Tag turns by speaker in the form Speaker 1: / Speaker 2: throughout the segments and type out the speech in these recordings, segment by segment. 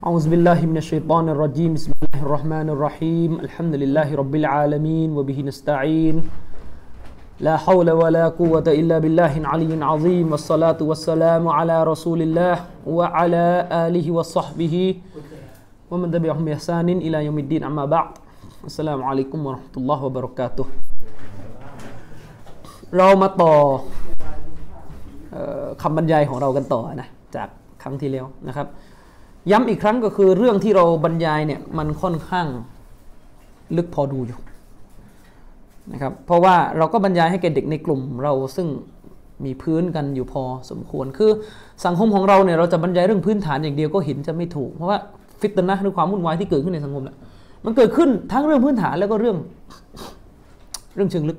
Speaker 1: أعوذ بالله من الشيطان الرجيم بسم الله الرحمن الرحيم الحمد لله رب العالمين وبه نستعين لا حول ولا قوة إلا بالله العلي العظيم والصلاة والسلام على رسول الله وعلى آله وصحبه ومن تبعهم بإحسان إلى يوم الدين أما بعد السلام عليكم ورحمة الله وبركاته เรามาต่อคำบรรยายของเรากันต่อนะจากครั้งที่แล้วนะครับย้ำอีกครั้งก็คือเรื่องที่เราบรรยายเนี่ยมันค่อนข้างลึกพอดูอยู่นะครับเพราะว่าเราก็บรรยายให้แก่เด็กในกลุ่มเราซึ่งมีพื้นกันอยู่พอสมควรคือสังคมของเราเนี่ยเราจะบรรยายเรื่องพื้นฐานอย่างเดียวก็เห็นจะไม่ถูกเพราะว่าฟิตนะหรือความวุ่นวายที่เกิดขึ้นในสังคมเนี่ยมันเกิดขึ้นทั้งเรื่องพื้นฐานแล้วก็เรื่องเชิงลึก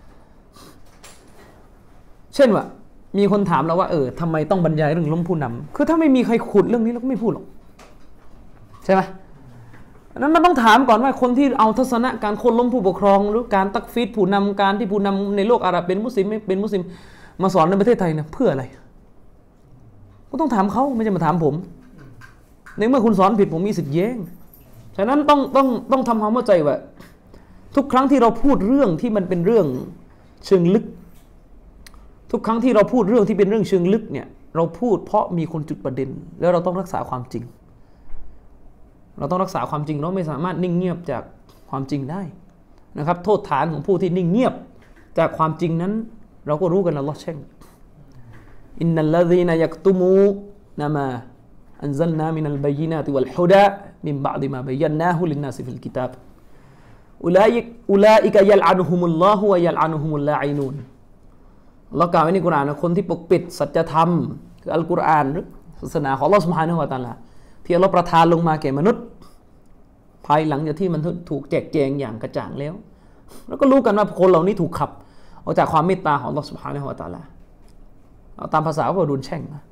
Speaker 1: เช่นว่ามีคนถามเราว่าทำไมต้องบรรยายเรื่องล้มผู้นำคือถ้าไม่มีใครขุดเรื่องนี้เราก็ไม่พูดหรอกใช่ไหมนั้นมันต้องถามก่อนว่าคนที่เอาทัศนะการโค่นล้มผู้ปกครองหรือการตักฟีดผู้นำการที่ผู้นำในโลกอาหรับเป็นมุสลิมไม่เป็นมุสลิมมาสอนในประเทศไทยเนี่ยเพื่ออะไรก็ต้องถามเขาไม่ใช่มาถามผมในเมื่อคุณสอนผิดผมมีสิทธิ์แย้งฉะนั้นต้องทำความเข้าใจว่าทุกครั้งที่เราพูดเรื่องที่มันเป็นเรื่องเชิงลึกทุกครั้งที่เราพูดเรื่องที่เป็นเรื่องเชิงลึกเนี่ยเราพูดเพราะมีคนจุดประเด็นแล้วเราต้องรักษาความจริงเราต้องรักษาความจริงเราไม่สามารถนิ่งเงียบจากความจริงได้นะครับโทษฐานของผู้ที่นิ่งเงียบจากความจริงนั้นเราก็รู้กันอัลเลาะห์แช่งอินนัลลซีนะยักตุมูนะมาอันซัลนามินัลบัยยินาติวัลฮุดามินบะอ์ดิมาบัยยันนาฮุลินนาสฟิลกิตาบอุลาอิกะยัลอานุฮุมุลลอฮุวะยัลอานุฮุมุลลาอินูนเรากล่าวไว้ในกุรอานนะคนที่ปกปิดสัจธรรมคืออัลกุรอานหรือศาสนาของอัลเลาะห์ซุบฮานะฮูวะตะอาลาที่อัลเลาะห์ประทานลงมาแก่มนุษย์ภายหลังจากที่มันถูกแจกแจงอย่างกระจ่างแล้วแล้วก็รู้กันว่าคนเหล่านี้ถูกขับออกจากความเมตตาของอัลเลาะห์ซุบฮานะฮูวะตะอาลาเอาตามภาษาก็โดนแช่งนะ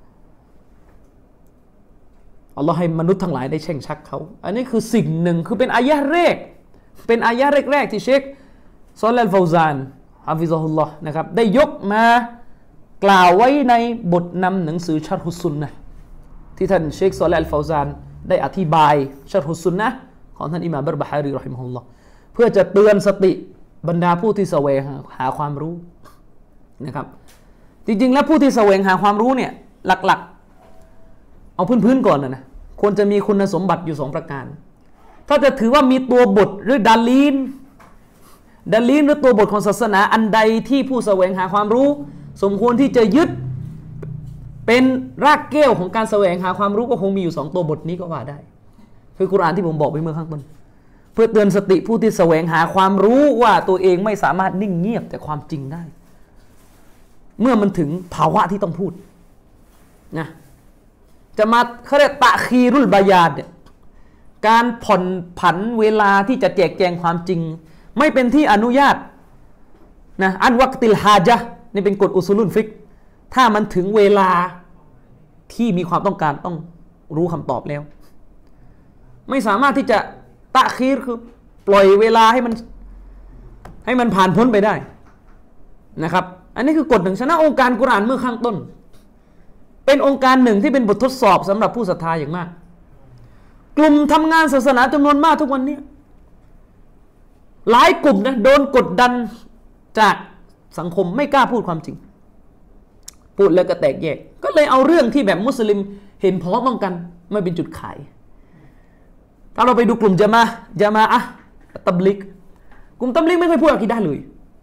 Speaker 1: อัลเลาะห์ให้มนุษย์ทั้งหลายได้แช่งชักเขาอันนี้คือสิ่งหนึ่งคือเป็นอายะห์แรกที่เชคซอลิฮ์ อัล ฟาวซานฮะฟิซะฮุลลอฮ์นะครับได้ยกมากล่าวไว้ในบทนำหนังสือชัรฮุสซุนนะห์ที่ท่านเชคซอลิฮ์ อัล ฟาวซานได้อธิบายชัรฮุสซุนนะห์ของท่านอิหม่ามบัรบะฮารีเราะฮิมะฮุลลอฮ์เพื่อจะเตือนสติบรรดาผู้ที่แสวงหาความรู้นะครับจริงๆแล้วผู้ที่แสวงหาความรู้เนี่ยหลักๆเอาพื้นๆก่อนนะควรจะมีคุณสมบัติอยู่2ประการถ้าจะถือว่ามีตัวบทหรือดาลีนหรือตัวบทของศาสนาอันใดที่ผู้แสวงหาความรู้สมควรที่จะยึดเป็นรากแก้วของการแสวงหาความรู้ก็คงมีอยู่2ตัวบทนี้ก็ว่าได้คือกุรอานที่ผมบอกไปเมื่อข้างต้นเพื่อเตือนสติผู้ที่แสวงหาความรู้ว่าตัวเองไม่สามารถนิ่งเงียบแต่ความจริงได้เมื่อมันถึงภาวะที่ต้องพูดนะจะมาเขาเรียกตะคีรุลบายานเนี่ยการผ่อนผันเวลาที่จะแจกแจงความจริงไม่เป็นที่อนุญาตนะอันวักติลฮาญะห์นี่เป็นกฎอุซูลุลฟิกห์ถ้ามันถึงเวลาที่มีความต้องการต้องรู้คำตอบแล้วไม่สามารถที่จะตะคีรคือปล่อยเวลาให้มันผ่านพ้นไปได้นะครับอันนี้คือกฎหนึ่งฉะนั้นองค์การกุรอานเมื่อข้างต้นเป็นองค์การหนึ่งที่เป็นบททดสอบสำหรับผู้ศรัทธาอย่างมากกลุ่มทำงานศาสนาจำนวนมากทุกวันนี้หลายกลุ่มนะโดนกดดันจากสังคมไม่กล้าพูดความจริงพูดแล้วก็แตกแยกก็เลยเอาเรื่องที่แบบมุสลิมเห็นพ้องต้องกันไม่เป็นจุดขายถ้าเราไปดูกลุ่มญะมาอะห์ตับลิกกลุ่มตับลิกไม่เคยพูดอะกีดะห์เลย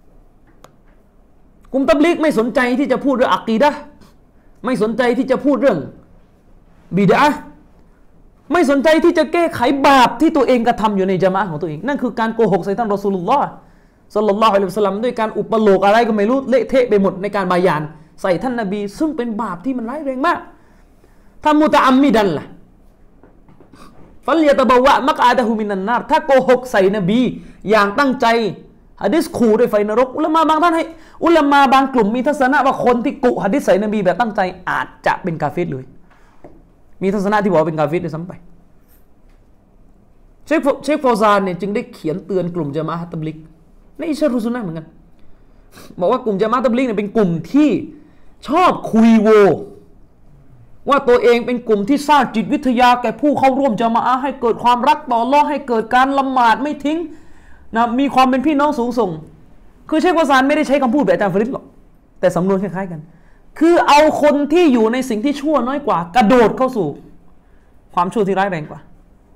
Speaker 1: กลุ่มตับลิกไม่สนใจที่จะพูดเรื่องอะกีดะห์ไม่สนใจที่จะพูดเรื่องบิดอะห์ไม่สนใจที่จะแก้ไขบาปที่ตัวเองกระทำอยู่ในญะมาอะห์ของตัวเองนั่นคือการโกหกใส่ท่านรอซูลุลลอฮ์ศ็อลลัลลอฮุอะลัยฮิวะซัลลัมด้วยการอุปโลกอะไรก็ไม่รู้เละเทะไปหมดในการบายานใส่ท่านนบีซึ่งเป็นบาปที่มันร้ายแรงมากถ้ามุตะอัมมิดันล่ะฟัลยะตะบะวะมักอาดะฮูมินันนารถ้าโกหกใส่นบีอย่างตั้งใจหะดีษขู่ด้วยไฟนรกอุลามะบางท่านให้อุลามะบางกลุ่มมีทัศนะว่าคนที่กุหะดีษใส่นบีแบบตั้งใจอาจจะเป็นกาเฟรเลยมีทัศนะที่บอกว่าเป็นกาเฟรด้วยซ้ำไปเชคฟาวซานเนี่ยจึงได้เขียนเตือนกลุ่มญะมาอะห์ตับลิกในอิชารุซุนนะห์เหมือนกันบอกว่ากลุ่มญะมาอะห์ตับลิกเนี่ยเป็นกลุ่มที่ชอบคุยโวว่าตัวเองเป็นกลุ่มที่สร้างจิตวิทยาแก่ผู้เข้าร่วมจะมาอะห์ให้เกิดความรักต่ออัลเลาะห์ให้เกิดการละหมาดไม่ทิ้งนะมีความเป็นพี่น้องสูงส่งคือเชค วาซานไม่ได้ใช้คำพูดแบบอาจารย์ฟริดหรอกแต่สำนวนคล้ายๆกันคือเอาคนที่อยู่ในสิ่งที่ชั่วน้อยกว่ากระโดดเข้าสู่ความชั่วที่ร้ายแรงกว่า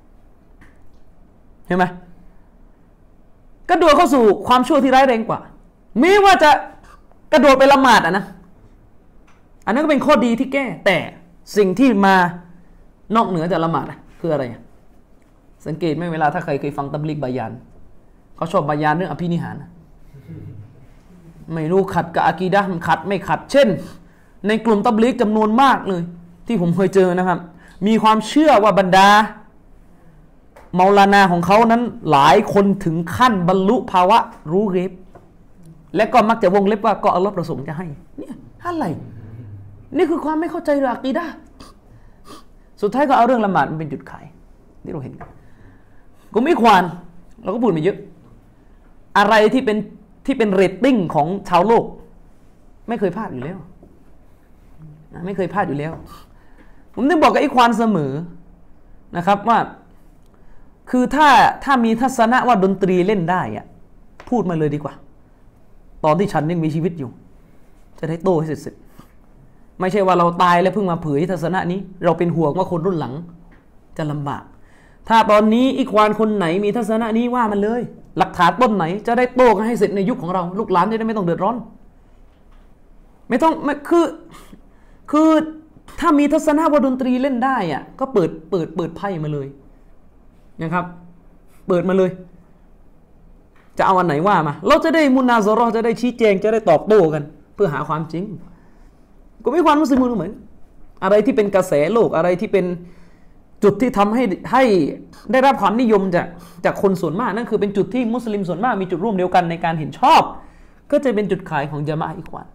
Speaker 1: เห็นไหมกระโดดเข้าสู่ความชั่วที่ร้ายแรงกว่าแม้ว่าจะกระโดดไปละหมาดนะอันนั้นก็เป็นข้อดีที่แก้แต่สิ่งที่มานอกเหนือจากละหมาดคืออะไรสังเกตไหมเวลาถ้าใครเคยฟังตับลิกบายานเขาชอบบายานเรื่องอภินิหารไม่รู้ขัดกับอากีดะห์มันขัดไม่ขัดเช่นในกลุ่มตับลิกจำนวนมากเลยที่ผมเคยเจอนะครับมีความเชื่อว่าบรรดาเมาลานาของเขานั้นหลายคนถึงขั้นบรรลุภาวะรู้เกบและก็มักจะวงเล็บว่าก็อัลเลาะห์ประสงค์จะให้เนี่ยอะไรนี่คือความไม่เข้าใจเรื่องอะกีดะห์สุดท้ายก็เอาเรื่องละหมาดมันเป็นจุดขายที่เราเห็นกันกลุ่มอิควานเราก็พูดมาเยอะอะไรที่เป็นเรตติ้งของชาวโลกไม่เคยพลาดอยู่แล้วไม่เคยพลาดอยู่แล้วผมต้องบอกกับอิควานเสมอนะครับว่าคือถ้ามีทัศนะว่าดนตรีเล่นได้อะพูดมาเลยดีกว่าตอนที่ฉันยังมีชีวิตอยู่จะได้โตให้เสร็จไม่ใช่ว่าเราตายแล้วเพิ่งมาเผยทัศนะนี้เราเป็นห่วงว่าคนรุ่นหลังจะลำบากถ้าตอนนี้อิควานคนไหนมีทัศนะนี้ว่ามันเลยหลักฐานต้นไหนจะได้โตกันให้เสร็จในยุคของเราลูกหลานจะได้ไม่ต้องเดือดร้อนไม่ต้องคือถ้ามีทัศนะว่าดนตรีเล่นได้อ่ะก็เปิดไพ่มาเลยนะครับเปิดมาเลยจะเอาอันไหนว่ามาเราจะได้มุนาซอเราะห์จะได้ชี้แจงจะได้ตอบโต้กันเพื่อหาความจริงก็มีความมุสลิมเหมือนอะไรที่เป็นกระแสโลกอะไรที่เป็นจุดที่ทำให้ได้รับความนิยมจากคนส่วนมากนั่นคือเป็นจุดที่มุสลิมส่วนมากมีจุดร่วมเดียวกันในการเห็นชอบก็จะเป็นจุดขายของญะมาอะห์อิควาน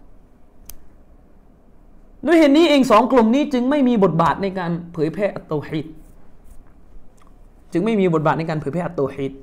Speaker 1: ด้วยเหตุนี้เองสองกลุ่มนี้จึงไม่มีบทบาทในการเผยแพร่อัตเตาฮีดจึงไม่มีบทบาทในการเผยแพร่อัตเตาฮีด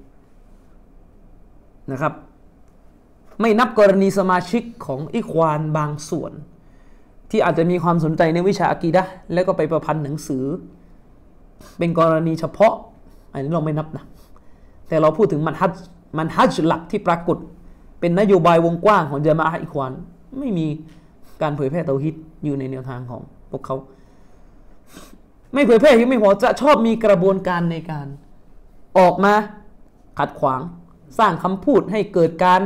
Speaker 1: นะครับไม่นับกรณีสมาชิกของอิควานบางส่วนที่อาจจะมีความสนใจในวิชาอะกีดะห์แล้วก็ไปประพันธ์หนังสือเป็นกรณีเฉพาะอันนี้เราไม่นับนะแต่เราพูดถึงมันฮัจหลักที่ปรากฏเป็นนโยบายวงกว้างของญะมาอะห์อิควานไม่มีการเผยแพร่เตาฮีดอยู่ในแนวทางของพวกเขาไม่เผยแพร่ยังไม่พอจะชอบมีกระบวนการในการออกมาขัดขวางสร้างคำพูดให้เกิดการ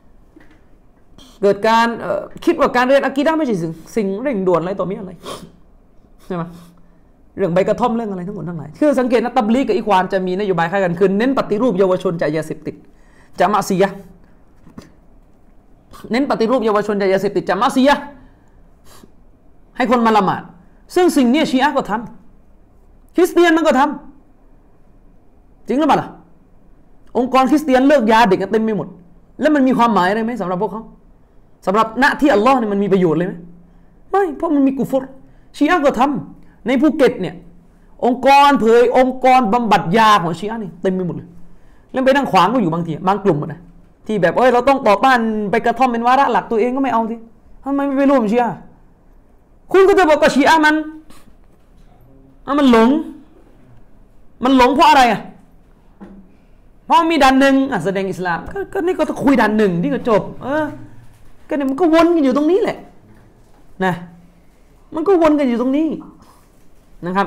Speaker 1: คิดว่าการเรียนอะกีดะห์ไม่ใช่สิ่งเร่งด่วนอะไรต่อมีอะไรใช่ไหมเรื่องใบกระท่อมเรื่องอะไรทั้งหมดทั้งหลายคือสังเกตนะตับลีกกับอิควานจะมีนโยบายคล้ายกันคือเน้นปฏิรูปเยาวชนจากยาเสพติดจากมะซียะห์เน้นปฏิรูปเยาวชนจากยาเสพติดจากมะซียะห์ให้คนมาละหมาดซึ่งสิ่งนี้ชีอะห์ก็ทำคริสเตียนมันก็ทำจริงหรือเปล่าล่ะองค์กรคริสเตียนเลิกยาเด็กเต็มไปหมดแล้วมันมีความหมายอะไรไหมสำหรับพวกเขาสำหรับณที่อัลลอฮ์เนี่ยมันมีประโยชน์เลยไหมไม่เพราะมันมีกุฟรชีอะห์ก็ทำในภูเก็ตเนี่ยองค์กรบำบัดยาของชีอะห์นี่เต็มไปหมดเลยแล้วไปนั่งขวางก็อยู่บางทีบางกลุ่มนะที่แบบเราต้องต่อต้านไปกระท่อมเป็นวาระหลักตัวเองก็ไม่เอาทีทำไมไม่ไปร่วมชีอะห์คุณก็จะบอกว่าชีอะห์มันหลงเพราะอะไรเพราะมีด่านหนึ่งแสดงอิสลามก็นี่ก็ต้องคุยด่านหนึ่งที่ก็จบก็เนี่ยมันก็วนกันอยู่ตรงนี้แหละนะมันก็วนกันอยู่ตรงนี้นะครับ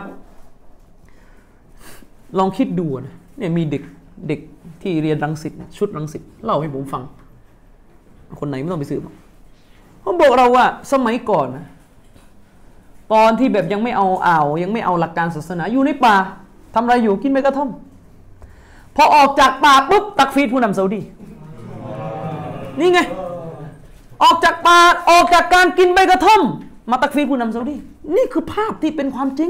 Speaker 1: ลองคิดดูนะเนี่ยมีเด็กที่เรียนรังสิตชุดรังสิตเล่าให้ผมฟังคนไหนไม่ต้องไปสืบเขาบอกเราว่าสมัยก่อนนะตอนที่แบบยังไม่เอาหลักการศาสนาอยู่ในป่าทำอะไรอยู่กินใบกระท่อมพอออกจากป่าปุ๊บตักฟีรผู้นำซาอุดีนี่ไงออกจากป่าออกจากการกินใบกระท่อมมาตักฟีรผู้นำซาอุดีนี่คือภาพที่เป็นความจริง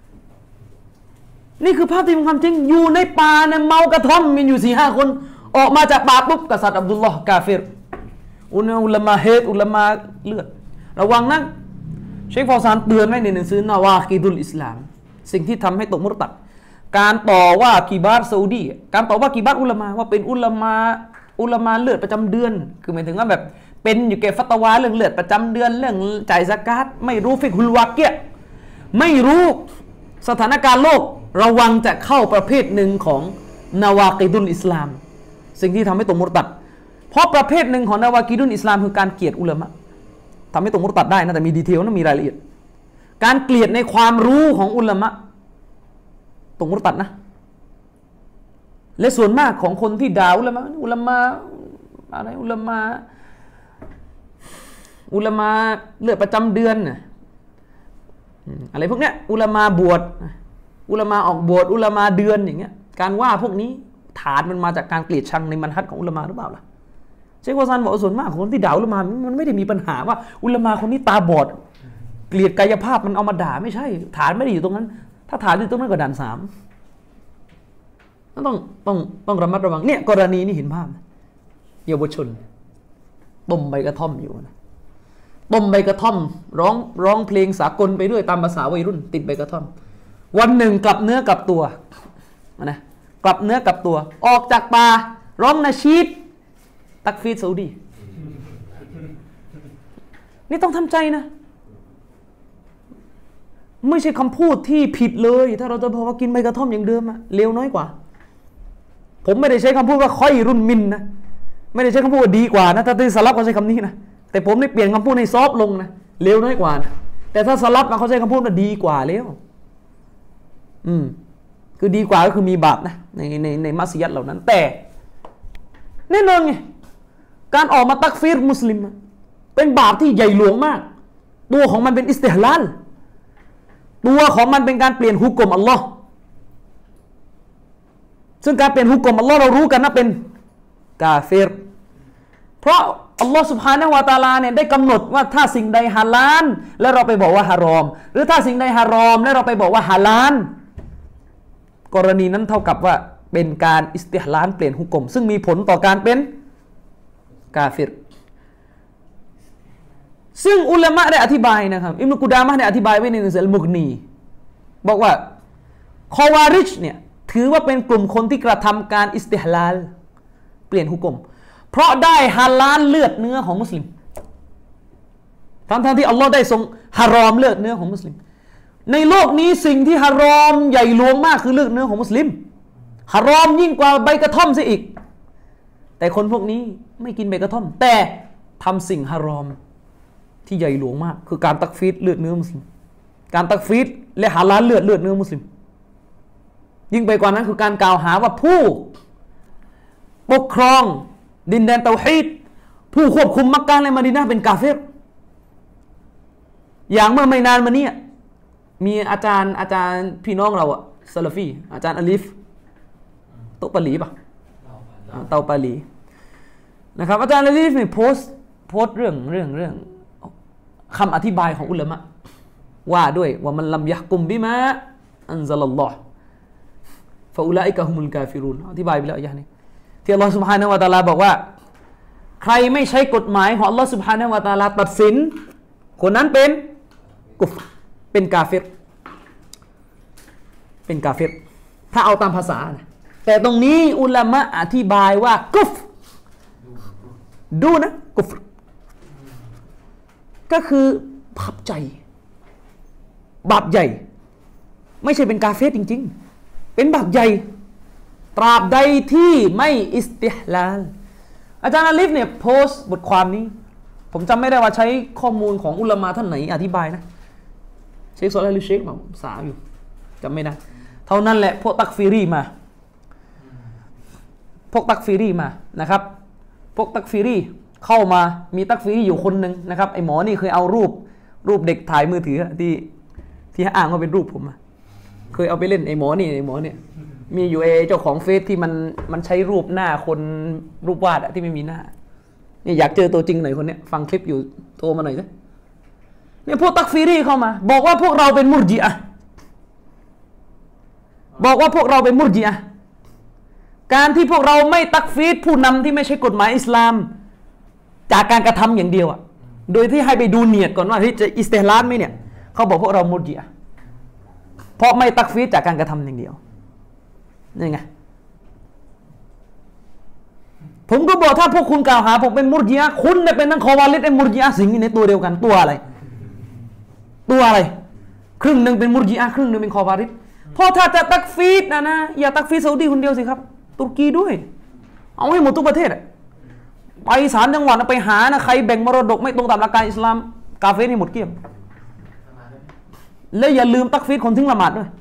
Speaker 1: นี่คือภาพที่เป็นความจริงอยู่ในป่าเนี่ยเมากระท่อมมีอยู่ 4-5 คนออกมาจากป่าปุ๊บกษัตริย์อับดุลลอฮ์กาเฟรอุลามะเฮดอุลามะเลือดระวังนะเชคฟอซานเตือนไว้ในหนังสือนาวากิดุลอิสลามสิ่งที่ทำให้ตกมุรตัดการต่อว่ากีบาร์ซาอุดีการต่อว่ากีบาร์อุลามะว่าเป็นอุลามะเลือดประจำเดือนคือหมายถึงว่าแบบเป็นอยู่แก่ฟัตวาเรื่องเลือดประจำเดือนเรื่องจ่ายซะกาตไม่รู้ฟิกฮุลวาเกียไม่รู้สถานการณ์โลกระวังจะเข้าประเภทหนึ่งของนาวากิดุลอิสลามสิ่งที่ทำให้ตกมุรตัดเพราะประเภทหนึ่งของนาวากิดุลอิสลามคือการเกลียดอุลามะทำให้ตกมุรตัดได้นะแต่มีดีเทลนะมีรายละเอียดการเกลียดในความรู้ของอุลามะตกมุรตัดนะและส่วนมากของคนที่ด่าอุลามะอะไรอุลามะเลือดประจำเดือนอะไรพวกเนี้ยอุลามะบวชอุลามะออกบวชอุลามะเดือนอย่างเงี้ยการว่าพวกนี้ฐานมันมาจากการเกลียดชังในมันฮัจของอุลามะหรือเปล่าล่ะเชค วาซานบอกส่วนมากคนที่ด่าอุลามะมันไม่ได้มีปัญหาว่าอุลามะคนนี้ตาบอดเกลียดกายภาพมันเอามาด่าไม่ใช่ฐานไม่ได้อยู่ตรงนั้นถ้าฐานอยู่ตรงนั้นก็ด่านสามต้องระมัดระวังเนี่ยกรณีนี้เห็นภาพเยาวชนต้มใบกระท่อมอยู่นะต้มใบกระท่อมร้องเพลงสากลไปด้วยตามภาษาวัยรุ่นติดใบกระท่อมวันหนึ่งกลับเนื้อกลับตัวนะกลับเนื้อกลับตัวออกจากป่าร้องนาชีดตักฟีดซาอุดีนี่ต้องทำใจนะไม่ใช่คำพูดที่ผิดเลยถ้าเราจะบอกว่ากินใบกระท่อมอย่างเดิมอะเลวน้อยกว่าผมไม่ได้ใช้คำพูดว่าค่อยรุ่นมินนะไม่ได้ใช้คำพูดว่าดีกว่านะถ้าที่สลับเขาใช้คำนี้นะแต่ผมได้เปลี่ยนคำพูดในซอฟลงนะเลวน้อยกว่านะแต่ถ้าสลับมาเขาใช้คำพูดว่าดีกว่าแล้วคือดีกว่าก็คือมีบาปนะในมัสยิดเหล่านั้นแต่แน่นอนไงการออกมาตักฟีรมุสลิมเป็นบาปที่ใหญ่หลวงมากตัวของมันเป็นอิสติฮลาลตัวของมันเป็นการเปลี่ยนฮุกกลมอัลลอฮ์ซึ่งการเปลี่ยนฮุกกลมอัลลอฮ์เรารู้กันนะเป็นกาเฟรเพราะอัลลอฮ์ซุบฮานะฮูวะตะอาลาเนี่ยได้กำหนดว่าถ้าสิ่งใดฮาลาลแล้วเราไปบอกว่าฮารอมหรือถ้าสิ่งใดฮารอมแล้วเราไปบอกว่าฮาลาลกรณีนั้นเท่ากับว่าเป็นการอิสติฮลาลเปลี่ยนฮุกกลมซึ่งมีผลต่อการเป็นกาเฟรซึ่งอุลามะได้อธิบายนะครับอิบนุกุดามะห์ได้อธิบายไว้ในหนังสืออัลมุกนีบอกว่าคอวาริจเนี่ยถือว่าเป็นกลุ่มคนที่กระทำการอิสติฮลาลเปลี่ยนฮุกกลมเพราะได้ฮาลาลเลือดเนื้อของมุสลิมทั้งที่อัลลอฮ์ได้ทรงฮารอมเลือดเนื้อของมุสลิมในโลกนี้สิ่งที่ฮารอมใหญ่หลวงมากคือเลือดเนื้อของมุสลิมฮารอมยิ่งกว่าใบกระท่อมซะอีกแต่คนพวกนี้ไม่กินใบกระท่อมแต่ทำสิ่งฮารอมที่ใหญ่หลวงมากคือการตักฟีดเลือดเนื้อมุสลิมการตักฟีดและฮาลาลเลือดเนื้อมุสลิมยิ่งไปกว่านั้นคือการกล่าวหาว่าผู้ปกครองดินแดนเตาฮีดผู้ควบคุมมักกะและมะดีนะห์เป็นกาเฟรอย่างเมื่อไม่นานมานี้มีอาจารย์พี่น้องเราอะซะลาฟีอาจารย์อาลิฟโตปะหลีป่ะเตาปะหลีนะครับอาจารย์อาลิฟเนี่ยโพสต์เรื่องคำอธิบายของอุลามะว่าด้วยว่ามันลัมยะฮ์กุมบิมาอันซะลัลลอฮ์ฟะอุลาอิกะฮุมุลกาฟิรูนอธิบายไปแล้วอย่างนี้ที่อัลลอฮ์ซุบฮานะฮูวะตะอาลาบอกว่าใครไม่ใช้กฎหมายของอัลลอฮ์ซุบฮานะฮูวะตะอาลาตัดสินคนนั้นเป็นกุฟรเป็นกาเฟรถ้าเอาตามภาษานะแต่ตรงนี้อุลามะอธิบายว่ากุฟรดูนะกุฟรก็คือบาปใจบาปใหญ่ไม่ใช่เป็นกาเฟรจริงๆเป็นบาปใหญ่ตราบใดที่ไม่อิสติฮลาลอาจารย์อาลิฟเนี่ยโพสต์บทความนี้ผมจำไม่ได้ว่าใช้ข้อมูลของอุลามะท่านไหนอธิบายนะเชคซอเลห์ หรือเชคมาสาอยู่จำไม่ได้เท่านั้นแหละพวกตักฟีรีมานะครับพวกตักฟีรีเข้ามามีตักฟีรีอยู่คนหนึ่งนะครับไอหมอนี่เคยเอารูปเด็กถ่ายมือถือที่อ้างว่าเป็นรูปผมเคยเอาไปเล่นไอหมอเนี่ยมีอยู่เจ้าของเฟซที่มันใช้รูปหน้าคนรูปวาดที่ไม่มีหน้าเนี่ยอยากเจอตัวจริงหน่อยคนเนี้ยฟังคลิปอยู่โทรมาหน่อยสิเนี่ยพวกตักฟีรีเข้ามาบอกว่าพวกเราเป็นมุรจิอะห์การที่พวกเราไม่ตักฟีดผู้นำที่ไม่ใช่กฎหมายอิสลามจากการกระทำอย่างเดียวอะโดยที่ให้ไปดูเนียดก่อนว่าจะอิสติฮลาลไหมเนี่ยเขาบอกพวกเรามุรจิอะห์เพราะไม่ตักฟีดจากการกระทำอย่างเดียวนี่ไงผมก็บอกถ้าพวกคุณกล่าวหาผมเป็นมุรจิอะห์คุณเนี่ยเป็นทั้งคอวาลิดและมุรจิอะห์สิ่งนี้ในตัวเดียวกันตัวอะไรครึ่งหนึ่งเป็นมุรจิอะห์ครึ่งหนึ่งเป็นคอวาริดเพราะถ้าจะตักฟีดนะอย่าตักฟีดซาอุดีคนเดียวสิครับตุรกีด้วยเอาให้หมดทุกประเทศไป3 จังหวัดไปหานะใครแบ่งมรดกไม่ตรงตามหลักการอิสลามกาเฟรให้หมดเกลี้ยงแล้วอย่าลืมตักฟีดคนทิ้งละหมาดด้วย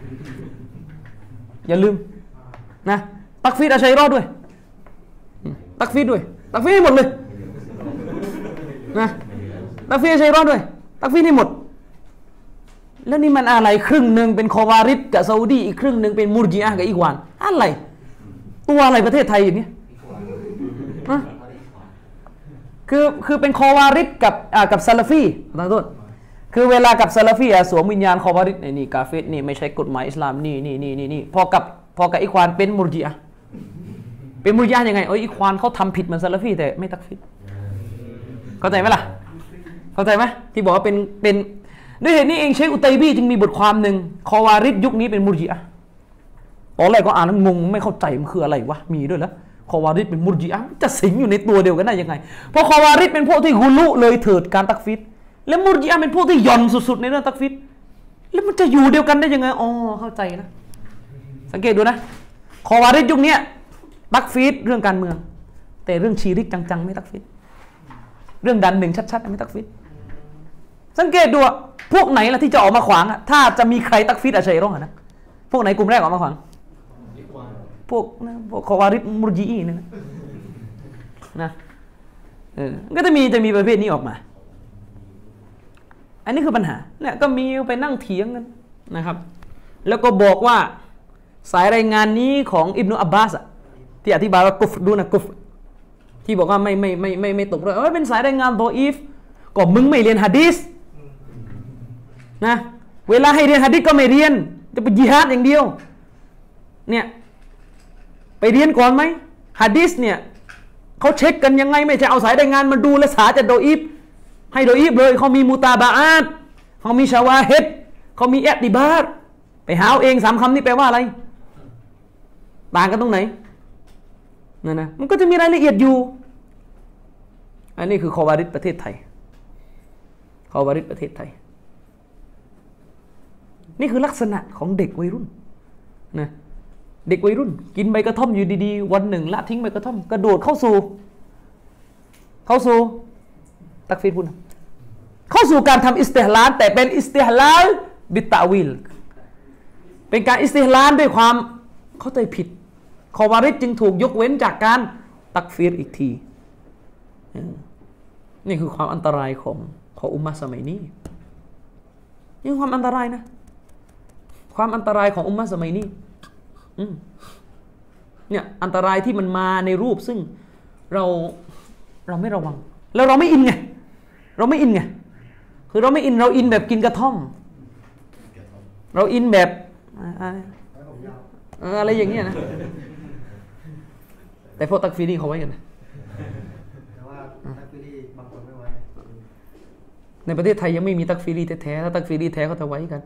Speaker 1: อย่าลืมนะตักฟีดอาชัยรอดด้วยตักฟีดด้วยตักฟีดให้หมดเลยนะตักฟีดอาชัยรอดด้วยตักฟีดให้หมดแล้วนี่มันอะไรครึ่งหนึ่งเป็นคอวาริดกับซาอุดีอีกครึ่งหนึ่งเป็นมุรจิอะห์กับอีกวานอะไรตัวอะไรประเทศไทยอย่างนี้คือเป็นคอวาริดกับซาลาฟีขอโทษคือเวลากับซาลาฟีสวมวิญญาณคอวาริดนี่กาเฟรนี่ไม่ใช่กฎหมายอิสลามนี่พอกับอีกวานเป็นมุรจิอะห์เป็นมุรจิอะห์ยังไงอีกวานเขาทำผิดเหมือนซาลาฟีแต่ไม่ตักฟีดเข้าใจไหมล่ะเข้าใจไหมที่บอกว่าเป็นด้วยเหตุนี้เองเชคอุตัยบีจึงมีบทความหนึ่งคอวาริดยุคนี้เป็นมุรจิอะห์ตอนแรกก็อ่านแล้วงงไม่เข้าใจมันคืออะไรวะมีด้วยเหรอคอวาริดเป็นมุรจิอะห์จะสิงอยู่ในตัวเดียวกันได้ยังไงเพราะคอวาริดเป็นพวกที่กุลุเลยเถิดการตักฟีดและมุรจิอะห์เป็นพวกที่หย่อนสุดๆในเรื่องตักฟีดแล้วมันจะอยู่เดียวกันได้ยังไงเข้าใจนะสังเกตดูนะคอวาริดยุคนี้ตักฟีดเรื่องการเมืองแต่เรื่องชีริกจังๆไม่ตักฟีดเรื่องดันหนึ่งชัดๆไม่ตักฟีดสังเกตดูพวกไหนล่ะที่จะออกมาขวางถ้าจะมีใครตักฟีดอาชัยรอนะพวกไหนกลุ่มแรกออกมาขวางพวกคอวาริดมุรจิอีนะก็จะมีประเภทนี้ออกมาอันนี้คือปัญหาเนี่ยก็มีไปนั่งเถียงกันนะครับแล้วก็บอกว่าสายรายงานนี้ของอิบนุอับบาสที่อธิบายว่ากุฟดูนะกุฟที่บอกว่าไม่ตกเลยเป็นสายรายงานดออีฟก็มึงไม่เรียนหะดีษนะเวลาให้เรียนหะดีษก็ไม่เรียนจะไปญิฮาดอย่างเดียวเนี่ยไปเรียนก่อนไหมหะดีษเนี่ยเขาเช็คกันยังไงไม่ใช่เอาสายรายงานมาดูและสาจะดออีฟให้ดออีฟเลยเขามีมุตาบะอาตเขามีชาวาฮิดเขามีอิอ์ติบารไปหาเอาเอง3 คำนี้แปลว่าอะไรต่างกันตรงไหนนั่นนะมันก็จะมีรายละเอียดอยู่อันนี้คือคอวาริดประเทศไทยคอวาริดประเทศไทยนี่คือลักษณะของเด็กวัยรุ่นนะเด็กวัยรุ่นกินใบกระท่อมอยู่ดีๆวันหนึ่งละทิ้งใบกระท่อมกระโดดเข้าสู่ตักฟีรพูดเข้าสู่การทำอิสติฮลาลแต่เป็นอิสติฮลาลบิตตะวิลเป็นการอิสติฮลาลด้วยความเข้าใจผิดคอวาริดจึงถูกยกเว้นจากการตักฟีรอีกทีนี่คือความอันตรายของอุมมะสมัยนี้นี่ความอันตรายนะความอันตรายของอุมมะสมัยนี้เนี่ยอันตรายที่มันมาในรูปซึ่งเราไม่ระวังแล้วเราไม่อินไงคือเราไม่อินเราอินแบบกินกระท่อมเราอินแบบอะไรอย่างเงี้ยนะแต่พวกตักฟีรีเขาไว้กันนะ
Speaker 2: แต่ว่าตักฟีรีบางคนไม่ไว้
Speaker 1: ในประเทศไทยยังไม่มีตักฟีรีแท้ๆถ้าตักฟีรีแท้เขาจะไว้กัน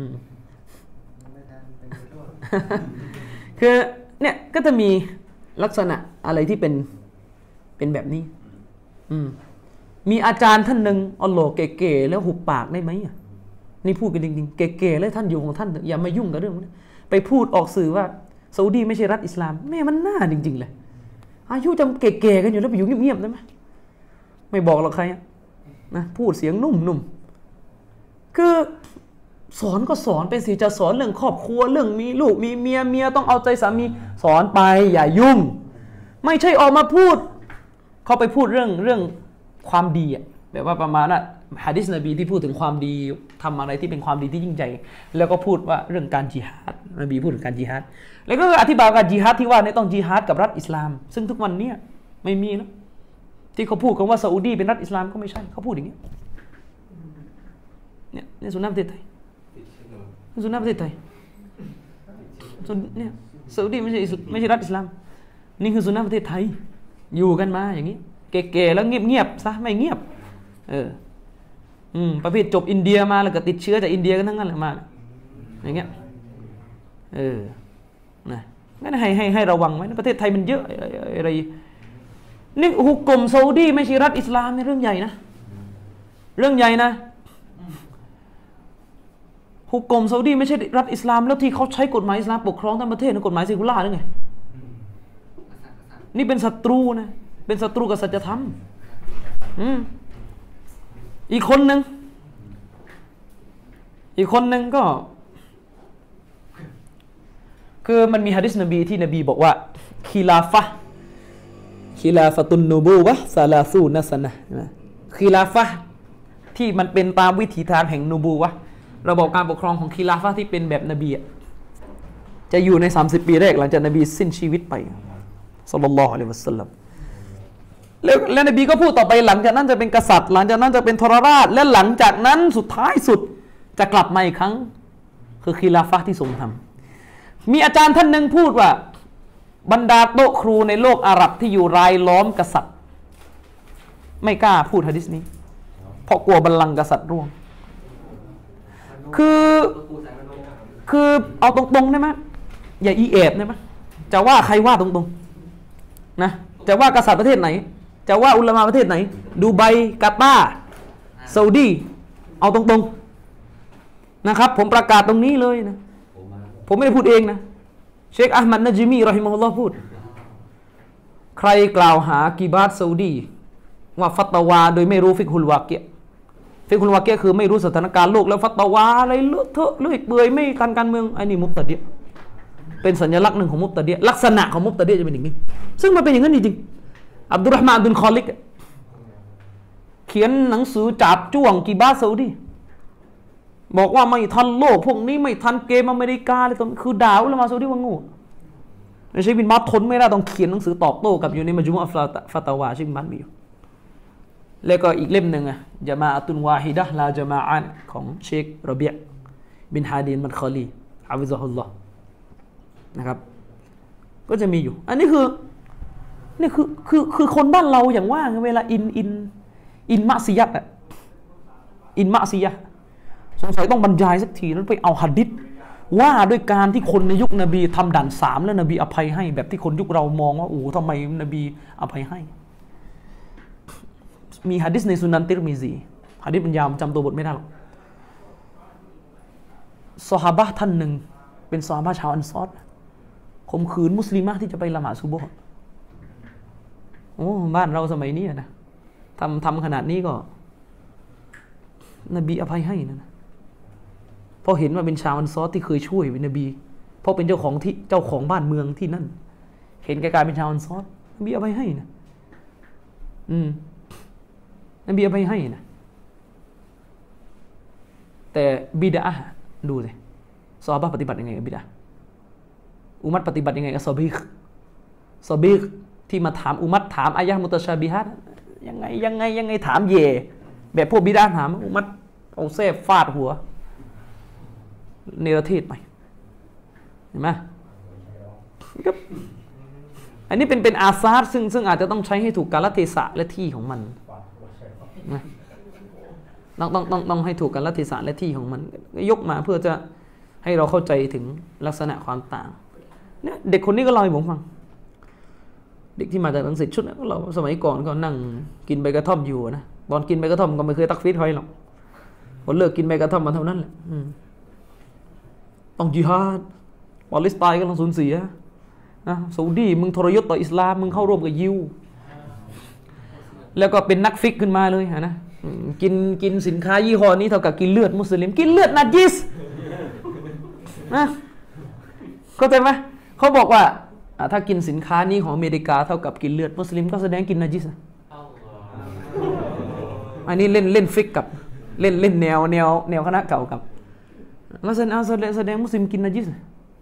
Speaker 1: คือเนี่ยก็จะมีลักษณะอะไรที่เป็นแบบนี้มีอาจารย์ท่านหนึ่งอัลลอฮ์เก๋ๆแล้วหุบปากได้ไหมนี่พูดกันจริงๆเก๋ๆแล้วท่านอยู่ของท่านอย่ามายุ่งกับเรื่องนี้ไปพูดออกสื่อว่าซาอุดีไม่ใช่รัฐอิสลามแม่มันน่าจริงๆเลยอายุจำเก๋ๆกันอยู่แล้วไปอยู่เงียบๆได้ไหมไม่บอกหรอกใครนะพูดเสียงนุ่มๆคือสอนก็สอนไปสิจะสอนเรื่องครอบครัวเรื่องมีลูกมีเมียต้องเอาใจสามีสอนไปอย่ายุ่งไม่ใช่ออกมาพูดเขาไปพูดเรื่องความดีแบบว่าประมาณน่ะหะดีษนบีที่พูดถึงความดีทำอะไรที่เป็นความดีที่ยิ่งใหญ่แล้วก็พูดว่าเรื่องการจิฮาดนบีพูดถึงการจิฮาดแล้วก็อธิบายการจิฮาดที่ว่าเนี่ยต้องจิฮาดกับรัฐอิสลามซึ่งทุกวันนี้ไม่มีแล้วที่เขาพูดกันว่าซาอุดีเป็นรัฐอิสลามก็ไม่ใช่เขาพูดอย่างนี้เนี่ยในสุนนะประเทศไทยสุนนะประเทศไทยเนี่ยซาอุดีไม่ใช่รัฐอิสลามนี่คือสุนนะประเทศไทยอยู่กันมาอย่างนี้เก๋ๆแล้วเงียบๆซะไม่เงียบประเภทจบอินเดียมาแล้วก็ติดเชื้อจากอินเดียกันทั้งนั้นแหละมาอย่างเงี้ยนะงั้นให้ระวังไว้นะประเทศไทยมันเยอะอะไรนี่ฮุกกลมซาอุดีไม่ใช่รัฐอิสลามนี่เรื่องใหญ่นะเรื่องใหญ่นะฮุกกลมซาอุดีไม่ใช่รัฐอิสลามแล้วที่เขาใช้กฎหมายอิสลามปกครองทั้งประเทศนะกฎหมายเซคุล่าหรือไงนี่เป็นศัตรูนะเป็นศัตรูกับสัจธรรมอีกคนหนึ่งก็คือมันมีหะดีษนบีที่นบีบอกว่าคิลาฟะตุนนูบูวะซาลาซูนัสนะคิลาฟะที่มันเป็นตามวิถีทางแห่งนูบูวะระบบการปกครองของคิลาฟะที่เป็นแบบนบีจะอยู่ใน30ปีแรกหลังจากนบีสิ้นชีวิตไปศ็อลลัลลอฮุอะลัยฮิวะซัลลัมแล้วนบีก็พูดต่อไปหลังจากนั้นจะเป็นกษัตริย์หลังจากนั้นจะเป็นทรราชและหลังจากนั้นสุดท้ายสุดจะกลับมาอีกครั้งคือคิลาฟะที่ทรงทำมีอาจารย์ท่านหนึ่งพูดว่าบรรดาโต๊ะครูในโลกอาหรับที่อยู่รายล้อมกษัตริย์ไม่กล้าพูดหะดีษนี้เพราะกลัวบัลลังก์กษัตริย์ร่วงคือเอาตรงๆได้ไหมอย่าอีเอฟได้ไหมจะว่าใครว่าตรงๆนะจะว่ากษัตริย์ประเทศไหนจะว่าอุลามะประเทศไหนดูไบกาตาร์ซาอุดีเอาตรงๆนะครับผมประกาศตรงนี้เลยนะผมไม่ได้พูดเองนะเชคอะห์มัดนะจิมีรอฮิมะฮุลลอฮ์พูดใครกล่าวหากีบาตซาอุดีว่าฟัตวาโดยไม่รู้ฟิกฮุลวาเกียคือไม่รู้สถานการณ์โลกแล้วฟัตวาอะไรเลอะเทอะเลื่อยเปื่อยไม่ทันการเมืองไอ้นี่มุบตะดีเป็นสัญลักษณ์หนึ่งของมุบตะดีลักษณะของมุบตะดีจะเป็นอย่างนี้ซึ่งมันเป็นอย่างนั้นจริงๆอับดุลเราะห์มานบินคอลิกเขียนหนังสือจับจ้วงกีบาตซาอุดีบอกว่าไม่ทันโลกพวกนี้ไม่ทันเกมอเมริกาเลยคือด่าอุลามะซาอุดีว่าโง่เชคบินบาสทนไม่ได้ต้องเขียนหนังสือตอบโต้กับอยู่ในมัจมุอะห์ฟาตาวาเชคบินบาสมีอยู่แล้วก็อีกเล่มหนึ่งญะมาอะตุนวาฮิดะห์ลาญะมาอะห์ของเชครอบีอะห์บินฮาดีนมัดคอลีฮะฟิซะฮุลลอฮ์นะครับก็จะมีอยู่อันนี้คือคนบ้านเราอย่างว่าเวลาอินมะซิยะห์อินมะซิยะห์สงสัยต้องบรรยายสักทีแล้วไปเอาหะดีษว่าด้วยการที่คนในยุคนบีทำด่าน3แล้วนบีอภัยให้แบบที่คนยุคเรามองว่าโอ้ทำไมนบีอภัยให้มีหะดีษในสุนันติรมิซีหะดีษมันยาวจำตัวบทไม่ได้หรอกซอฮาบะห์ท่านหนึ่งเป็นซอฮาบะห์ชาวอันซอรข่มขืนมุสลิมะที่จะไปละหมาดซุบฮ์โอ้บ้านเราสมัยนี้นะทำขนาดนี้ก็นบีอภัยให้นะเพราะเห็นว่าเป็นชาวอันซอรที่เคยช่วยนบีเพราะเป็นเจ้าของบ้านเมืองที่นั่นเห็นแก่การเป็นชาวอันซอรนบีอภัยให้นะนบีอภัยให้นะแต่บิดอะห์ดูสิซอฮาบะห์ปฏิบัติยังไงกับบิดอะห์อุมัตปฏิบัติยังไงกับซอบีกที่มาถามอุมัตถามอายะห์มุตชาบิฮะห์ยังไงถามเย่แบบพวกบิดอะห์ถามอุมัตเอาเซฟฟาดหัวเนรเทศไปเห็นไหมก็อันนี้เป็นอาซาร์ซึ่งอาจจะต้องใช้ให้ถูกกาลเทศะและที่ของมันนะต้องให้ถูกกาลเทศะและที่ของมันยกมาเพื่อจะให้เราเข้าใจถึงลักษณะความต่างเนี่ยเด็กคนนี้ก็เล่าให้ผมฟังเด็กที่มาจากอังกฤษชุดนั้นเราสมัยก่อนก็นั่งกินใบกระท่อมอยู่นะตอนกินใบกระท่อมก็ไม่เคยตักฟีดใครหรอกพอเลิกกินใบกระท่อมมาเท่านั้นแหละต้องญิฮาดปาเลสไตน์ก็ต้องสูญเสียนะซาอุดีมึงทรยศต่ออิสลามมึงเข้าร่วมกับยิวแล้วก็เป็นนักฟิกขึ้นมาเลยนะกินสินค้ายี่ห้อนี้เท่ากับกินเลือดมุสลิมกินเลือดนัจิสนะเข้าใจไหมเขาบอกว่าถ้ากินสินค้านี้ของอเมริกาเท่ากับกินเลือดมุสลิมก็แสดงกินนัจิสอันนี้เล่นฟิกกับเล่นแนวคณะเก่ากับมาแสดงมุสลิมกินนัจิส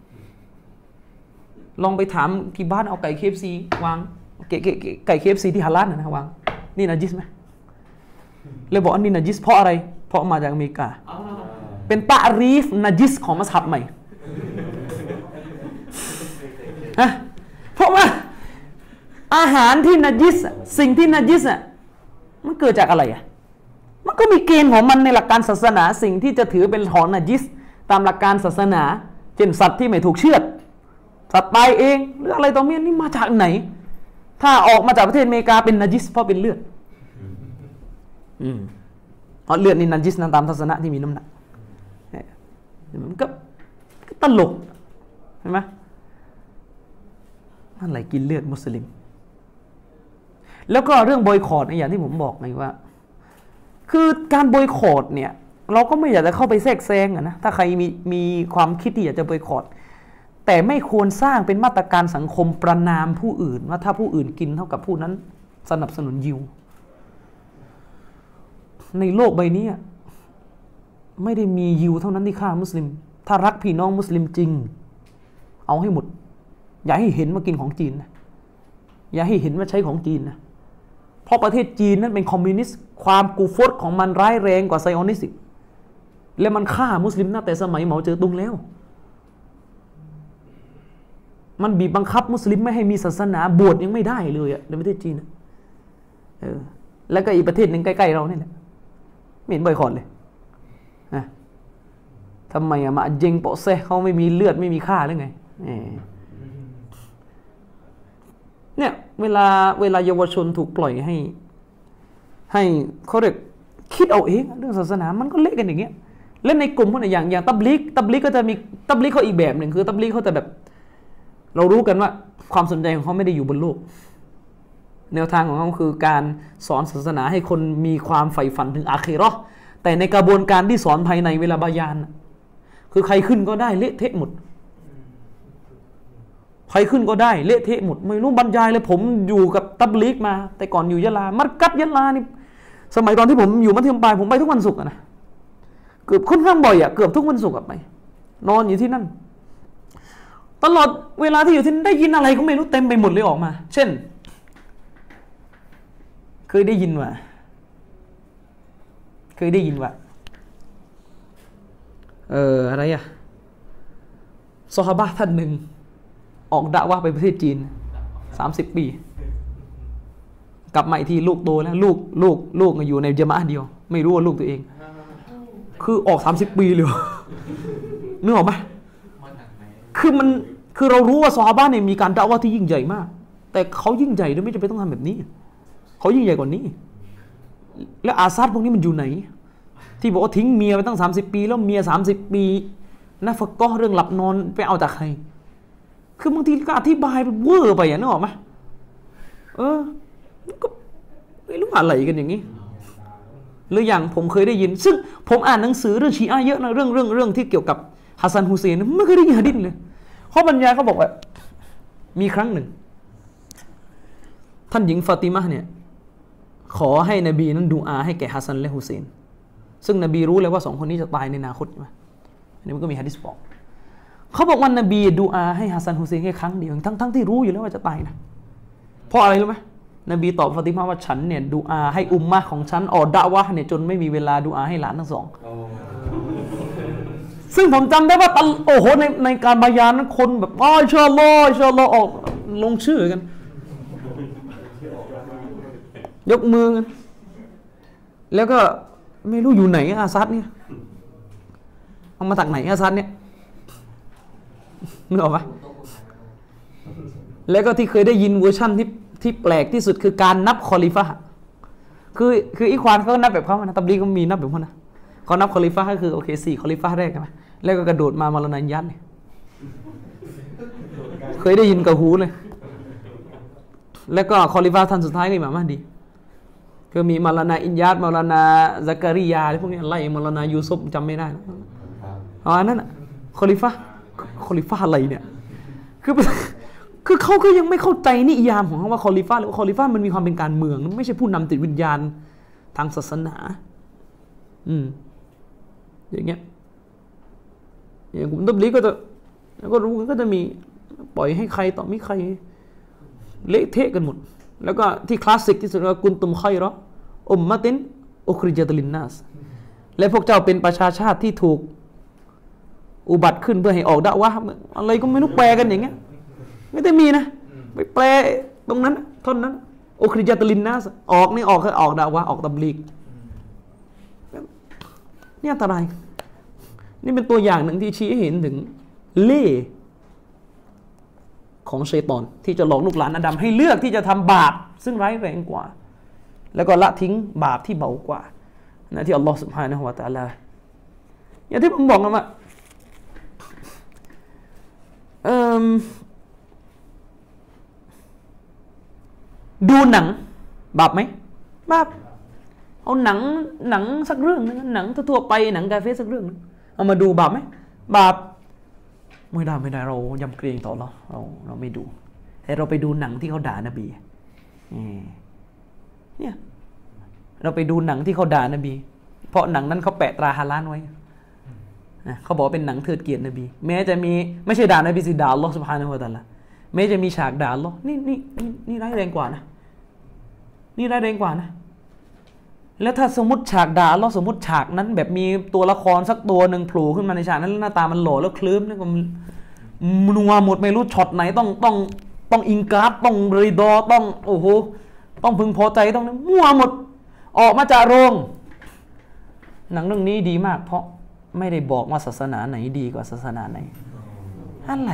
Speaker 1: ลองไปถามที่บ้านเอาไก่ KFC วางไก่ KFC ที่ฮาลาลนะวางนี่นัจิสไหมเลยบอกอันนี้นัจิสเพราะอะไรเพราะมาจากอเมริกาเป็นตะรีฟนัจิสของมัซฮับใหม่ฮะเพราะว่าอาหารที่นัจิสสิ่งที่นัจิสมันเกิดจากอะไรมันก็มีเกณฑ์ของมันในหลักการศาสนาสิ่งที่จะถือเป็นของนัจิสตามหลักการศาสนาเช่นสัตว์ที่ไม่ถูกเชือดสัตว์ตายเองหรืออะไรต่อเมียนี่มาจากไหนถ้าออกมาจากประเทศอเมริกาเป็นนัจิสเพราะเป็นเลือดเพราะเลือดนี่นัจิสตามทัศนะที่มีน้ำหนักมันก็ตลกเห็นไหมอะไรกินเลือดมุสลิมแล้วก็เรื่องบอยคอตอย่างที่ผมบอกไงว่าคือการบอยคอตเนี่ยเราก็ไม่อยากจะเข้าไปแทรกแซงนะถ้าใครมีความคิดที่อยากจะบอยคอตแต่ไม่ควรสร้างเป็นมาตรการสังคมประณามผู้อื่นว่าถ้าผู้อื่นกินเท่ากับผู้นั้นสนับสนุนยิวในโลกใบนี้ไม่ได้มียิวเท่านั้นที่ฆ่ามุสลิมถ้ารักพี่น้องมุสลิมจริงเอาให้หมดอย่าให้เห็นว่ากินของจีนนะอย่าให้เห็นว่าใช้ของจีนนะเพราะประเทศจีนนั้นเป็นคอมมิวนิสต์ความกูฟตของมันร้ายแรงกว่าไซออนิสต์และมันฆ่ามุสลิมตั้งแต่สมัยเหมาเจ๋อตุงแล้วมันบีบบังคับมุสลิมไม่ให้มีศาสนาบวชยังไม่ได้เลยในประเทศจีนแล้วก็อีกประเทศหนึ่งใกล้ๆเรานี่แหละไม่เห็นบ่อยคอนเลยนะทำไมมาเจงโปะเซ่เขาไม่มีเลือดไม่มีค่าหรือไงเนี่ยเวลาเยาวชนถูกปล่อยให้เขาเรียกคิดเอาเองเรื่องศาสนามันก็เละกันอย่างเงี้ยและในกลุ่มพวกนี้อย่างตับลิกก็จะมีตับลิกเขาอีกแบบหนึ่งคือตับลิกเขาจะแบบเรารู้กันว่าความสนใจของเขาไม่ได้อยู่บนโลกแนวทางของเขาคือการสอนศาสนาให้คนมีความใฝ่ฝันถึงอาคีเราะห์แต่ในกระบวนการที่สอนภายในเวลาบายานคือใครขึ้นก็ได้เละเทะหมดใครขึ้นก็ได้เละเทะหมดไม่รู้บรรยายเลยผมอยู่กับตับลิกมาแต่ก่อนอยู่ยะลามัดกัดยะลานี่สมัยตอนที่ผมอยู่มัธยมปลายผมไปทุกวันศุกร์นะเกือบค่อนข้างบ่อยเกือบทุกวันศุกร์ไปนอนอยู่ที่นั่นตลอดเวลาที่อยู่ที่นั่นได้ยินอะไรก็ไม่รู้เต็มไปหมดเลยออกมาเช่นเคยได้ยินว่าอะไรซอฮาบะห์ท่านหนึ่งออกดะวะห์ไปประเทศจีน30 ปีกลับมาอีกทีลูกโตแล้วลูกอยู่ในญะมาอะห์เดียวไม่รู้ว่าลูกตัวเองคือออก30 ปีเลยนึกออกไหมคือเรารู้ว่าซอฮาบะห์เนี่ยมีการดะวะห์ที่ยิ่งใหญ่มากแต่เขายิ่งใหญ่โดยไม่จำเป็นต้องทำแบบนี้เขายิ่งใหญ่กว่านี้แล้วอาซัดพวกนี้มันอยู่ไหนที่บอกว่าทิ้งเมียไปตั้ง30 ปีแล้วเมีย30 ปีนะฟักก็เรื่องหลับนอนไปเอาจากใครคือบางทีก็อธิบายเวอร์ไปนึกออกไหมก็ไม่รู้อะไรกันอย่างนี้หรืออย่างผมเคยได้ยินซึ่งผมอ่านหนังสือเรื่องชีอะห์เยอะนะเรื่องที่เกี่ยวกับฮัสซันฮุเซนไม่เคยได้ยินหะดีษเลยเขาบรรยายเขาบอกว่ามีครั้งหนึ่งท่านหญิงฟาติมะห์เนี่ยขอให้นบีนั้นดูอาให้แก่ฮัสซันและฮุเซนซึ่งนบีรู้เลยว่า2 คนนี้จะตายในอนาคตใช่ไหมอันนี้มันก็มีหะดีษบอกเขาบอกว่านบีดูอาให้ฮัสซันฮุเซนแค่ครั้งเดียวทั้งที่รู้อยู่แล้วว่าจะตายนะเพราะอะไรรู้ไหมนบีตอบฟาติมะห์ว่าฉันเนี่ยดูอาให้อุมมะห์ของฉันออกดะวะห์เนี่ยจนไม่มีเวลาดูอาให้หลานทั้ง 2ซึ่งผมจำได้ว่าโอ้โหในการบายานนั้นคนแบบอินชาอัลลอฮ์ออกลงชื่อกันยกมือกันแล้วก็ไม่รู้อยู่ไหนอาซัดเนี่ยเอามาจากไหนอาซัดเนี่ยนึกออกปะแล้วก็ที่เคยได้ยินเวอร์ชั่นที่แปลกที่สุดคือการนับคอลิฟะห์คืออิควานเขาก็นับแบบเขานะตับลีก็มีนับแบบเขานะเขานับคอลิฟะห์ก็คือโอเค4 คอลิฟะห์แรกใช่ไหมแล้วก็กระโดดมารนันยัดเลยเคยได้ยินกับหูเลยแล้วก็คอลิฟะห์ท่านสุดท้ายก็อิหม่ามมะฮดีคือมีมาลานาอินยัดมาลานาซักริยาอะไรพวกนี้ไล่มาลานายูซุฟจำไม่ได้อันนั้นคอลิฟะห์อะไรเนี่ยคือเขาก็ยังไม่เข้าใจนิยามของคำว่าคอลิฟะห์หรือว่าคอลิฟะห์มันมีความเป็นการเมืองไม่ใช่ผู้นำจิตวิญญาณทางศาสนาอย่างเงี้ยอย่างกลุ่มตับลีก็จะแล้วก็รู้ก็จะมีปล่อยให้ใครต่อไม่ใครเละเทะกันหมดแล้วก็ที่คลาสสิกที่สุดก็กุนตุมค็อยเราะห์อุมมะตินอุคริญะตุลินนัสและพวกเจ้าเป็นประชาชาติที่ถูกอุบัติขึ้นเพื่อให้ออกดะวะห์อะไรก็ไม่รู้แปลกันอย่างเงี้ยไม่ได้มีนะไปแปลตรงนั้นท่อนนั้นอุคริญะตุลินนัสออกนี่ออกคือออกดะวะห์ออกตับลีกนี่อันตรายนี่เป็นตัวอย่างหนึ่งที่ชี้ให้เห็นถึงเล่ห์ของชัยฏอนที่จะหลอกลูกหลานอาดัมให้เลือกที่จะทำบาปซึ่งร้ายแรงกว่าแล้วก็ละทิ้งบาปที่เบากว่านะที่อัลลอฮฺซุบฮานะฮูวะตะอาลาอย่างที่ผมบอกนะว่าดูหนังบาปไหมบาปเอาหนังสักเรื่องนึงหนังทั่วไปหนังกาเฟสักเรื่องนึงเอามาดูบาปไหมบาปไม่ได้เรายำเกรงต่อเราไม่ดูแต่เราไปดูหนังที่เขาด่านบีเนี่ยเราไปดูหนังที่เขาด่านบีเพราะหนังนั้นเขาแปะตราฮาลาลไว้เขาบอกเป็นหนังเทิดเกียรตินบีแม้จะมีไม่ใช่ด่านบีสิด่าอัลลอฮฺซุบฮานะฮูวะตะอาลาแม้จะมีฉากด่าอัลลอฮ์นี่ร้ายแรงกว่านะนี่ร้ายแรงกว่านะแล้วถ้าสมมติฉากด่าอัลลอฮ์สมมติฉากนั้นแบบมีตัวละครสักตัวหนึ่งโผล่ขึ้นมาในฉากนั้นหน้าตามันหล่อแล้วเคลิ้มนี่ก็นัวหมดไม่รู้ช็อตไหนต้องอิงกราฟต้องรีดอต้องโอ้โหต้องพึงพอใจต้องมั่วหมดออกมาจากโรงหนังเรื่องนี้ดีมากเพราะไม่ได้บอกว่าศาสนาไหนดีกว่าศาสนาไหนอะไร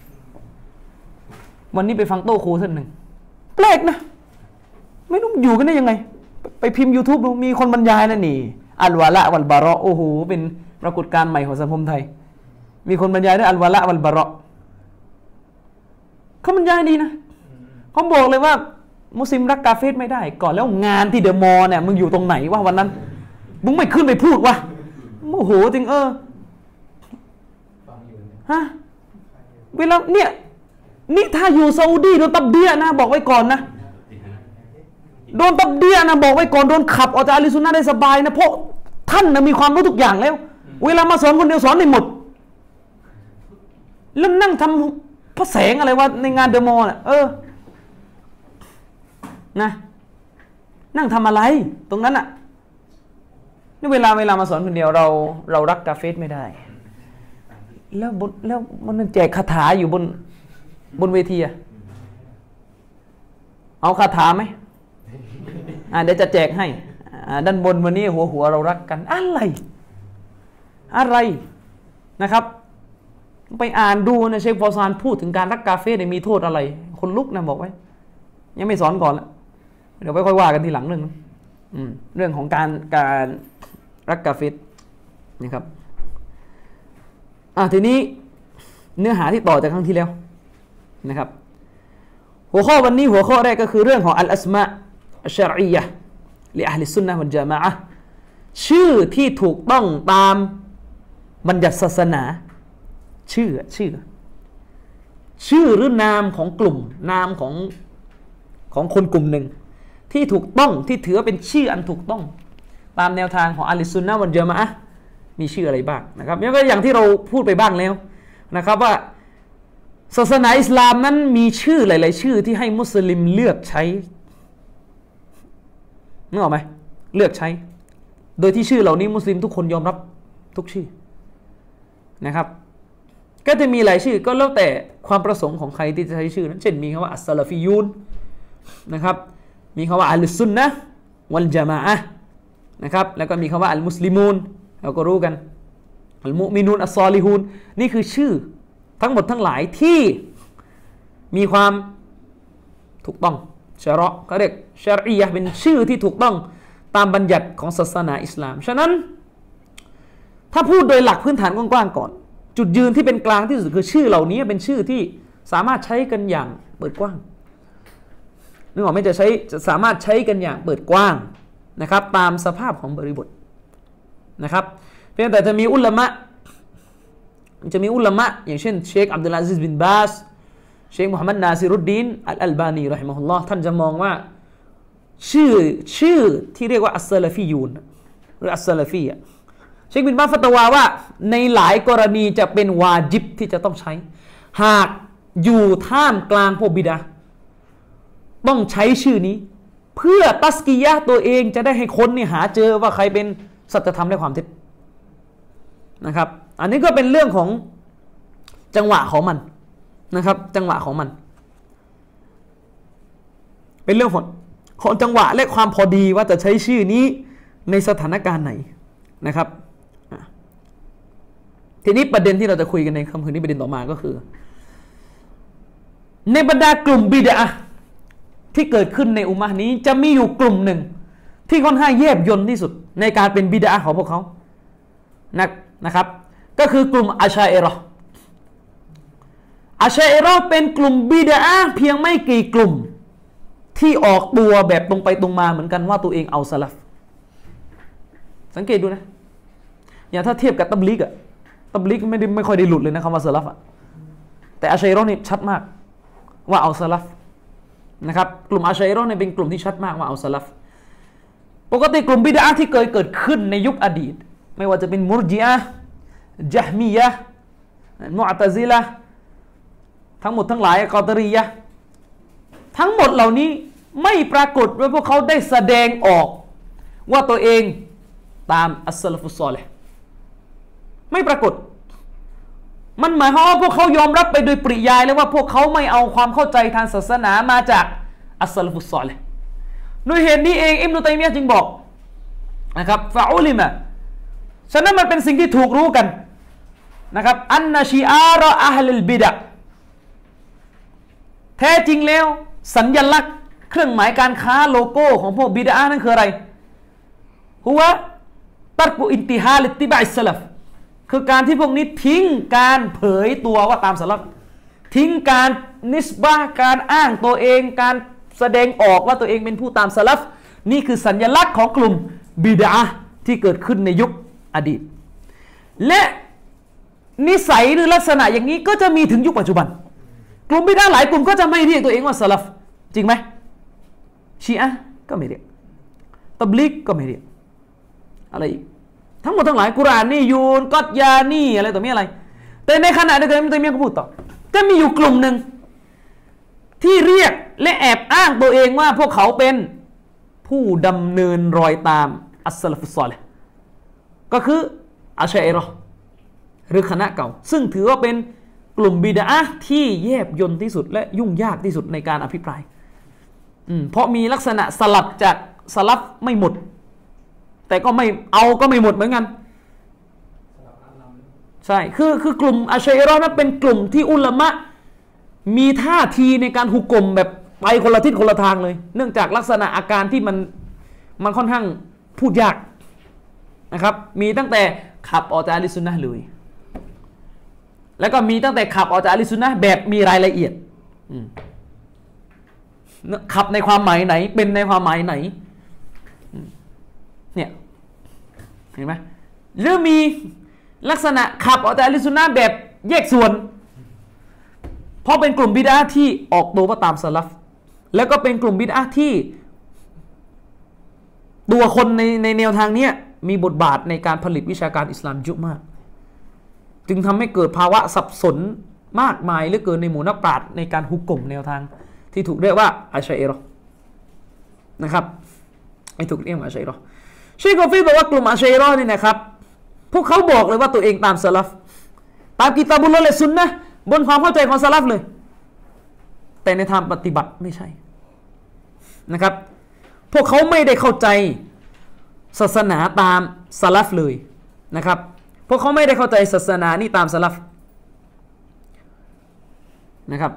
Speaker 1: วันนี้ไปฟังโต้ครูท่านหนึ่งแปลกนะไม่รู้อยู่กันได้ยังไงไปพิมพ์ YouTube ดูมีคนบรรยายนะนี่อัลวาละวัลบาระโอ้โหเป็นปรากฏการณ์ใหม่ของสังคมไทยมีคนบรรยายด้วยอัลวาละวัลบาระเขาบรรยายดีนะเขาบอกเลยว่ามุสลิมรักกาเฟรไม่ได้ก่อนแล้วงานที่เดอะมอลล์เนี่ยมึงอยู่ตรงไหนวะวันนั้นมึงไม่ขึ้นไปพูดวะโอ้โหจริงฮะเวลาเนี่ยนี่ถ้าอยู่ซาอุดีโดนตับเดียนะบอกไว้ก่อนนะโดนตับเดียนะบอกไว้ก่อนโดนขับออกจากอาลีซุนนะได้สบายนะเพราะท่านนะมีความรู้ทุกอย่างแล้วเวลามาสอนคนเดียวสอนได้หมดแล้วนั่งทำพระแสงอะไรวะในงานเดอะมอลล์น่ะนะนั่งทำอะไรตรงนั้นอ่ะนี่เวลามาสอนคนเดียวเรารักกาเฟสไม่ได้แล้วมันแจกคาถาอยู่บนเวทีอะเอาคาถาไหมเดี๋ยวจะแจกให้ด้านบนวันนี้หัวเรารักกันอะไรนะครับไปอ่านดูนะเชคฟอซานพูดถึงการรักกาเฟสมีโทษอะไรคนลุกนะบอกไว้ยังไม่สอนก่อนแล้วเดี๋ยวไว้ค่อยว่ากันทีหลังเรื่องของการรักกาเฟสนะครับทีนี้เนื้อหาที่ต่อจากครั้งที่แล้วนะครับหัวข้อวันนี้หัวข้อแรกก็คือเรื่องของอัลอัสมาอัชชะรียะห์ลิอะห์ลิสซุนนะฮ์วัลญะมาอะห์ชื่อที่ถูกต้องตามบัญญัติศาสนาชื่อหรือนามของกลุ่มนามของคนกลุ่มหนึ่งที่ถูกต้องที่ถือเป็นชื่ออันถูกต้องตามแนวทางของอะห์ลิสซุนนะฮ์วัลญะมาอะห์มีชื่ออะไรบ้างนะครับอย่างที่เราพูดไปบ้างแล้วนะครับว่าศาสนาอิสลามนั้นมีชื่อหลายๆชื่อที่ให้มุสลิมเลือกใช้นึกออกไหมเลือกใช้โดยที่ชื่อเหล่านี้มุสลิมทุกคนยอมรับทุกชื่อนะครับก็จะมีหลายชื่อก็แล้วแต่ความประสงค์ของใครที่จะใช้ชื่อนั้นเช่นมีคำว่าอัสซะลาฟียูนนะครับมีคำว่าอัลซุนนะห์วัลญะมาอะห์นะครับแล้วก็มีคำว่าอัลมุสลิมูนเราก็รู้กันอัลมุมินูนอัสซอลิฮูนนี่คือชื่อทั้งหมดทั้งหลายที่มีความถูกต้องชะเราะห์เขาเรียกชะรียะห์เป็นชื่อที่ถูกต้องตามบัญญัติของศาสนาอิสลามฉะนั้นถ้าพูดโดยหลักพื้นฐานกว้างๆก่อนจุดยืนที่เป็นกลางที่สุดคือชื่อเหล่านี้เป็นชื่อที่สามารถใช้กันอย่างเปิดกว้างนึกออกไหมจะสามารถใช้กันอย่างเปิดกว้างนะครับตามสภาพของบริบทนะครับเพียงแต่จะมีอุลามะอย่างเช่นเชคอับดุลอาซิซบินบาสเชคมุฮัมมัดนาซิรุดดีนอัลบานีเราะฮิมะฮุลลอฮ์ท่านจะมองว่าชื่อที่เรียกว่าอัสซะลาฟียูนหรืออัสซะลาฟีอะเชคบินบาสฟัตวาว่าในหลายกรณีจะเป็นวาญิบที่จะต้องใช้หากอยู่ท่ามกลางพวกบิดอะห์ต้องใช้ชื่อนี้เพื่อตัสกียะห์ตัวเองจะได้ให้คนนี่หาเจอว่าใครเป็นสัจธรรมและความเท็จนะครับอันนี้ก็เป็นเรื่องของจังหวะของมันนะครับจังหวะของมันเป็นเรื่องของจังหวะและความพอดีว่าจะใช้ชื่อนี้ในสถานการณ์ไหนนะครับทีนี้ประเด็นที่เราจะคุยกันในค่ำคืนนี้ประเด็นต่อมาก็คือในบรรดากลุ่มบิดอะห์ที่เกิดขึ้นในอุมมะห์นี้จะมีอยู่กลุ่มหนึ่งที่ค่อนข้างแยบยลที่สุดในการเป็นบิดอะห์ของพวกเขานะครับก็คือกลุ่มอัชอะอิเราะห์อัชอะอิเราะห์เป็นกลุ่มบิดอะห์เพียงไม่กี่กลุ่มที่ออกตัวแบบตรงไปตรงมาเหมือนกันว่าตัวเองเอาสลัฟสังเกตดูนะอย่างถ้าเทียบกับตับลิกอะตับลิกไม่ค่อยได้หลุดเลยนะคำว่าสลัฟอะแต่อัชอะอิเราะห์นี่ชัดมากว่าเอาสลัฟนะครับกลุ่มอัชอะอิเราะห์เนี่ยเป็นกลุ่มที่ชัดมากว่าเอาสลัฟปกติกลุ่มบิดอะห์ที่เคยเกิดขึ้นในยุคอดีตไม่ว่าจะเป็นมุรญิอะห์ญะฮ์มียะห์มุอ์ตะซิละห์ทั้งหมดทั้งหลายกอฎรียะห์ทั้งหมดเหล่านี้ไม่ปรากฏว่าพวกเขาได้แสดงออกว่าตัวเองตามอัสซะลฟุศศอลิห์ไม่ปรากฏมันหมายความว่าพวกเขายอมรับไปโดยปริยายเลยว่าพวกเขาไม่เอาความเข้าใจทางศาสนามาจากอัสซะลฟุศศอลิห์ด้วยเหตุนี้เองอิบนุตัยมียะห์จึงบอกนะครับฟะอุลิมะฉะนั้นมันเป็นสิ่งที่ถูกรู้กันนะครับอันนะชิอาระอะฮ์ลิลบิดะห์แท้จริงแล้วสัญลักษณ์เครื่องหมายการค้าโลโก้ของพวกบิดอะห์นั่นคืออะไรฮุวะตัรกุอินติฮาลิตติบะอิสสลัฟคือการที่พวกนี้ทิ้งการเผยตัวว่าตามสลัฟทิ้งการนิสบะห์การอ้างตัวเองการแสดงออกว่าตัวเองเป็นผู้ตามสลัฟนี่คือสัญลักษณ์ของกลุ่มบิดอะห์ที่เกิดขึ้นในยุคอดีตและนิสัยหรือลักษณะอย่างนี้ก็จะมีถึงยุคปัจจุบันกลุ่มบิดอะห์หลายกลุ่มก็จะไม่เรียกตัวเองว่าสลัฟจริงไหมชีอะห์ก็ไม่เรียกตับลิกก็ไม่เรียกอะไรอีกทั้งหมดทั้งหลายกุรอานนี่ยูนกัตยานี่อะไรต่อมีอะไรแต่ในขณะเดียวกันอิบนุตัยมียะห์ก็พูดต่อก็มีอยู่กลุ่มหนึ่งที่เรียกและแอบอ้างตัวเองว่าพวกเขาเป็นผู้ดำเนินรอยตามอัสซะลฟุศศอลิห์ก็คืออัชอะอิเราะห์หรือคณะเก่าซึ่งถือว่าเป็นกลุ่มบิดอะห์ที่แยบยลที่สุดและยุ่งยากที่สุดในการอภิปรายเพราะมีลักษณะสลับจากสลัฟไม่หมดแต่ก็ไม่เอาก็ไม่หมดเหมือนกันใช่คือกลุ่มอัชอะอิเราะห์นั้นเป็นกลุ่มที่อุลามะมีท่าทีในการหุกกลมแบบไปคนละทิศคนละทางเลยเนื่องจากลักษณะอาการที่มันค่อนข้างพูดยากนะครับมีตั้งแต่ขับออกจากอะห์ลุสซุนนะห์เลยแล้วก็มีตั้งแต่ขับออกจากอะห์ลุสซุนนะห์แบบมีรายละเอียดขับในความหมายไหนเป็นในความหมายไหนเนี่ยเห็นไหมหรือมีลักษณะขับออกจากอะห์ลุสซุนนะห์แบบแยกส่วนเพราะเป็นกลุ่มบิดอะห์ที่ออกตัวว่าตามสลัฟแล้วก็เป็นกลุ่มบิดอะห์ที่ตัวคนในแนวทางนี้มีบทบาทในการผลิตวิชาการอิสลามเยอะมากจึงทำให้เกิดภาวะสับสนมากมายเหลือเกินในหมู่นักปราชญ์ในการหุกกลมแนวทางที่ถูกเรียกว่าอัชอะอิเราะห์นะครับไม่ถูกเรียกว่าอัชอะอิเราะห์เชคกอฟีบอกว่ากลุ่มอัชอะอิเราะห์นี่นะครับพวกเขาบอกเลยว่าตัวเองตามสลัฟตามกิตาบุลลอฮ์และซุนนะห์บนความเข้าใจของสลัฟเลยแต่ในทางปฏิบัติไม่ใช่นะครับพวกเขาไม่ได้เข้าใจศาสนาตามสลัฟเลยนะครับพวกเขาไม่ได้เข้าใจศาสนานี่ตามสลัฟนะครับ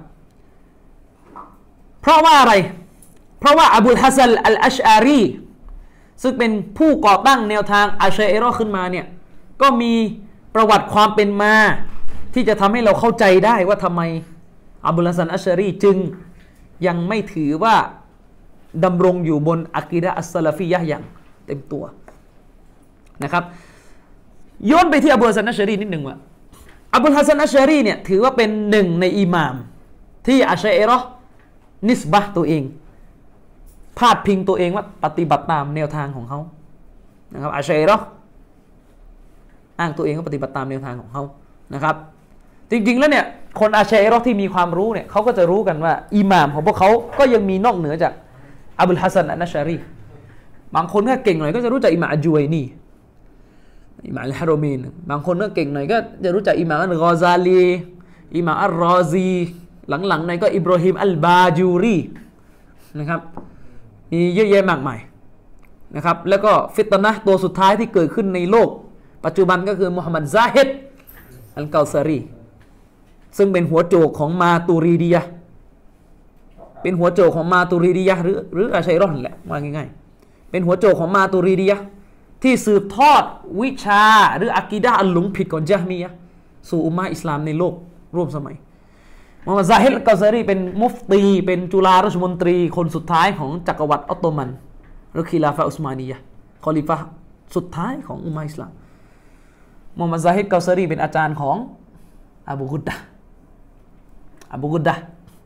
Speaker 1: เพราะว่าอะไรเพราะว่าอบูลฮัสซันอัลอัชอารีซึ่งเป็นผู้ก่อตั้งแนวทางอัชอะอิเราะห์ขึ้นมาเนี่ยก็มีประวัติความเป็นมาที่จะทำให้เราเข้าใจได้ว่าทำไมอบูลฮัสซันอัชอารีจึงยังไม่ถือว่าดำรงอยู่บนอะกีดะห์อัสซะลาฟียะห์อย่างเต็มตัวนะครับย้อนไปที่อบูลฮัสซันอัชอารีนิดหนึ่งว่าอบูลฮัสซันอัชอารีเนี่ยถือว่าเป็นหนึ่งในอิหม่ามที่อัชอะอิเราะห์นิสบะห์ตัวเองพาดพิงตัวเองว่าปฏิบัติตามแนวทางของเขานะครับอัชอะอิเราะห์อ้างตัวเองว่าปฏิบัติตามแนวทางของเขานะครับจริงๆแล้วเนี่ยคนอัชอะอิเราะห์ที่มีความรู้เนี่ยเขาก็จะรู้กันว่าอิหม่ามของพวกเขาก็ยังมีนอกเหนือจากอบูลฮัสซันอัชอารีบางคนถ้าเก่งหน่อยก็จะรู้จักอิหม่ามอัจญุวัยนีอิหม่ามอัลฮะรอมีนบางคนถ้าเก่งหน่อยก็จะรู้จักอิหม่ามอัลกอซาลีอิหม่ามอัลรอซีหลังๆหน่อยก็อิบราฮิมอัลบาจูรีนะครับมีเยอะแยะมากมายนะครับแล้วก็ฟิตนะห์ตัวสุดท้ายที่เกิดขึ้นในโลกปัจจุบันก็คือมุฮัมมัดซาฮิดอัลกอซารีซึ่งเป็นหัวโจกของมาตูรีดียะห์เป็นหัวโจกของมาตูรีดียะห์หรืออัชอะอิเราะห์แหละว่าง่ายๆเป็นหัวโจกของมาตูรีดียะห์ที่สืบทอดวิชาหรืออะกีดะห์อันหลงผิดของญะฮ์มียะห์สู่อุมมะฮ์อิสลามในโลกร่วมสมัยมุฮัมมัดซาฮิดอัลกอซารีเป็นมุฟตีเป็นจุฬาราชมนตรีคนสุดท้ายของจักรวรรดิออตโตมันหรือคิลาฟะอุสมานียะห์คอลิฟะห์สุดท้ายของอุมมะฮ์อิสลามมุฮัมมัดซาฮิดอัลกอซารีเป็นอาจารย์ของอบูกุดดะห์อบูกุดดะ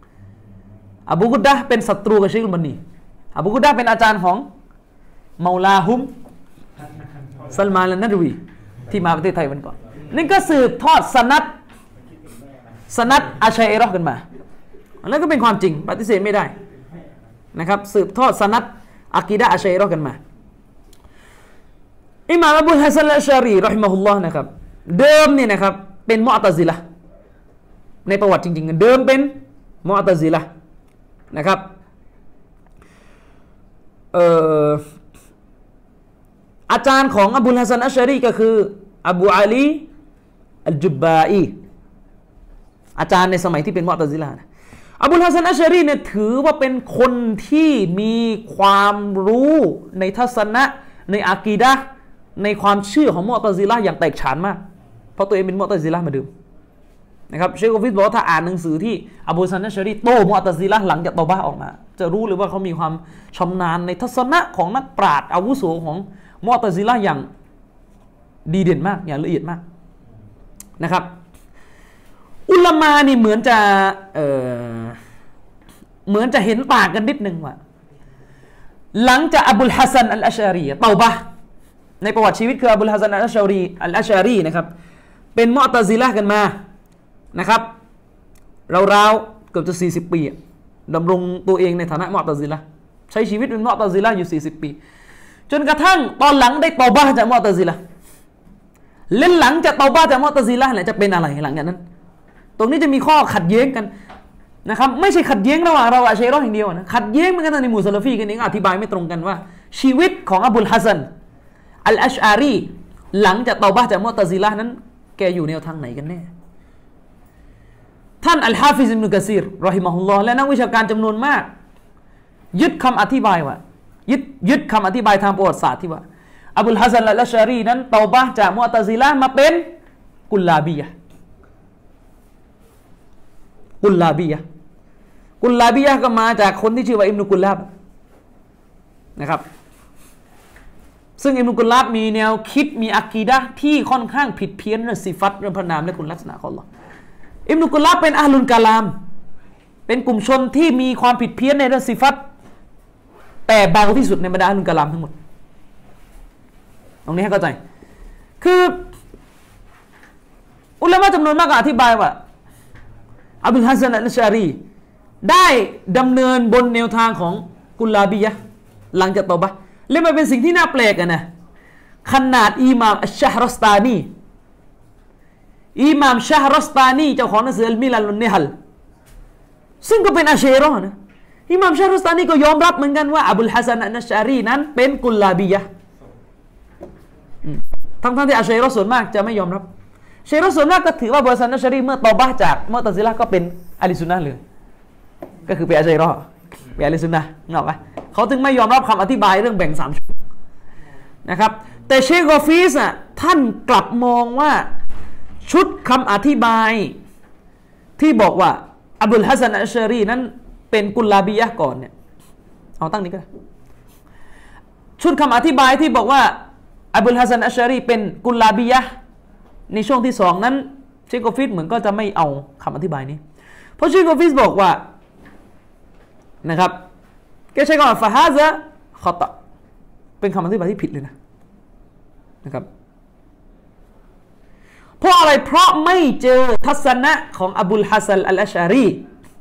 Speaker 1: ห์เป็นศัตรูกับเชคอัลบันีอบูกุดดะห์เป็นอาจารย์ของเมาลาฮุมซัลมานอัลนัดวีที่มาประเทศไทยวันก่อนนี่ก็สืบทอดสนัดอาชัยเราะห์กันมาแล้วก็เป็นความจริงปฏิเสธไม่ได้นะครับสืบทอดสนัดอะกีดะห์อาชัยเราะห์กันมาอิหม่ามอบูลฮัสซันอัชชารีเราะฮิมะฮุลลอฮ์นะครับเดิมเนี่ยนะครับเป็นมุอ์ตะซิละห์ในประวัติจริงๆเดิมเป็นมุอ์ตะซิละห์นะครับอาจารย์ของอบูลฮัสซันอัชชารีก็คืออบูอาลีอัลจุบบาอีอาจารย์ในสมัยที่เป็นมุอ์ตะซิละห์อบูลฮัสซันอัชชารีเนี่ยถือว่าเป็นคนที่มีความรู้ในทัศนะในอะกีดะห์ในความเชื่อของมุอ์ตะซิละห์อย่างแตกฉานมากเพราะตัวเองเป็นมุอ์ตะซิละห์มาเดิมนะครับเชคกอฟิสบอกว่าถ้าอ่านหนังสือที่อบูลฮัสซันอัชชารีโต้มุอ์ตะซิละห์หลังจากเตาบะห์ออกมาจะรู้เลยว่าเขามีความชำนาญในทัศนะของนักปราชญ์อาวุโสของมุอ์ตะซิละห์อย่างดีเด่นมากอย่างละเอียดมากนะครับอุลามะนี่เหมือนจะเห็นต่างกันนิดนึงว่าหลังจากอบูลฮัสซันอัลอัชชารีเตาบะห์ในประวัติชีวิตคืออบูลฮัสซันอัลอัชชารีนะครับเป็นมุอ์ตะซิละห์กันมานะครับราวๆเกือบจะ40ปีดำรงตัวเองในฐานะมุอ์ตะซิละห์ใช้ชีวิตเป็นมุอ์ตะซิละห์อยู่40ปีจนกระทั่งตอนหลังได้เตาบะห์จากมุอ์ตะซิละห์เล่นหลังจากเตาบะห์จากมุอ์ตะซิละห์จะเป็นอะไรหลังจากนั้นตรงนี้จะมีข้อขัดแย้งกันนะครับไม่ใช่ขัดแย้งระหว่างเราอะชัยเราะห์อย่างเดียวนะขัดแย้งเหมือนกันในหมู่ซะลาฟีกันเองอธิบายไม่ตรงกันว่าชีวิตของอบูลฮัสซันอัลอัชอารีหลังจากเตาบะห์จากมุอ์ตะซิละห์นั้นแกอยู่แนวทางไหนกันแน่ท่านอัลฮาฟิซอิบนุกะซีรเราะฮิมะฮุลลอฮ์และนักวิชาการจำนวนมากยึดคำอธิบายว่ายึดคำอธิบายทางประวัติศาสตร์ที่ว่าอบูลฮัสซันอัลอัชอารีนั้นเตาบะห์จากมุอ์ตะซิละห์มาเป็นกุลลาบียะห์กุลลาบียะห์ก็มาจากคนที่ชื่อว่าอิบนุกุลลาบนะครับซึ่งอิบนุกุลลาบมีแนวคิดมีอะกีดะห์ที่ค่อนข้างผิดเพี้ยนเรื่องสิฟัตเรื่องพระนามและคุณลักษณะของอัลเลาะห์อิบนุกุลลาบเป็นอะห์ลุลกะลามเป็นกลุ่มชนที่มีความผิดเพี้ยนในเรื่องสิฟัตแต่เบาที่สุดในบรรดาอะห์ลุลกะลามทั้งหมดตรงนี้ให้เข้าใจคืออุลามะจำนวนมากอธิบายว่าอบูลฮัสซันอัลอัชอารีได้ดำเนินบนแนวทางของกุลลาบียะห์หลังจากเตาบะห์และมันเป็นสิ่งที่น่าแปลกนะขนาดอิหม่ามอัชชะฮ์รอสตานีเจ้าของหนังสืออัลมิลัลวันนิฮัลซึ่งก็เป็นอาชัยเราะห์นะอิหม่ามชะฮ์รอสตานีก็ยอมรับเหมือนกันว่าอบูลฮัสซันอัลอัชอารีนั้นเป็นกุลลาบียะห์ทั้งที่อาชัยเราะห์ส่วนมากจะไม่ยอมรับเชคส่วนมากก็ถือว่าอบูลฮัสซันอัชชารีเมื่อเตาบะห์จากมุอ์ตะซิละห์ก็เป็นอะห์ลุซุนนะห์เลยก็คือเป็นอาชัยเราะห์เป็นอะห์ลุซุนนะห์เงาปะเขาถึงไม่ยอมรับคำอธิบายเรื่องแบ่ง3ชุดนะครับแต่เชคกอฟีสท่านกลับมองว่าชุดคำอธิบายที่บอกว่าอบูลฮัสซันอัชชารีนั้นเป็นกุลลาบียะห์ก่อนเนี่ยเอาตั้งนี้ก็ได้ชุดคำอธิบายที่บอกว่าอบูลฮัสซันอัชชารีเป็นกุลลาบียะห์ในช่วงที่2นั้นเชคกอฟิสเหมือนก็จะไม่เอาคำอธิบายนี้เพราะเชคกอฟิสบอกว่านะครับแกใช้คำว่าฟะฮาซะคอตะเป็นคำอธิบายที่ผิดเลยนะครับเพราะอะไรเพราะไม่เจอทัศนะของอบูลฮัสซันอัลอัชอารี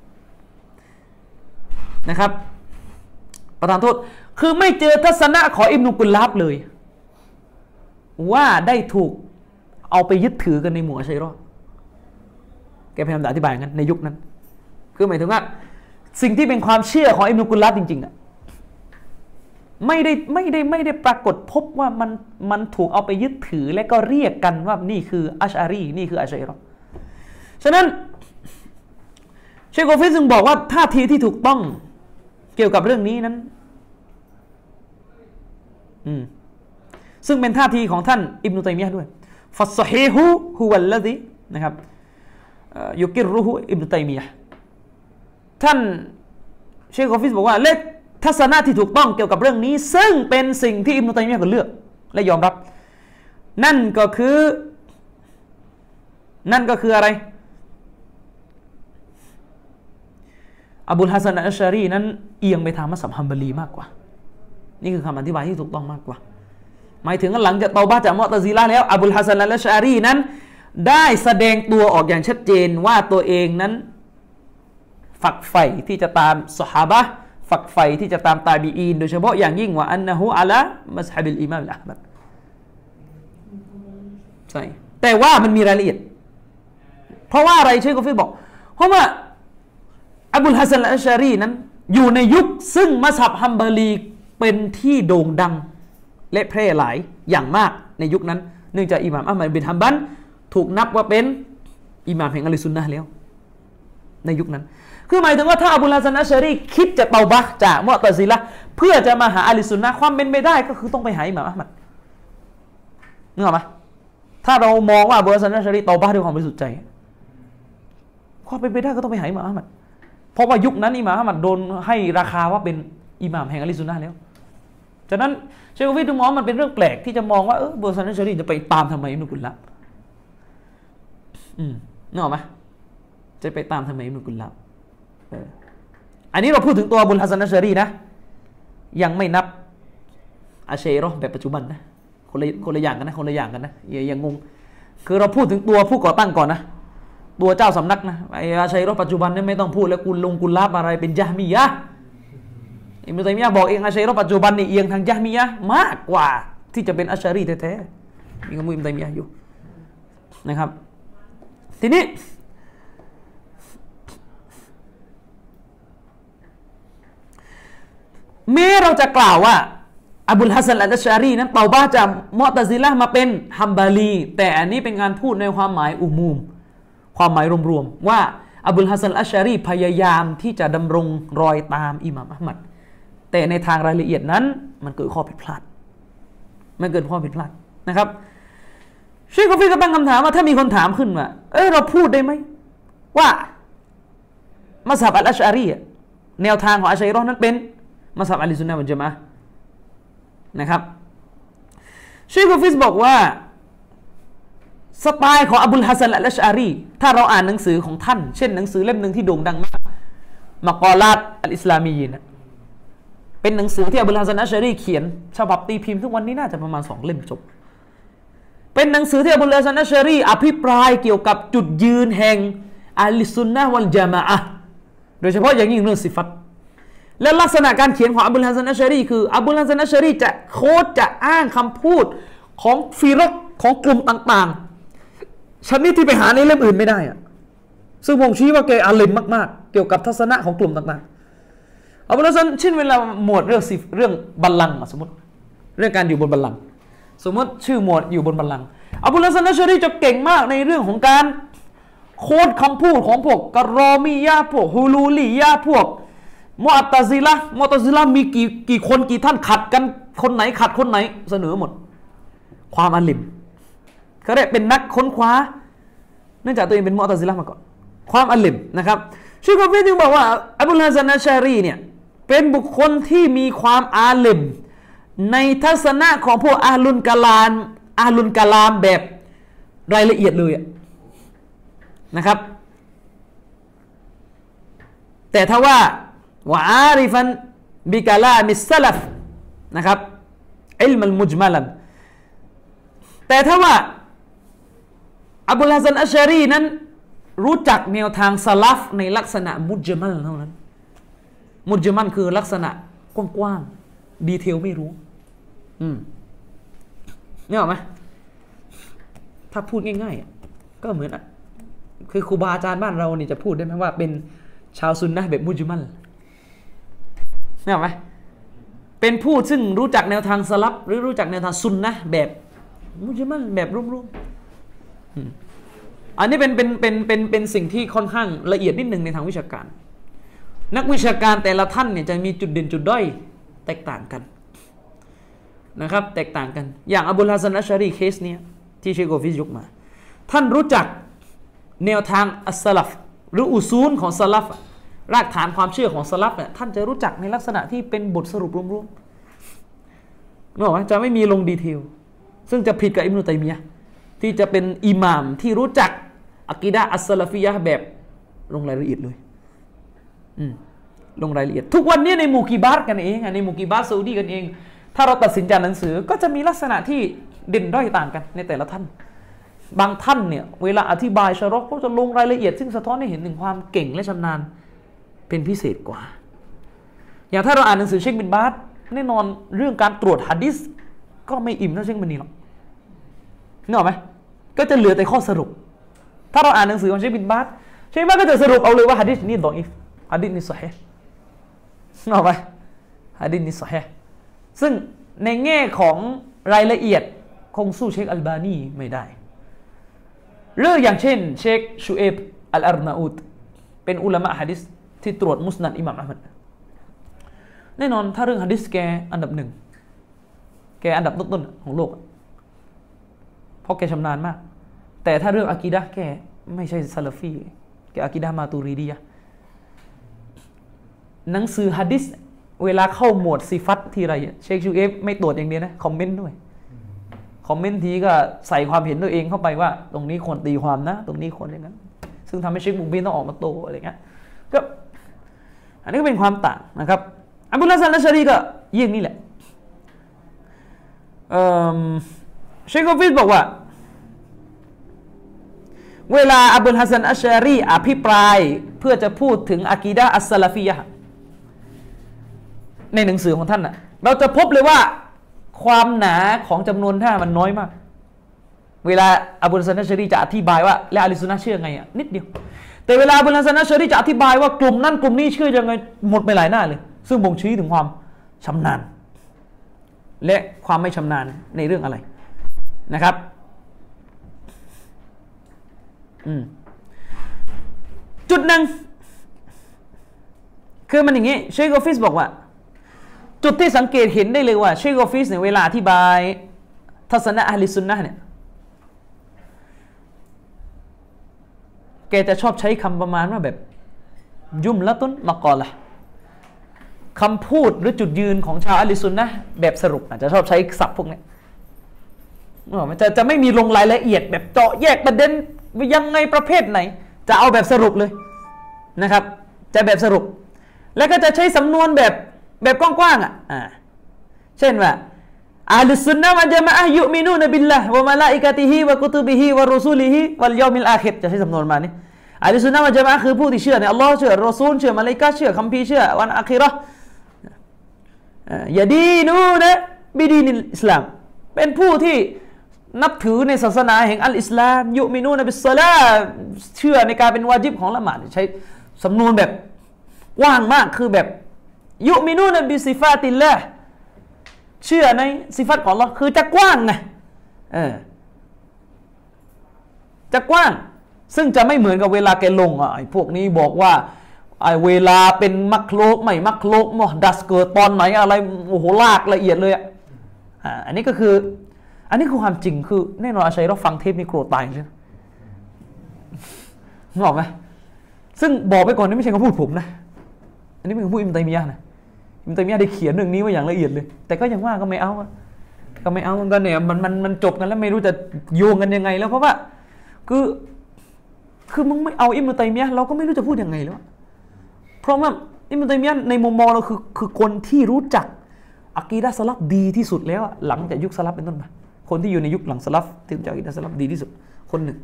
Speaker 1: นะครับประธานโทษคือไม่เจอทัศนะของอิบนุกุลลาบเลยว่าได้ถูกเอาไปยึดถือกันในหมู่อัชชัยเราะห์แกพยายามจะอธิบายงั้นในยุคนั้นคือหมายถึงว่าสิ่งที่เป็นความเชื่อของอิบนุกุลลาบจริงๆไม่ได้ปรากฏพบว่ามันถูกเอาไปยึดถือและก็เรียกกันว่านี่คืออัชอารีนี่คืออัชชัยเราะห์ฉะนั้นเชคกอฟิซจึงบอกว่าท่าทีที่ถูกต้องเกี่ยวกับเรื่องนี้นั้นซึ่งเป็นท่าทีของท่านอิบนุตัยมียะห์ด้วยฟัสซอฮีฮุฮุวัลลซีนะครับยุกิรุฮุอิบนุตัยมียะห์ท่านเชคกอฟิสบอกว่าเลขทัศนะที่ถูกต้องเกี่ยวกับเรื่องนี้ซึ่งเป็นสิ่งที่อิบนุตัยมียะห์ก็เลือกและยอมรับนั่นก็คืออะไรอบูลฮัสซันอัชชารีนั้นเอียงไปทางมัซฮับฮัมบารีมากกว่านี่คือคำอธิบายที่ถูกต้องมากกว่าหมายถึงหลังจากเตาบะห์จากมุอ์ตะซิละห์แล้วอบูลฮัสซันอัชชารีนั้นได้แสดงตัวออกอย่างชัดเจนว่าตัวเองนั้นฝักใฝ่ที่จะตามซอฮาบะห์ฝักใฝ่ที่จะตามตาบีอีนโดยเฉพาะอย่างยิ่งว่าอันนะฮูอะลามัซฮับิลอิมามอัห์มัดใช่แต่ว่ามันมีรายละเอียดเพราะว่าอะไรเชคกอฟิบอกเพราะว่าอบูลฮัสซันอัชชารีนั้นอยู่ในยุคซึ่งมัซฮับฮัมบารีเป็นที่โด่งดังและแพร่หลายอย่างมากในยุคนั้นเนื่องจากอิหม่ามอะห์มัดบินฮัมบัลถูกนับว่าเป็นอิหม่ามแห่งอะห์ลุซุนนะห์แล้วในยุคนั้นคือหมายถึงว่าถ้าอบูลฮัสซันอัชชารีคิดจะเตาบะห์จากมุอ์ตะซิละห์เพื่อจะมาหาอะห์ลุซุนนะห์ความเป็นไปได้ก็คือต้องไปหาอิหม่ามอะห์มัดนึกออกมั้ยถ้าเรามองว่าอบูลฮัสซันอัชชารีเตาบะห์ด้วยความบริสุทธิ์ใจความเป็นไปได้ก็ต้องไปหาอิหม่ามอะห์มัดเพราะว่ายุคนั้นอิหม่ามอะห์มัดโดนให้ราคาว่าเป็นอิหม่ามแห่งอะห์ลุซุนนะห์แล้วฉะนั้นเชคกอฟิมองมันเป็นเรื่องแปลกที่จะมองว่าอบูลฮัสซันอัชชารีจะไปตามทำไมอิบนุกุลลับนึกออกมั้ยจะไปตามทำไมอิบนุกุลลับอันนี้เราพูดถึงตัวอบูลฮัสซันอัชชารีนะยังไม่นับอาชัยเราะห์แบบปัจจุบันนะคนละอย่างกันนะอย่างงงคือเราพูดถึงตัวผู้ก่อตั้งก่อนนะตัวเจ้าสำนักนะไอ้อาชัยเราะห์ปัจจุบันนี่ไม่ต้องพูดแล้วกุลลาบอะไรเป็นญะฮ์มียะห์อิบนุตัยมียะห์บอกเองอาชัยเราะห์ปัจจุบันนี่เอียงทางญะฮ์มียะห์มากกว่าที่จะเป็นอัชชารีแท้ๆมีคำพูดอิบนุตัยมียะห์อยู่นะครับทีนี้แม้เราจะกล่าวว่าอบูลฮัสซันอัชชารีนั้นเตาบะห์จากมุอ์ตะซิละห์มาเป็นฮัมบารีแต่อันนี้เป็นการพูดในความหมายอุมูมความหมายรวมๆว่าอบูลฮัสซันอัชชารีพยายามที่จะดำรงรอยตามอิหม่ามอะห์มัดแต่ในทางรายละเอียดนั้นมันเกิดข้อผิดพลาดนะครับเชคกอฟิก็ตั้งคำถามว่าถ้ามีคนถามขึ้นว่าเราพูดได้ไหมว่ามัซฮับอัชชารีแนวทางของอัชชัยเราะห์นั้นเป็นมัซฮับอะห์ลุซุนนะฮ์วัลญะมาอะห์นะครับเชคกอฟิบอกว่าสไตล์ของอบูลฮัสซันอัชชารีถ้าเราอ่านหนังสือของท่านเช่นหนังสือเล่มหนึ่งที่โด่งดังมากมะกอลาตอัลอิสลามียีนเป็นหนังสือที่อบูลฮัสซันอัชชารีเขียนฉบับตีพิมพ์ทุกวันนี้น่าจะประมาณ2เล่มจบเป็นหนังสือที่อบูลฮัสซันอัชชารีอภิปรายเกี่ยวกับจุดยืนแห่งอะห์ลุซุนนะฮ์วัลญะมาอะห์โดยเฉพาะอย่างยิ่งเรื่องสิฟัตและลักษณะการเขียนของอบูลฮัสซันอัชชารีคืออบูลฮัสซันอัชชารีจะโค้ดจะอ้างคำพูดของฟิรักของกลุ่มต่างๆชนิดที่ไปหาในเล่มอื่นไม่ได้อะซึ่งผมชี้ว่าแกอาลิมมากๆเกี่ยวกับทัศนะของกลุ่มต่างๆอบูลฮัสซันเช่นเวลาหมวดเรื่องบัลลังก์สมมติเรื่องการอยู่บนบัลลังก์สมมติชื่อหมวดอยู่บนบัลลังก์อบูลฮัสซันอัชชารีจะเก่งมากในเรื่องของการโค้ดคำพูดของพวกกะรอมียะห์พวกฮูลูลียะห์พวกมุอ์ตะซิละห์มีกี่คนกี่ท่านขัดกันคนไหนขัดคนไหนเสนอหมดความอาลิมเขาได้เป็นนักค้นคว้าเนื่องจากตัวเองเป็นมุอ์ตะซิละห์มาก่อนความอาลิมนะครับเชคกอฟิจึงบอกว่าอบูลฮัสซันอัชชารีเนี่ยเป็นบุคคลที่มีความอาลิมในทัศนะของพวกอาลุนกะลามแบบรายละเอียดเลยนะครับแต่ถ้าว่าวะอาริฟันบิกะลามิสซะลัฟนะครับอิลมัลมุจมะลันแต่ถ้าว่าอบูลฮัสซันอัชชารีนั้นรู้จักแนวทางสลัฟในลักษณะมุจมัลเท่านั้นมุจมัลคือลักษณะกว้างๆดีเทลไม่รู้นี่หรอไหมถ้าพูดง่ายๆก็เหมือนคือครูบาอาจารย์บ้านเรานี่จะพูดได้ไหมว่าเป็นชาวซุนนะห์แบบมุจมัลนี่หรอไหมเป็นผู้ซึ่งรู้จักแนวทางสลัฟหรือรู้จักแนวทางซุนนะห์แบบมุจมัลแบบรวมๆอันนี้เป็นสิ่งที่ค่อนข้างละเอียดนิดนึงในทางวิชาการนักวิชาการแต่ละท่านเนี่ยจะมีจุดเด่นจุดด้อยแตกต่างกันนะครับแตกต่างกันอย่างอบูลฮัสซันอัชชารีเคสเนี้ยที่เชคกอฟิยกมาท่านรู้จักแนวทางอัสซะลัฟหรืออุซูลของสลัฟรากฐานความเชื่อของสลัฟเนี่ยท่านจะรู้จักในลักษณะที่เป็นบทสรุปรวมๆนึกออกไหมจะไม่มีลงดีเทลซึ่งจะผิดกับอิบนุตัยมียะห์ที่จะเป็นอิหม่ามที่รู้จักอะกีดะห์อัสซะลาฟียะห์แบบลงรายละเอียดเลยลงรายละเอียดทุกวันนี้ในหมู่กีบาร์กันเองในหมู่กีบาร์ซาอุดีกันเองถ้าเราตัดสินจากหนังสือก็จะมีลักษณะที่เด่นด้อยต่างกันในแต่ละท่านบางท่านเนี่ยเวลาอธิบายชะรอกก็จะลงรายละเอียดซึ่งสะท้อนให้เห็นถึงความเก่งและชำนาญเป็นพิเศษกว่าอย่างถ้าเราอ่านหนังสือเชคบินบาสแน่นอนเรื่องการตรวจหะดีษก็ไม่อิ่มเท่าเชคบินนีหรอกนึกออกไหมก็จะเหลือแต่ข้อสรุปถ้าเราอ่านหนังสือของเชคบินบาสก็จะสรุปเอาเลยว่าหะดีษนี้ฎออีฟหะดีษนี้ซอฮีฮ์นึกออกไหมหะดีษนี้ซอฮีฮ์ซึ่งในแง่ของรายละเอียดคงสู้เชคอัลบานีไม่ได้เรื่องอย่างเช่นเชคชูเอฟอัลอาร์นาอูดเป็นอุลามะหะดีษที่ตรวจมุสนัดอิหม่ามอะห์มัดแน่นอนถ้าเรื่องหะดีษแกอันดับหนึ่งแกอันดับต้นๆของโลกเพราะแกชำนาญมากแต่ถ้าเรื่องอะกีดะห์แกไม่ใช่ซะลาฟีแกอะกีดะห์มาตูรีดียะห์หนังสือหะดีษเวลาเข้าหมวดซิฟัตทีไรเชคชูเอฟไม่ตรวจอย่างเดียวนะคอมเมนต์ด้วยคอมเมนต์ทีก็ใส่ความเห็นตัวเองเข้าไปว่าตรงนี้ควรตีความนะตรงนี้ควรอย่างนั้นซึ่งทำให้เชคมุบินต้องออกมาโตอะไรเงี้ยก็อันนี้ก็เป็นความต่างนะครับอับดุลฮัสซันอัชชะรีก็เยี่ยงนี่แหละเชคกอฟิสบอกว่าเวลาอับดุลฮัสซันอัชชะรีอภิปรายเพื่อจะพูดถึงอะกีดะห์อัสซะลาฟียะห์ในหนังสือของท่านน่ะเราจะพบเลยว่าความหนาของจำนวนท่ามันน้อยมากเวลาอับดุลฮัสซันอัชชะรีจะอธิบายว่าแล้วอะห์ลุสซุนนะห์เชื่อไงนิดเดียวแต่เวลาอับดุลฮัสซันอัชชะรีจะอธิบายว่ากลุ่มนั้นกลุ่มนี้เชื่อยังไงหมดไปหลายหน้าเลยซึ่งบ่งชี้ถึงความชำนาญและความไม่ชำนาญในเรื่องอะไรนะครับจุดหนึ่งคือมันอย่างนี้เชคกอฟิสบอกว่าจุดที่สังเกตเห็นได้เลยว่าเชคกอฟิสเนี่ยเวลาอธิบายทัศนะอะห์ลุสซุนนะห์เนี่ยแกจะชอบใช้คำประมาณว่าแบบยุมละตุนมะกอละคำพูดหรือจุดยืนของชาวอะห์ลุสซุนนะห์แบบสรุปอาจจะชอบใช้ศัพท์พวกนี้มันจะไม่มีลงรายละเอียดแบบเจาะแยกประเด็นยังไงประเภทไหนจะเอาแบบสรุปเลยนะครับจะแบบสรุปแล้วก็จะใช้สำนวนแบบกว้างๆเช่นว่าอะห์ลุสซุนนะฮ์วัลญะมาอะฮ์ยุมินูนบิลลาฮ์วะมะลาอิกะติฮิวะกุตุบิฮิวะรุซูลิฮิวัลยอมิลอาคิรจะใช้สำนวนมานี่อะห์ลุสซุนนะฮ์วัลญะมาอะฮ์คือผู้ที่เชื่อในอัลเลาะห์เชื่อรอซูลเชื่อมะลาอิกะฮ์เชื่อคัมภีร์เชื่อวันอาคิเราะห์ยะดีนูนะบิดีนิลอิสลามเป็นผู้ที่นับถือในศาสนาแห่งอัลอิสลามยุมินูนบิศศอลาเชื่อในการเป็นวาญิบของละหมาดใช้สำนวนแบบกว้างมากคือแบบยุมินูนบิซิฟาติลลาห์เชื่อในสิฟัตของอัลเลาะห์คือจะกว้างไงจะกว้างซึ่งจะไม่เหมือนกับเวลาแกลงไอ้พวกนี้บอกว่าไอ้เวลาเป็นมักโลกไม่มักโลกมอดัสเกิดตอนไหนอะไรโอ้โหลากละเอียดเลยอันนี้ก็คือความจริงคือแน่นอนอาชัยเราฟังเทปนี้โกรธตายเลยนึกออกไหมซึ่งบอกไปก่อนนี่ไม่ใช่คำพูดผมนะอันนี้เป็นคำพูดอิบนุตัยมียะห์นะอิบนุตัยมียะห์ได้เขียนเรื่องนี้ไว้อย่างละเอียดเลยแต่ก็ยังว่าก็ไม่เอากันเนี่ยมันจบกันแล้วไม่รู้จะโยงกันยังไงแล้วเพราะว่าคือมึงไม่เอาอิบนุตัยมียะห์เราก็ไม่รู้จะพูดยังไงแล้วเพราะว่าอิบนุตัยมียะห์ในมุมมองเราคือคนที่รู้จักอะกีดะห์สลัฟดีที่สุดแล้วหลังจากยุคสลัฟเป็นต้นมาคนที่อยู่ในยุคหลังสลัฟที่รู้จักอะกีดะห์สลัฟดีที่สุดคนหนึ่ง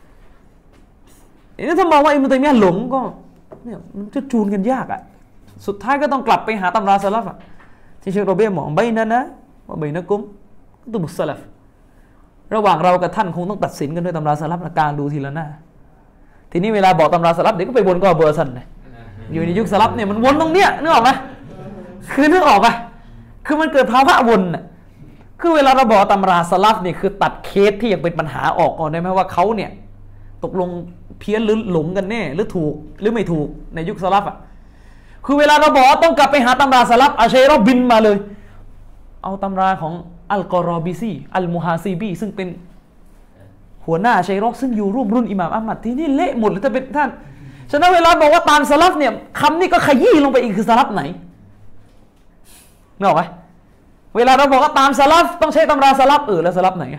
Speaker 1: นี่ถ้ามองว่าอิบนุตัยมียะห์หลงก็เนี่ยมันจะจูนกันยากสุดท้ายก็ต้องกลับไปหาตำราสลัฟที่เชคโรเบียบอกบัยนะนะว่าบัยนะกุมตุบุสลัฟระหว่างเรากับท่านคงต้องตัดสินกันด้วยตำราสลัฟกลางดูทีละหน้าทีนี้เวลาบอกตำราสลัฟเดี๋ยวก็ไปวนก็เบอร์ซันเลยอยู่ในยุคสลัฟเนี่ยมันวนตรงเนี้ยนึกออกไหมคือนึกออกป่ะคือมันเกิดภาวะวนคือเวลาเราบอกตำราสลัฟเนี่ยคือตัดเคสที่ยังเป็นปัญหาออกก่อนได้ไหมว่าเขาเนี่ยตกลงเพี้ยนหรือหลงกันแน่หรือถูกหรือไม่ถูกในยุคสลัฟคือเวลาเราบอกต้องกลับไปหาตำราสลัฟอาชัยเราบินมาเลยเอาตำราของอัลกอรอบิซีอัลมุฮาซิบีซึ่งเป็นหัวหน้าอาชัยเราซึ่งอยู่ร่วมรุ่นอิหม่ามอะห์มัดที่นี่เละหมดเลยถ้าเป็นท่านฉะนั้นเวลาบอกว่าตามสลัฟเนี่ยคำนี้ก็ขยี้ลงไปอีกคือสลัฟไหนนึกออกไหมเวลาเราบอกว่าตามสลัฟต้องใช้ตำราสลัฟแล้วสลัฟไหน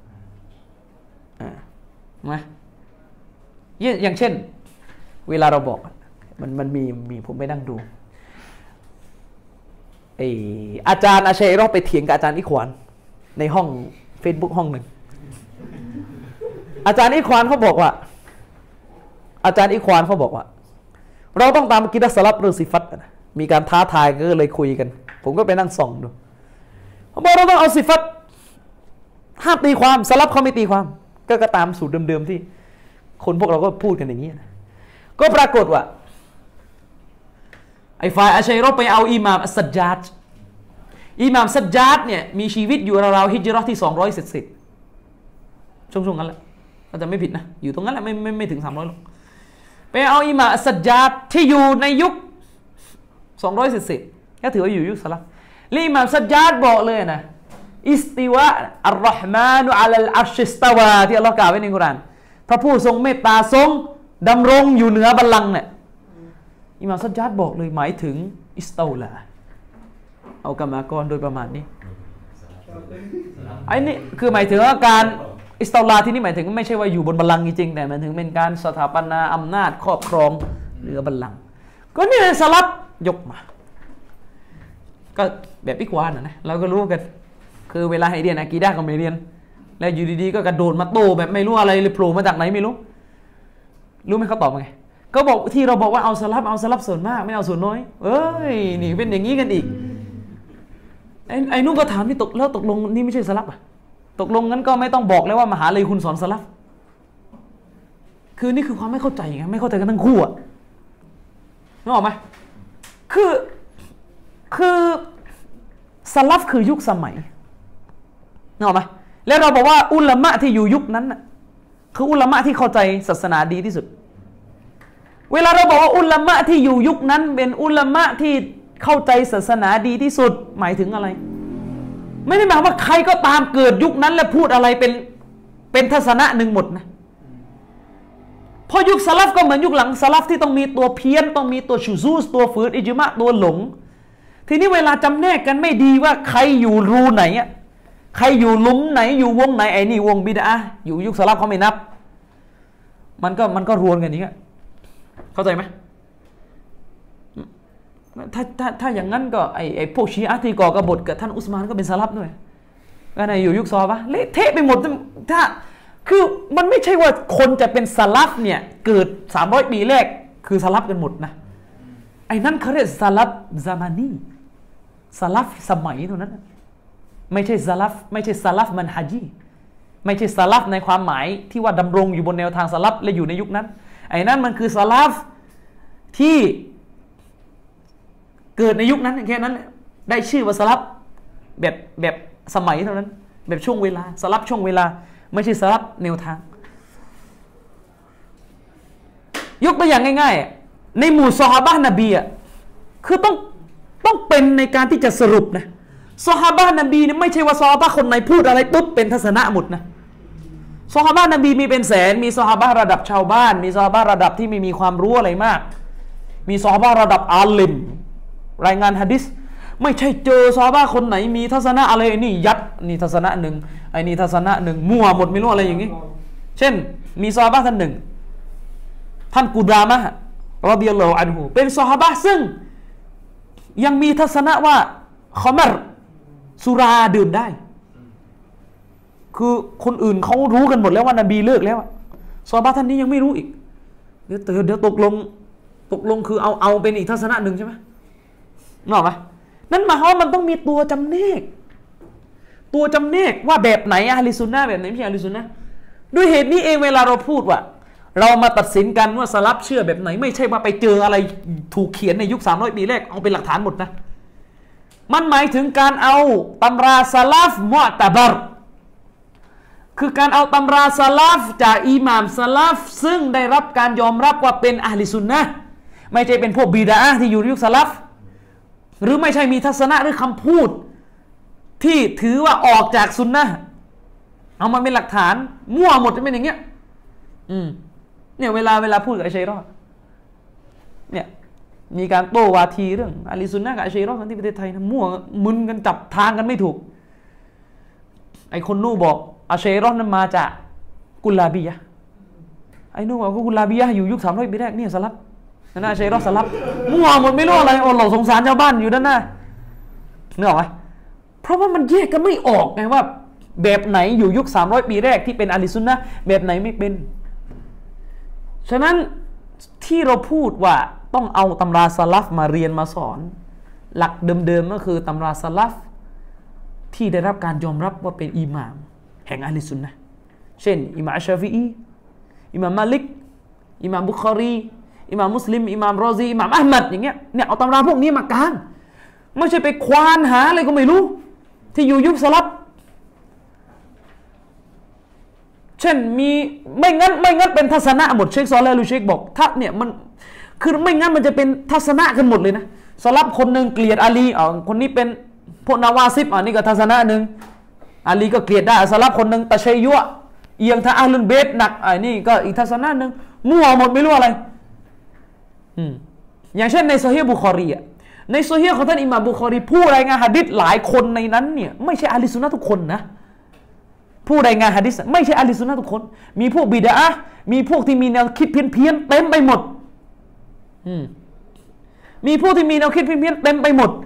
Speaker 1: ไหมอย่างเช่นเวลาเราบอกมันมีผมไปนั่งดูอาจารย์อาชัยเราไปเถียงกับอาจารย์อิควานในห้อง Facebook ห้องหนึ่งอาจารย์อิควานเขาบอกว่าเราต้องตามกิดะสลับเรื่องสิฟัตนะมีการท้าทายก็เลยคุยกันผมก็ไปนั่งส่องดูเขาบอกเราต้องเอาสิฟัตห้ามตีความสลับเขาไม่ตีความก็ตามสูตรเดิมๆที่คนพวกเราก็พูดกันอย่างนี้นะก็ปรากฏว่าไอ้ฝ่ายอาชัยเราไปเอาอิหม่ามอัสซัจญาดเนี่ยมีชีวิตอยู่ราวๆฮิจเราะห์ที่200เศษๆช่วงๆนั้นแหละถ้าจะไม่ผิดนะอยู่ตรงนั้นแหละไม่ถึง300หรอกไปเอาอิหม่ามอัสซัจญาดที่อยู่ในยุค200เศษๆก็ถือว่าอยู่ยุคสลัฟและอิหม่ามอัสซัจญาดบอกเลยนะอิสติวะอัรเราะห์มานุอะลัลอัรชิสตาวาที่อัลเลาะห์กล่าวไว้ในกุรอานพระผู้ทรงเมตตาทรงดำรงอยู่เหนือบัลลังก์เนี่ยอิหม่ามอัสซัจญาดบอกเลยหมายถึงอิสตาวลาเอากรรมากรโดยประมาณนี้ไอ้นี่คือหมายถึงว่าการอิสตาวลาที่นี่หมายถึงไม่ใช่ว่าอยู่บนบัลลังก์จริงๆแต่หมายถึงเป็นการสถาปนาอำนาจครอบครองเหนือบัลลังก์ก็นี่สลับยกมาก็แบบอิควานนะเราก็รู้กันคือเวลาให้เรียนอะกีดะห์ก็ไม่เรียนแล้วอยู่ดีๆก็กระโดดมาโต้แบบไม่รู้อะไรเลยโผล่มาจากไหนไม่รู้ไหมเขาตอบว่าไงก็บอกที่เราบอกว่าเอาสลับส่วนมากไม่เอาส่วนน้อยเอ้ยนี่เป็นอย่างนี้กันอีกไอ้นุ่งก็ถามที่ตกลงนี่ไม่ใช่สลับอ่ะตกลงงั้นก็ไม่ต้องบอกแล้วว่ามหาลัยคุณสอนสลับคือนี่คือความไม่เข้าใจไงไม่เข้าใจกันทั้งคู่อ่ะนึกออกไหมคือสลับคือยุคสมัยนึกออกไหมแล้วเราบอกว่าอุลามะที่อยู่ยุคนั้นน่ะคืออุลามะที่เข้าใจศาสนาดีที่สุดเวลาเราบอกว่าอุลามะที่อยู่ยุคนั้นเป็นอุลามะที่เข้าใจศาสนาดีที่สุดหมายถึงอะไรไม่ได้หมายว่าใครก็ตามเกิดยุคนั้นและพูดอะไรเป็นทัศนะหนึ่งหมดนะพอยุคสลัฟก็เหมือนยุคหลังสลัฟที่ต้องมีตัวเพี้ยนต้องมีตัวชูซูสตัวฝืนอิจมะตัวหลงทีนี้เวลาจำแนกกันไม่ดีว่าใครอยู่รูไหนอ่ะใครอยู่หลุมไหนอยู่วงไหนไอ้นี่วงบิดอะห์อยู่ยุคสลัฟเขาไม่นับมันก็รวนกันอย่างนี้เข้าใจไหมถ้าอย่างนั้นก็ไอ้พวกชีอะห์ที่ก่อกบฏกับท่านอุสมานก็เป็นสลัฟด้วยกันอยู่ยุคซอฮาบะห์เละเทะไปหมดถ้าคือมันไม่ใช่ว่าคนจะเป็นสลัฟเนี่ยเกิด300ปีแรกคือสลัฟกันหมดนะไอ้นั่นเขาเรียกสลัฟซามานีสลัฟสมัยเท่านั้นไม่ใช่สลัฟมันฮะจีไม่ใช่สลัฟในความหมายที่ว่าดำรงอยู่บนแนวทางสลัฟและอยู่ในยุคนั้นไอ้นั่นมันคือสลัฟที่เกิดในยุคนั้นแค่นั้นได้ชื่อว่าสลัฟแบบสมัยเท่านั้นแบบช่วงเวลาสลับช่วงเวลาไม่ใช่สลับแนวทางยกตัวอย่างง่ายๆในหมู่ซอฮาบะห์นบีคือต้องเป็นในการที่จะสรุปนะซอฮาบะห์นบีเนี่ยไม่ใช่ว่าซอฮาบะห์คนไหนพูดอะไรปุ๊บเป็นทัศนะหมดนะซอฮาบะห์นบีมีเป็นแสนมีซอฮาบะห์ระดับชาวบ้านมีซอฮาบะห์ระดับที่ไม่มีความรู้อะไรมากมีซอฮาบะห์ระดับอาลิมรายงานหะดีษไม่ใช่เจอซอฮาบะห์คนไหนมีทัศนะอะไรนี่ยัดนี่ทัศนะหนึ่งไอ้นี่ทัศนะหนึ่งมั่วหมดไม่รู้อะไรอย่างนี้เช่นมีซอฮาบะห์ท่านหนึ่งท่านกุดามะฮ์รอฎิยัลลอฮุอันฮุเป็นซอฮาบะห์ซึ่งยังมีทัศนะว่าขมรสุราดื่มได้คือคนอื่นเขารู้กันหมดแล้วว่านบีเลิกแล้วซอฮาบะห์ท่านนี้ยังไม่รู้อีกเดี๋ยวตกลงคือเอาเป็นอีกทัศนะหนึ่งใช่ไหมนึกออกไหมนั่นหมายความว่ามันต้องมีตัวจำแนกว่าแบบไหนอะห์ลิซุนนะห์แบบไหนไม่ใช่อะห์ลิซุนนะห์ด้วยเหตุนี้เองเวลาเราพูดว่าเรามาตัดสินกันว่าสลับเชื่อแบบไหนไม่ใช่ว่าไปเจออะไรถูกเขียนในยุค300ปีแรกเอาเป็นหลักฐานหมดนะมันหมายถึงการเอาตำราสลัฟมุอ์ตะบัรคือการเอาตำราสลัฟจากอิหม่ามสลัฟซึ่งได้รับการยอมรับว่าเป็นอะห์ลิซุนนะห์ไม่ใช่เป็นพวกบิดอะห์ที่อยู่ในยุคสลัฟหรือไม่ใช่มีทัศนะหรือคำพูดที่ถือว่าออกจากซุนนะห์เอามาเป็นหลักฐานมั่วหมดจะเป็นอย่างเงี้ยเนี่ยเวลาพูดกับไอ้ชัยรอดเนี่ยมีการโต้วาทีเรื่องอะลีซุนนะห์กับอัชชัยรอกันที่ประเทศไทยนะมั่วมึนกันจับทางกันไม่ถูกไอ้คนนู่บอกอัชชัยรอนั้นมาจากกุลาบียะห์ไอ้นู่บอกว่ากุลาบียะห์อยู่ยุค300 ปีแรกเนี่ยสลับนั่นนะอัชชัยรอสลับมั่วหมดไม่รู้อะไรอัลเลาะห์สงสารชาวบ้านอยู่ด้านหน้านึกออกไหมเพราะว่ามันแยกกันไม่ออกไงว่าแบบไหนอยู่ยุค300 ปีแรกที่เป็นอะลีซุนนะห์แบบไหนไม่เป็นฉะนั้นที่เราพูดว่าต้องเอาตำราสลัฟมาเรียนมาสอนหลักเดิมๆก็คือตำราสลัฟที่ได้รับการยอมรับว่าเป็นอิหม่ามแห่งอะห์ลิซุนนะห์เช่นอิหม่ามชาฟิอีอิหม่ามมาลิกอิหม่ามบุคอรีอิหม่ามมุสลิมอิหม่ามรอซีอิหม่ามอะห์มัดอย่างเงี้ยเนี่ยเอาตำราพวกนี้มากางไม่ใช่ไปควานหาอะไรก็ไม่รู้ที่อยู่ยุคสลัฟเช่นมีไม่งั้นเป็นทัศนะหมดเชคซอเลห์ลูเชคบอกถ้าเนี่ยมันคือไม่งั้นมันจะเป็นทัศนะกันหมดเลยนะสลับคนหนึ่งเกลียดอาลีคนนี้เป็นพวกนาวาซิบนี่ก็ทัศนะหนึ่งอาลีก็เกลียดได้สลับคนหนึ่งตะชัยยุเอียงทางอัลลุนเบตหนักนี่ก็อีกทัศนะหนึ่งมั่วหมดไม่รู้อะไรอย่างเช่นในซอฮีฮ์บุคอรีในซอฮีฮ์ของท่านอิหม่ามบุคอรีผู้รายงานหะดีษหลายคนในนั้นเนี่ยไม่ใช่อะห์ลิซุนนะห์ทุกคนนะผู้รายงานหะดีษไม่ใช่อะห์ลิซุนนะห์ทุกคนมีพวกบิดอะห์มีพวกที่มีแนวคิดเพี้ยนๆเต็มไปหมดมีผู้ที่มีแนวคิดเพี้ยนๆเต็มไปหมด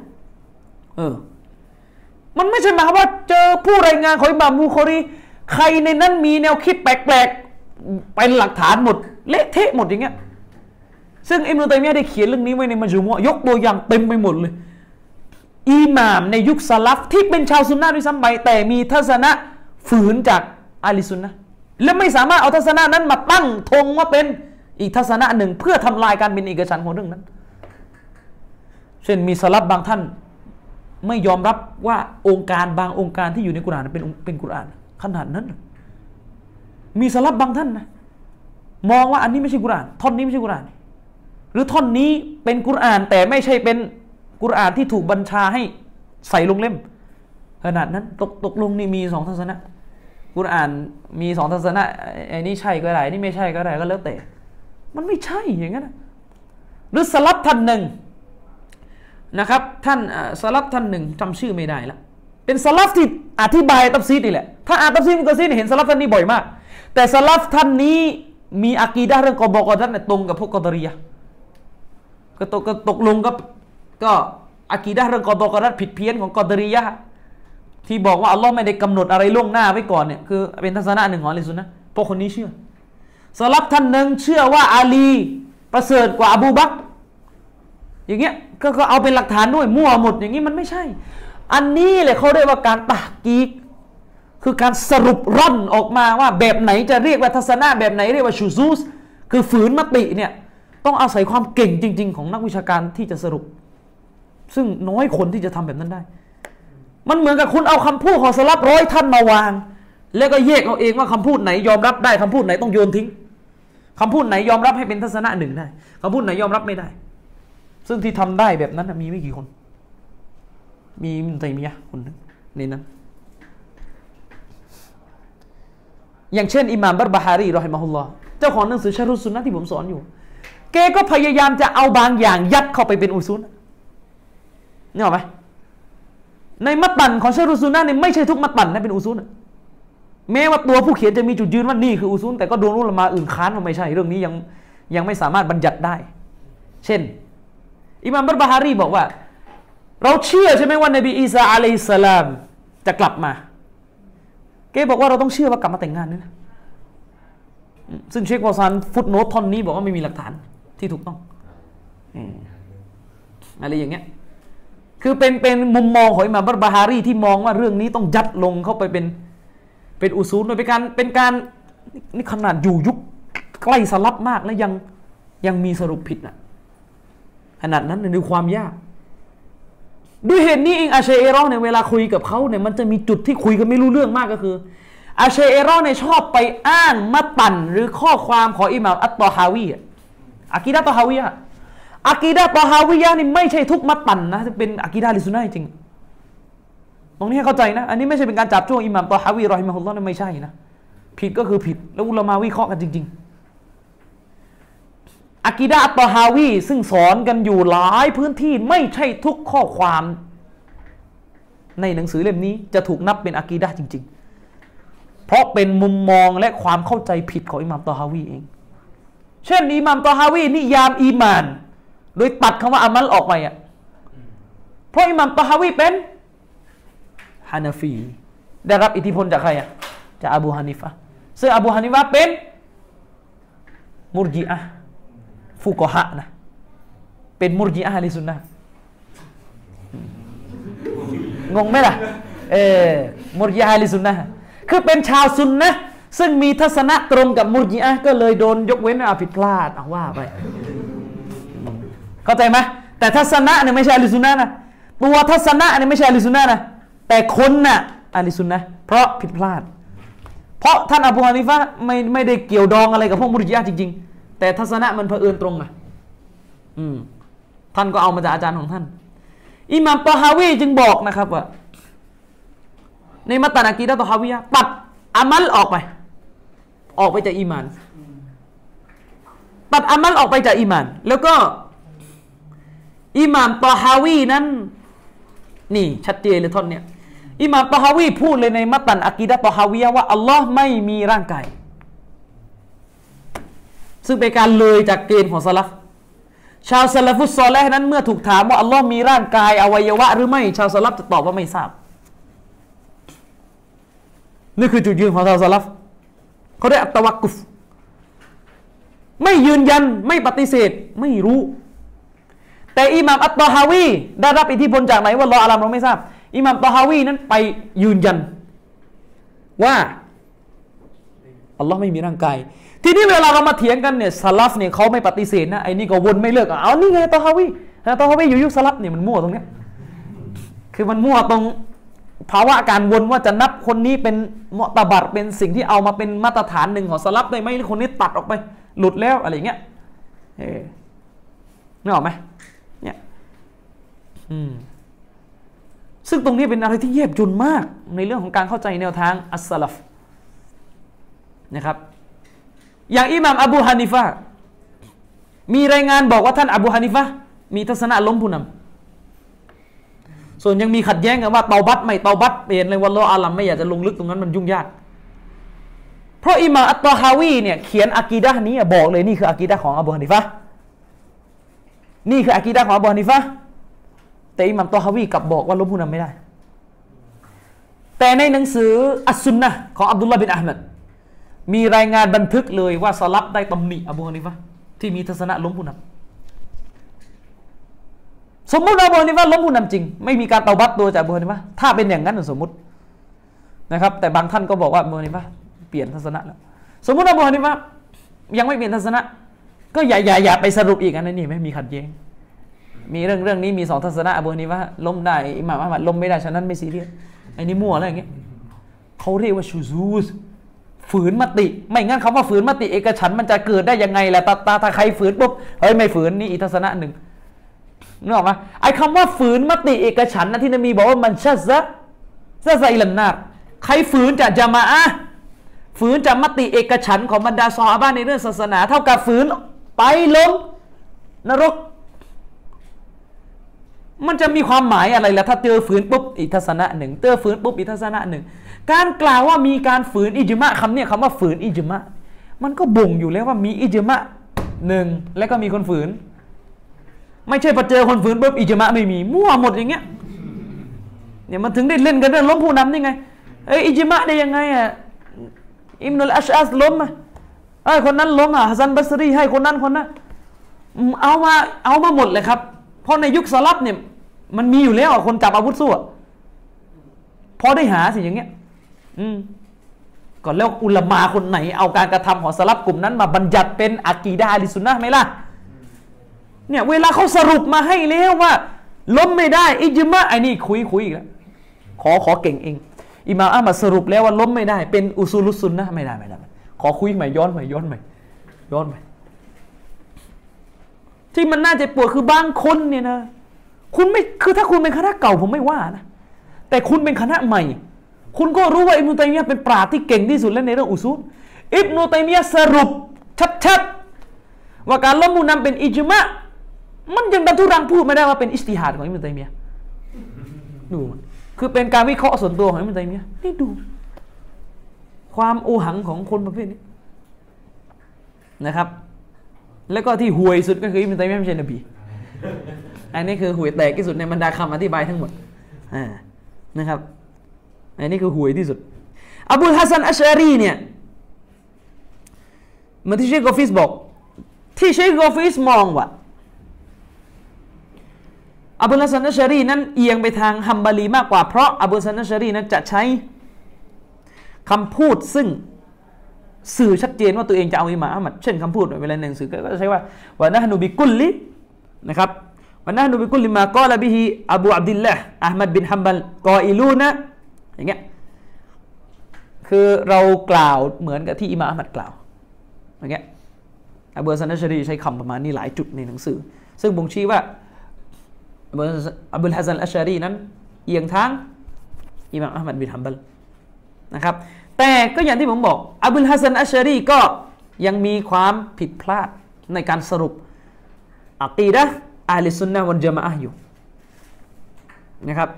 Speaker 1: มันไม่ใช่หมายความว่าเจอผู้รายงานของอิหม่ามบุคอรีใครในนั้นมีแนวคิดแปลกๆเป็นหลักฐานหมดเละเทะหมดอย่างเงี้ยซึ่งอิบนุตัยมียะห์ได้เขียนเรื่องนี้ไว้ในมัจมุอะห์ยกตัวอย่างเต็มไปหมดเลยอิหม่ามในยุคสลัฟที่เป็นชาวซุนนะห์ด้วยซ้ำไปแต่มีทัศนะฝืนจากอะห์ลิซุนนะห์และไม่สามารถเอาทัศนะนั้นมาตั้งธงว่าเป็นอีกทัศนะหนึ่งเพื่อทำลายการเป็นเอกฉันท์ของเรื่องนั้นเช่นมีสลับบางท่านไม่ยอมรับว่าองค์การบางองค์การที่อยู่ในกุรอานเป็นกุรอานขนาดนั้นมีสลับบางท่านนะมองว่าอันนี้ไม่ใช่กุรอานท่อนนี้ไม่ใช่กุรอานหรือท่อนนี้เป็นกุรอานแต่ไม่ใช่เป็นกุรอานที่ถูกบัญชาให้ใส่ลงเล่มขนาดนั้นตกลงนี่มีสองทัศนะกุรอานมีสองทัศนะไอ้นี่ใช่ก็ได้นี่ไม่ใช่ก็ได้ก็แล้วแต่มันไม่ใช่อย่างนั้นหรือสลับท่านหนึ่งนะครับท่านสลับท่านหนึ่งจำชื่อไม่ได้ละเป็นสลับที่อธิบายตัฟซีรนี่แหละถ้าอ่านตัฟซีรมุกะซีรเห็นสลับท่านนี้บ่อยมากแต่สลับท่านนี้มีอะกีดะห์เรื่องกอบกอดัรตรงกับพวกกอดารียะห์ก็ตกลงก็อะกีดะห์เรื่องกอบกอดัรผิดเพี้ยนของกอดารียะห์ที่บอกว่าอัลลอฮ์ไม่ได้กำหนดอะไรล่วงหน้าไว้ก่อนเนี่ยคือเป็นทัศนะหนึ่งของอะห์ลิซุนนะห์พวกคนนี้เชื่อสลับท่านหนึ่งเชื่อว่าอาลีประเสริฐกว่าอบูบักรอย่างเงี้ยก็เอาเป็นหลักฐานด้วยมั่วหมดอย่างนี้มันไม่ใช่อันนี้แหละเขาเรียกว่าการตะกีกคือการสรุปร่อนออกมาว่าแบบไหนจะเรียกว่าทัศนะแบบไหนเรียกว่าชูซูสคือฝืนมติเนี่ยต้องอาศัยความเก่งจริงๆของนักวิชาการที่จะสรุปซึ่งน้อยคนที่จะทำแบบนั้นได้มันเหมือนกับคุณเอาคำพูดของสลับ100 ท่านมาวางแล้วก็แยกเอาเองว่าคำพูดไหนยอมรับได้คำพูดไหนต้องโยนทิ้งคำพูดไหนยอมรับให้เป็นทัศนะหนึ่งได้คำพูดไหนยอมรับไม่ได้ซึ่งที่ทำได้แบบนั้นมีไม่กี่คนมีอิบนุตัยมียะห์คนนึงในนั้นอย่างเช่นอิหม่ามบัรบะฮารีรอฮิมะฮุลลอฮ์เจ้าของหนังสือชะรุสซุนนะห์ที่ผมสอนอยู่แกก็พยายามจะเอาบางอย่างยัดเข้าไปเป็นอุซูลนึกออกไหมในมัตตันของชะรุสซุนนะห์เนี่ยไม่ใช่ทุกมัตตันนะเป็นอุซูลแม้ว่าตัวผู้เขียนจะมีจุดยืนว่านี่คืออุซูลแต่ก็โดนอุลามะอื่นค้านว่าไม่ใช่เรื่องนี้ยังไม่สามารถบัญญัติได้เช่นอิหม่ามบัรบะฮารีบอกว่าเราเชื่อใช่ไหมว่านบีอีสาอะลัยฮิสสลามจะกลับมาแกบอกว่าเราต้องเชื่อว่ากลับมาแต่งงานนี่นะซึ่งเชคฟอซานฟุตโนตท่อนนี้บอกว่าไม่มีหลักฐานที่ถูกต้องอะไรอย่างเงี้ยคือเป็นมุมมองของอิหม่ามบัรบะฮารีที่มองว่าเรื่องนี้ต้องยัดลงเข้าไปเป็นอุซูลโดยเป็นการนี่ขนาดอยู่ยุคใกล้สลับมากแล้วยังมีสรุปผิดนะขนาดนั้นในความยากด้วยเหตุนี้เองอัชชัยรอเนี่ยเวลาคุยกับเขาเนี่ยมันจะมีจุดที่คุยกันไม่รู้เรื่องมากก็คืออัชชัยรอเนี่ยชอบไปอ้างมัตตันหรือข้อความของอิหม่ามอัตตอฮาวีอะกีดะห์ตอฮาวียะอะกีดะห์ตอฮาวียะนี่ไม่ใช่ทุกมัตตันนะเป็นอะกีดะห์ลิซุนนะห์จริงตรงนี้ให้เข้าใจนะอันนี้ไม่ใช่เป็นการจับจ้วงอิหม่ามตอฮาวีรอฮิมะฮุลลอฮ์ไม่ใช่นะผิดก็คือผิดแล้วอุลามะวิเคราะห์กันจริงๆอะกีดะห์ตอฮาวีซึ่งสอนกันอยู่หลายพื้นที่ไม่ใช่ทุกข้อความในหนังสือเล่มนี้จะถูกนับเป็นอะกีดะห์จริงๆเพราะเป็นมุมมองและความเข้าใจผิดของอิหม่ามตอฮาวีเองเช่นอิหม่ามตอฮาวีนิยามอีมานโดยตัดคำว่าอามัลออกไปเพราะอิหม่ามตอฮาวีเป็นฮานาฟีได้รับอิทธิพลจากใครจากอบูฮานิฟะห์ซึ่งอบูฮานิฟะห์เป็นมุรจิอะห์ฟุกอฮะนะเป็นมุรจิอะห์อะห์ลิซุนนะห์งงไหมล่ะมุรจิอะห์อะห์ลิซุนนะห์คือเป็นชาวซุนนะห์ซึ่งมีทัศนะตรงกับมุรจิอะห์ก็เลยโดนยกเว้นผิดพลาดว่าไปเข้าใจไหมแต่ทัศนะเนี่ยไม่ใช่อะห์ลิซุนนะห์นะตัวทัศนะเนี่ยไม่ใช่อะห์ลิซุนนะห์นะแต่คนน่ะอะห์ลิซุนนะห์เพราะผิดพลาดเพราะท่านอบูฮานิฟะห์ไม่ได้เกี่ยวดองอะไรกับพวกมุรจิอะห์จริงๆแต่ทัศนะมันเผอิญตรงท่านก็เอามาจากอาจารย์ของท่านอิหม่ามตอฮาวีจึงบอกนะครับว่าในมัตตันอะกีดะห์ตอฮาวียะห์ตัดอามัลออกไปจากอีหม่านตัดอามัลออกไปจากอีหม่านแล้วก็อิหม่ามตอฮาวีนั้นนี่ชัดเจนเลยท่อนเนี้ยอิหม่ามตอฮาวีพูดเลยในมัตตันอะกีดะห์ตอฮาวียะห์ว่าอัลลอฮ์ไม่มีร่างกายซึ่งเป็นการเลยจากเกณฑ์ของซะลัฟชาวซะลาฟุสซอลิห์นั้นเมื่อถูกถามว่าอัลลอฮ์มีร่างกายอวัยวะหรือไม่ชาวซะลัฟจะตอบว่าไม่ทราบนี่คือจุดยืนของชาวซะลัฟเขาได้อัตตะวักกุฟไม่ยืนยันไม่ปฏิเสธไม่รู้แต่อิหม่ามอัตตอฮาวีได้รับอิทธิพลจากไหนว่าอัลลอฮ์อาลัมเราไม่ทราบอิหม่ามตอฮาวีนั้นไปยืนยันว่าอัลลอฮ์ไม่มีร่างกายทีนี้เวลาเรามาเถียงกันเนี่ยซะลัฟเนี่ยเขาไม่ปฏิเสธนะไอ้นี่ก็วนไม่เลิกเอานี่ไงตอฮาวีอยู่ยุคซะลัฟเนี่ยมันมั่วตรงเนี้ยคือมันมั่วตรงภาวะการวนว่าจะนับคนนี้เป็นมุอ์ตะบัรเป็นสิ่งที่เอามาเป็นมาตรฐานหนึ่งของซะลัฟได้ไหมคนนี้ตัดออกไปหลุดแล้วอะไรอย่างเงี้ยนึกออกไหมเนี่ยซึ่งตรงนี้เป็นอะไรที่แยบยลมากในเรื่องของการเข้าใจแนวทางอัสซะลัฟนะครับอย่างอิหม่ามอบูฮานิฟะห์มีรายงานบอกว่าท่านอบูฮานิฟะห์มีทัศนะล้มผู้นำส่วนยังมีขัดแย้งกันว่าเตาบัตไม่เตาบัตเปลี่ยนเลยวัลลอฮุอาลัมไม่อยากจะลงลึกตรงนั้นมันยุ่งยากเพราะอิหม่ามอัตตอฮาวีเนี่ยเขียนอะกีดะห์นี้บอกเลยนี่คืออะกีดะห์ของอบูฮานิฟะห์นี่คืออะกีดะห์ของอบูฮานิฟะห์แต่อิหม่ามตอฮาวีกลับบอกว่าล้มผู้นำไม่ได้แต่ในหนังสืออัสซุนนะห์ของอับดุลลาห์บินอะห์มัดมีรายงานบันทึกเลยว่าซะลัฟได้ตำหนิอบูฮานิฟะห์ที่มีทัศนะล้มผู้นำสมมุติอบูฮานิฟะห์ล้มผู้นำจริงไม่มีการเตาบัตตัวจากอบูฮานิฟะห์ถ้าเป็นอย่างนั้นสมมุตินะครับแต่บางท่านก็บอกว่าอบูฮานิฟะห์เปลี่ยนทัศนะแล้วสมมุติอบูฮานิฟะห์ยังไม่เปลี่ยนทัศนะก็อย่าไปสรุปอีกอันนั้นนี่ไม่มีขัดแย้งมีเรื่องนี้มี2ทัศนะอบูฮานิฟะห์ล้มได้อิหม่ามอะห์มัดล้มไม่ได้ฉะนั้นไม่ซีเรียสไอ้นี่มั่วอะไรอย่างเงี้ยเขาเรียกว่าชูซูซฝืนมติไม่งั้นคำว่าฝืนมติเอกฉันท์มันจะเกิดได้ยังไงล่ะถ้าใครฝืนปุ๊บเฮ้ยไม่ฝืนนี่อีกทัศนะหนึ่งนึกออกไหมไอ้คำว่าฝืนมติเอกฉันท์นะที่นบีบอกว่ามันชัซะอิลันนาร์ใครฝืนจากญะมาอะห์ฝืนจากมติเอกฉันท์ของบรรดาซอฮาบะห์ในเรื่องศาสนาเท่ากับฝืนไปลงนรกมันจะมีความหมายอะไรล่ะถ้าเจอฝืนปุ๊บอีกทัศนะหนึ่งเจอฝืนปุ๊บอีกทัศนะหนึ่งการกล่าวว่ามีการฝืนอิจมะคำนี้คำว่าฝืนอิจมะมันก็บ่งอยู่แล้วว่ามีอิจมะหนึ่งแล้วก็มีคนฝืนไม่ใช่พอเจอคนฝืนปุ๊บอิจมะไม่มีมั่วหมดอย่างเงี้ยเนี่ยมันถึงได้เล่นกันเรื่องล้มผู้นำนี่ไงอิจมะได้ยังไงอิบนุลอัชอัสล้มคนนั้นล้มฮัสซันบัสรีให้คนนั้นเอามาหมดเลยครับเพราะในยุคซะลัฟเนี่ยมันมีอยู่แล้วคนจับอาวุธสู้พอได้หาสิอย่างเงี้ยก่อนแล้วอุลามะคนไหนเอาการกระทำของซะลัฟกลุ่มนั้นมาบัญญัติเป็นอะกีดะห์อะห์ลิซุนนะห์ไหมล่ะเนี่ยเวลาเขาสรุปมาให้แล้วว่าล้มไม่ได้อิจมะไอ้นี่คุยอีกแล้วขอเก่งเองอิหม่ามอะห์มัดสรุปแล้วว่าล้มไม่ได้เป็นอุซูลุสซุนนะห์ไม่ได้ขอคุยใหม่ย้อนใหม่ที่มันน่าจะปวดคือบางคนเนี่ยนะคุณไม่คือถ้าคุณเป็นคณะเก่าผมไม่ว่านะแต่คุณเป็นคณะใหม่คุณก็รู้ว่าอิบนุตัยมียะห์เป็นปราชญ์ที่เก่งที่สุดแล้วในเรื่องอุซูลอิบนุตัยมียะห์สรุปชัดๆว่าการล้มผู้นำเป็นอิจมะมันยังดันทุรังพูดไม่ได้ว่าเป็นอิจติฮาดของอิบนุตัยมียะห์ดูคือเป็นการวิเคราะห์ส่วนตัวของอิบนุตัยมียะห์นี่ดูความโอหังของคนประเภทนี้นะครับแล้วก็ที่ห่วยสุดก็คืออิบนุตัยมียะห์ไม่ใช่นบีอันนี้คือห่วยแตกที่สุดในบรรดาคำอธิบายทั้งหมดนะครับอันนี้คือห่วยที่สุดอบูลฮัสซันอัชอารีเนี่ยเหมือนที่เชคกอฟิสบอกที่เชคกอฟิสมองว่าอบูลฮัสซันอัชอารีนั้นเอียงไปทางฮัมบารีมากกว่าเพราะอบูลฮัสซันอัชอารีนั้นจะใช้คำพูดซึ่งสื่อชัดเจนว่าตัวเองจะเอาอิหม่ามอัหมัดเช่นคำพูดเวลาในหนังสือก็จะใช้ว่าวะนะฮ์นุบิกุลลินะครับวะนะฮ์นุบิกุลลิมากอละบิฮิอบูอับดิลละห์อะห์มัดบินฮัมบัลกออิลูนะอย่างเงี้ยคือเรากล่าวเหมือนกับที่อิหม่ามอัหมัดกล่าวอย่างเงี้ยอบูลฮัสซันอัชอารีใช้คำประมาณนี้หลายจุดในหนังสือซึ่งบ่งชี้ว่าอบูลฮัสซันอัชอารีนั้นเอียงทางอิหม่ามอัหมัดบินฮัมบัลนะครับแต่ก็อย่างที่ผมบอกอบูลฮัสซันอัชอารีก็ยังมีความผิดพลาดในการสรุปอะกีดะห์อะห์ลิสซุนนะฮ์วัลญะมาอะห์อยู่นะครับ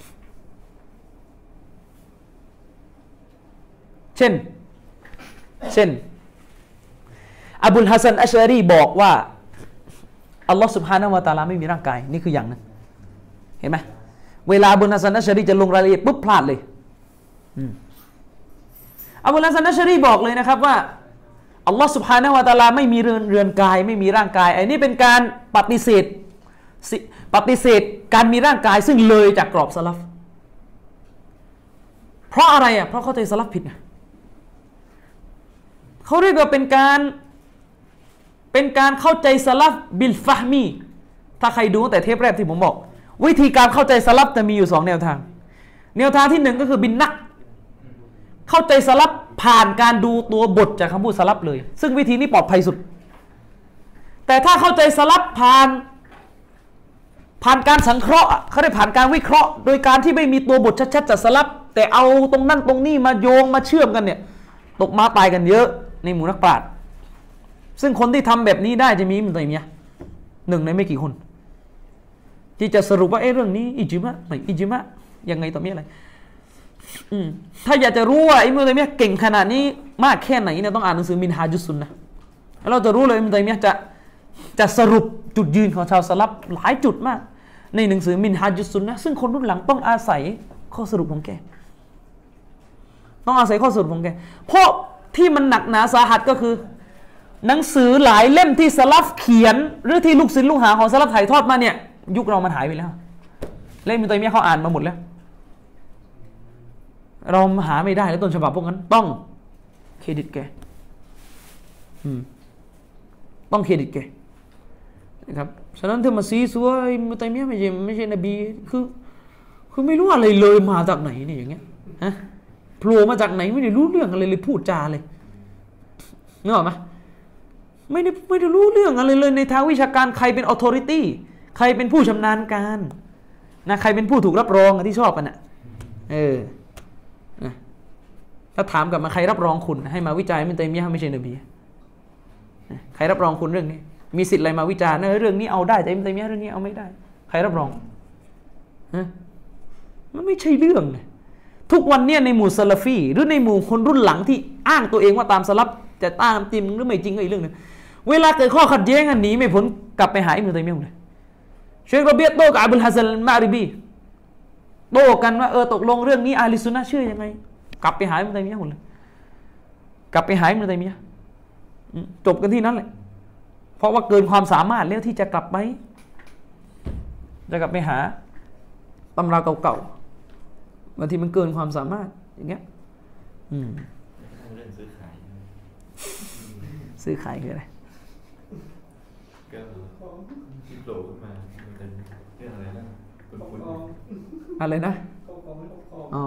Speaker 1: เช่นอบูลฮัสซันอัชอารีบอกว่าอัลลอฮ์ซุบฮานะฮูวะตะอาลาไม่มีร่างกายนี่คืออย่างนึงเห็นไหมเวลาอบูลฮัสซันอัชอารีจะลงรายละเอียดปุ๊บพลาดเลยอบูลฮัสซันอัชอารีบอกเลยนะครับว่าอัลลอฮ์ซุบฮานะฮูวะตะอาลาไม่มีเรือนกายไม่มีร่างกายไอ้นี่เป็นการปฏิเสธการมีร่างกายซึ่งเลยจากกรอบสลัฟเพราะอะไรเพราะเข้าใจสลัฟผิดไงเขาเรียกว่าเป็นการเข้าใจสลัฟบิลฟะฮมีถ้าใครดูตั้งแต่เทปแรกที่ผมบอกวิธีการเข้าใจสลัฟจะมีอยู่2แนวทางที่1ก็คือบินนักเข้าใจสลัฟผ่านการดูตัวบทจากคำพูดสลัฟเลยซึ่งวิธีนี้ปลอดภัยสุดแต่ถ้าเข้าใจสลัฟผ่านการสังเคราะห์เขาได้ผ่านการวิเคราะห์โดยการที่ไม่มีตัวบทชัดๆจากสลัฟแต่เอาตรงนั้นตรงนี้มาโยงมาเชื่อมกันเนี่ยตกมาตายกันเยอะในหมู่นักปราชญ์ซึ่งคนที่ทำแบบนี้ได้จะมีอิบนุตัยมียะห์หนึ่งในไม่กี่คนที่จะสรุปว่าเรื่องนี้อิจมะไม่อิจมะยังไงต่อมีอะไรถ้าอยากจะรู้ว่าอิบนุตัยมียะห์เก่งขนาดนี้มากแค่ไหนเนี่ยต้องอ่านหนังสือมินฮาจุสซุนนะห์แล้วเราจะรู้เลยอิบนุตัยมียะห์จะสรุปจุดยืนของชาวสลัฟหลายจุดมากในหนังสือมินฮาจุสซุนนะห์ซึ่งคนรุ่นหลังต้องอาศัยข้อสรุปของแกต้องอาศัยข้อสรุปของแกเพราะที่มันหนักหนาสาหัสก็คือหนังสือหลายเล่มที่สลัฟเขียนหรือที่ลูกศิษย์ลูกหาของสลัฟถ่ายทอดมาเนี่ยยุคเรามันหายไปแล้วเล่มอิบนุตัยมียะห์เขาอ่านมาหมดแล้วเราหาไม่ได้แล้วต้นฉบับพวกนั้นต้องเครดิตแกต้องเครดิตแกนะครับฉะนั้นถ้ามาซีซัวอิบนุตัยมียะห์ไม่ใช่นบีคือไม่รู้อะไรเลยมาจากไหนเนี่ยอย่างเงี้ยฮะโผล่มาจากไหนไม่ได้รู้เรื่องอะไรเลยพูดจาเลยนึกออกไหมไม่ได้รู้เรื่องอะไรเลยในทางวิชาการใครเป็น authority ใครเป็นผู้ชำนาญการนะใครเป็นผู้ถูกรับรองที่ชอบกันนะนะถ้าถามกลับมาใครรับรองคุณให้มาวิจัยอิบนุตัยมียะห์ไม่ใช่นบีใครรับรองคุณเรื่องนี้มีสิทธิ์อะไรมาวิจารณ์เรื่องนี้เอาได้แต่อิบนุตัยมียะห์เรื่องนี้เอาไม่ได้ใครรับรองมันไม่ใช่เรื่องเลยทุกวันเนี่ยในหมู่ซะลาฟีหรือในหมู่คนรุ่นหลังที่อ้างตัวเองว่าตามสลัฟจะตามจริงหรือไม่จริงก็อีกเรื่องนึงเวลาเกิดข้อขัดแย้งกันหนีไม่พ้นกลับไปหาอิบนุตัยมียะห์เลยเชครอบียะห์โต้กับอับุลฮัสซันอัลมาริบีโต้กันว่าตกลงเรื่องนี้อะห์ลิสซุนนะห์เชื่อยังไงกลับไปหาอิบนุตัยมียะห์หมดเลยกลับไปหาอิบนุตัยมียะห์จบกันที่นั้นแหละเพราะว่าเกินความสามารถแล้วที่จะกลับไปหาตำราเก่าๆบางทีมันเกินความสามารถอย่างเงี้ย
Speaker 3: เรื่องซื้อขาย
Speaker 1: คืออะไร
Speaker 3: ก็ที่โผล่ขึ้นมามันเป็นเรื่องอะไรนะคุณ
Speaker 1: อะไรนะอ๋อ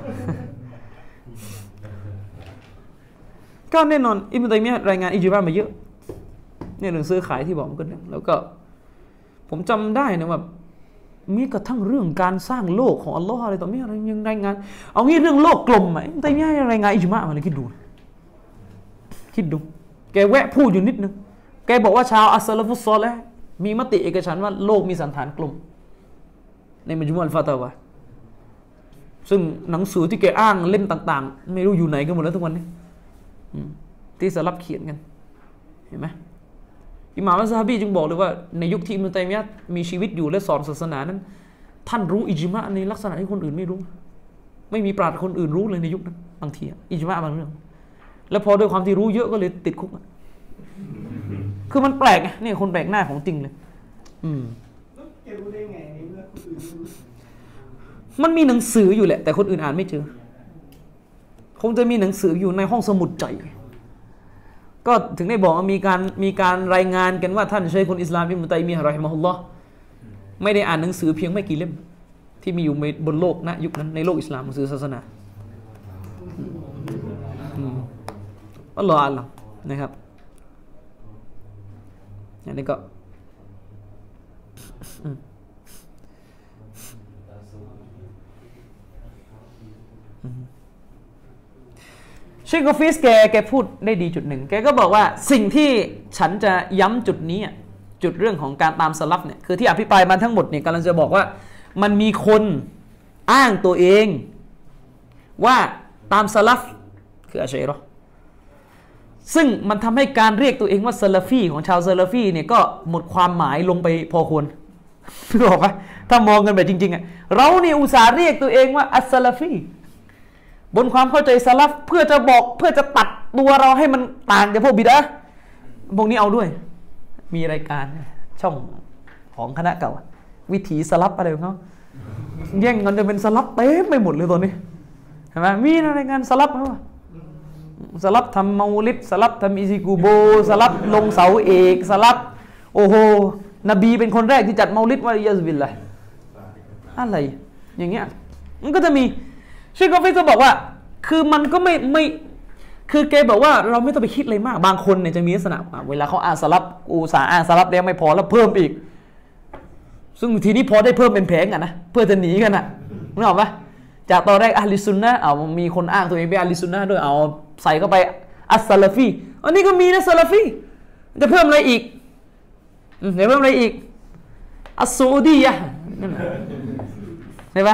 Speaker 1: ก็แน่นอนอิบนุตัยมียะห์รายงานอิจมามาเยอะเนี่ยเรื่องซื้อขายที่บอกมันก็เนี่ยแล้วก็ผมจำได้นะว่ามีกระทั่งเรื่องการสร้างโลกของอัลลอฮ์อะไรต่อมีอะไรยังรายงานเอางี้เรื่องโลกกลมอิบนุตัยมียะห์รายงานอิจมามาเลยคิดดูแกแวะพูดอยู่นิดนึงแกบอกว่าชาวอัสซะลาฟุซซอลิห์มีมติเอกฉันท์ว่าโลกมีสันฐานกลมในมัจมุอะห์อัลฟาตาวะซึ่งหนังสือที่แกอ้างเล่มต่างๆไม่รู้อยู่ไหนกันหมดแล้วทุกวันนี้ที่สลับเขียนกันเห็นไหมอิหม่ามอัซซะฮะบีจึงบอกเลยว่าในยุคที่อิบนุตัยมียะห์มีชีวิตอยู่และสอนศาสนานั้นท่านรู้อิจมะในลักษณะที่คนอื่นไม่รู้ไม่มีปราชญ์คนอื่นรู้เลยในยุคนั้นบางทีอิจมะบางเรื่องแล้วพอด้วยความที่รู้เยอะก็เลยติดคุกคือมันแปลกไงนี่คนแปลกหน้าของจริงเลย
Speaker 2: แล้วแกรู้ได้ไงในเมื่อคนอื่นรู้
Speaker 1: มันมีหนังสืออยู่แหละแต่คนอื่นอ่านไม่เจอคงจะมีหนังสืออยู่ในห้องสมุดใจก็ถึงได้บอกว่ามีการรายงานกันว่าท่านชัยคุลอิสลามอิบนุตัยมียะห์เราะฮิมะฮุลลอฮ์ไม่ได้อ่านหนังสือเพียงไม่กี่เล่มที่มีอยู่บนโลกณยุคนั้นในโลกอิสลามหนังสือศาสนาอัลลอฮฺอัลลัมนะครับอย่างนี้ก็เชคกอฟิสแกพูดได้ดีจุดหนึ่งแกก็บอกว่าสิ่งที่ฉันจะย้ำจุดนี้จุดเรื่องของการตามสลัฟเนี่ยคือที่อภิปรายมาทั้งหมดเนี่ยกำลังจะบอกว่ามันมีคนอ้างตัวเองว่าตามสลัฟคืออัชอะรีเราะห์ซึ่งมันทำให้การเรียกตัวเองว่าซะลาฟีของชาวซะลาฟีเนี่ยก็หมดความหมายลงไปพอควรรู้ป่ะถ้ามองกันแบบจริงๆเราเนี่ยอุตส่าห์เรียกตัวเองว่าอัสซะลาฟีบนความเข้าใจสลัฟเพื่อจะตัดตัวเราให้มันต่างจากพวกบิดอะห์พวกนี้เอาด้วยมีรายการช่องของคณะเก่าวิถีสลัฟอะไรของเขาแย่งกันจะเป็นสลัฟเต็มไปหมดเลยตอนนี้เห็นไหมมีรายการสลัฟเขาสลับทำเมาลิดสลับทำอิซิกูโบสลับลงเสาเอกสลับโอ้โหนบีเป็นคนแรกที่จัดเมาลิดวะอิยาซุบิลลาห์อะไรอย่างเงี้ยมันก็จะมีเชคกอฟิจะบอกว่าคือมันก็ไม่คือแกบอกว่าเราไม่ต้องไปคิดอะไรมากบางคนเนี่ยจะมีลักษณะเวลาเขาอ่านสลับอุตส่าห์อ่านสลับแล้วไม่พอแล้วเพิ่มอีกซึ่งทีนี้พอได้เพิ่มเป็นแผงนะเพื่อจะหนีกันนึกออกปะจากตอนแรกอะลิซุนนะเอามีคนอ้างตัวเองเป็นอะลิซุนนะด้วยเอาใส่เข้าไปอัสซะลาฟีอันนี้ก็มีนะซะลาฟีจะเพิ่มอะไรอีกจะเพิ่มอะไรอีกอัสซูดีอะเห็นปะ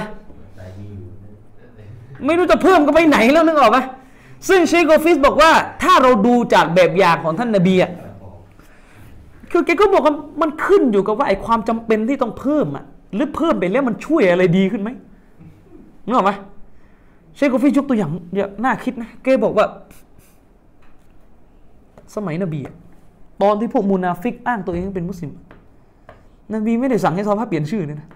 Speaker 1: ไม่รู้จะเพิ่มก็ไปไหนแล้วนึกออกปะซึ่งเชคกอฟิสบอกว่าถ้าเราดูจากแบบอย่างของท่านนบีอะคือแกก็บอกว่ามันขึ้นอยู่กับว่าไอ้ความจำเป็นที่ต้องเพิ่มอะหรือเพิ่มไปแล้วมันช่วยอะไรดีขึ้นไหมนึกออกไหมเชคกอฟิยกตัวอย่างเยอะน่าคิดนะแกบอกว่าสมัยนบีตอนที่พวกมุนาฟิกอ้างตัวเองเป็นมุสลิมนบีไม่ได้สั่งให้ซอฮาบะห์เปลี่ยนชื่อเลยนะ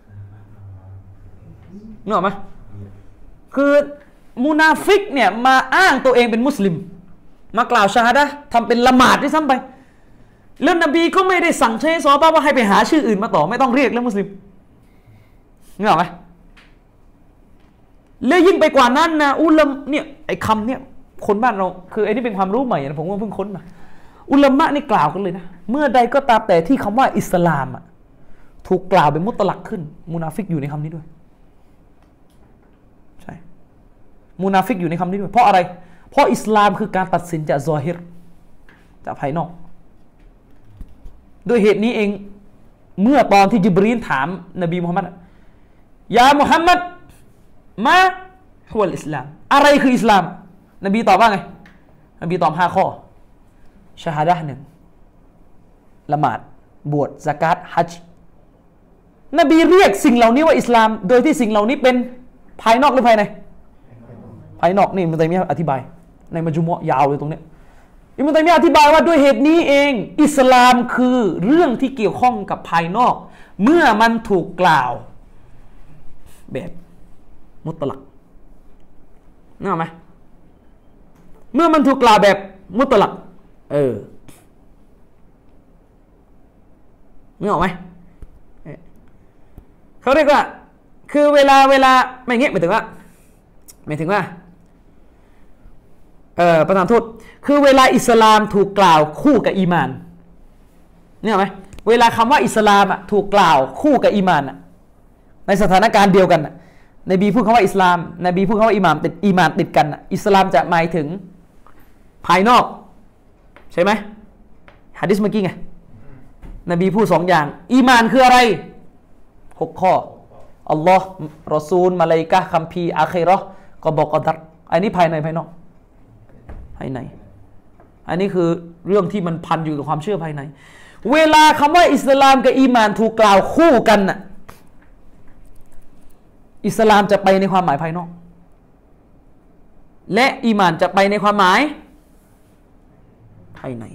Speaker 1: นึกออกไหมคือมุนาฟิกเนี่ยมาอ้างตัวเองเป็นมุสลิมมากล่าวชาฮาดะห์ทำเป็นละหมาดด้วยซ้ำไปแล้วนบีก็ไม่ได้สั่งให้ซอฮาบะห์ว่าให้ไปหาชื่ออื่นมาต่อไม่ต้องเรียกแล้วมุสลิมนึกออกไหมแล้วยิ่งไปกว่านั้นนะอุลามะเนี่ยไอ้คำเนี่ยคนบ้านเราคือไอ้นี่เป็นความรู้ใหม่นะผมว่าเพิ่งค้นมาอุลามะนี่กล่าวกันเลยนะเมื่อใดก็ตามแต่ที่คำว่าอิสลามถูกกล่าวเป็นมุตลักขึ้นมุนาฟิกอยู่ในคำนี้ด้วยใช่มุนาฟิกอยู่ในคำนี้ด้วยเพราะอะไรเพราะอิสลามคือการตัดสินจากซอฮิรจากภายนอกด้วยเหตุนี้เองเมื่อตอนที่ญิบรีลถามนบีมุฮัมมัดยามุฮัมมัดมาฮุวัลอิสลามอะไรคืออิสลามนบีตอบว่าไงนบีตอบ5ข้อชะฮาดะห์1ละหมาดบวชซะกาตฮัจญ์นบีเรียกสิ่งเหล่านี้ว่าอิสลามโดยที่สิ่งเหล่านี้เป็นภายนอกหรือภายในภายนอกนี่อิบนุตัยมียะห์อธิบายในมัจมุอะห์ยาวเลยตรงนี้อิบนุตัยมียะห์อธิบายว่าด้วยเหตุนี้เองอิสลามคือเรื่องที่เกี่ยวข้องกับภายนอกเมื่อมันถูกกล่าวแบบมุตลักนึกออกไหมเมื่อมันถูกกล่าวแบบมุตลักนึกออกไหมเขาเรียกว่าคือเวลาไม่เงี้ยหมายถึงว่าประธานโทษคือเวลาอิสลามถูกกล่าวคู่กับอีมานนึกออกไหมเวลาคำว่าอิสลามถูกกล่าวคู่กับอีมานในสถานการณ์เดียวกันนบีพูดคำว่าอิสลามนบีพูดคำว่าอีมานติดกันอิสลามจะหมายถึงภายนอกใช่ไหมหะดีษเมื่อกี้ไงนบีพูด2อย่างอีมานคืออะไร6ข้ออัลลอฮ์รอซูลมะลาอิกะฮ์คัมภีร์อาคิเราะห์ก็บอกกอดัรอันนี้ภายในภายนอกภายในอันนี้คือเรื่องที่มันพันอยู่กับความเชื่อภายในเวลาคำว่าอิสลามกับอีมานถูกกล่าวคู่กันน่ะอิสลามจะไปในความหมายภายนอกและอีมานจะไปในความหมายภายใน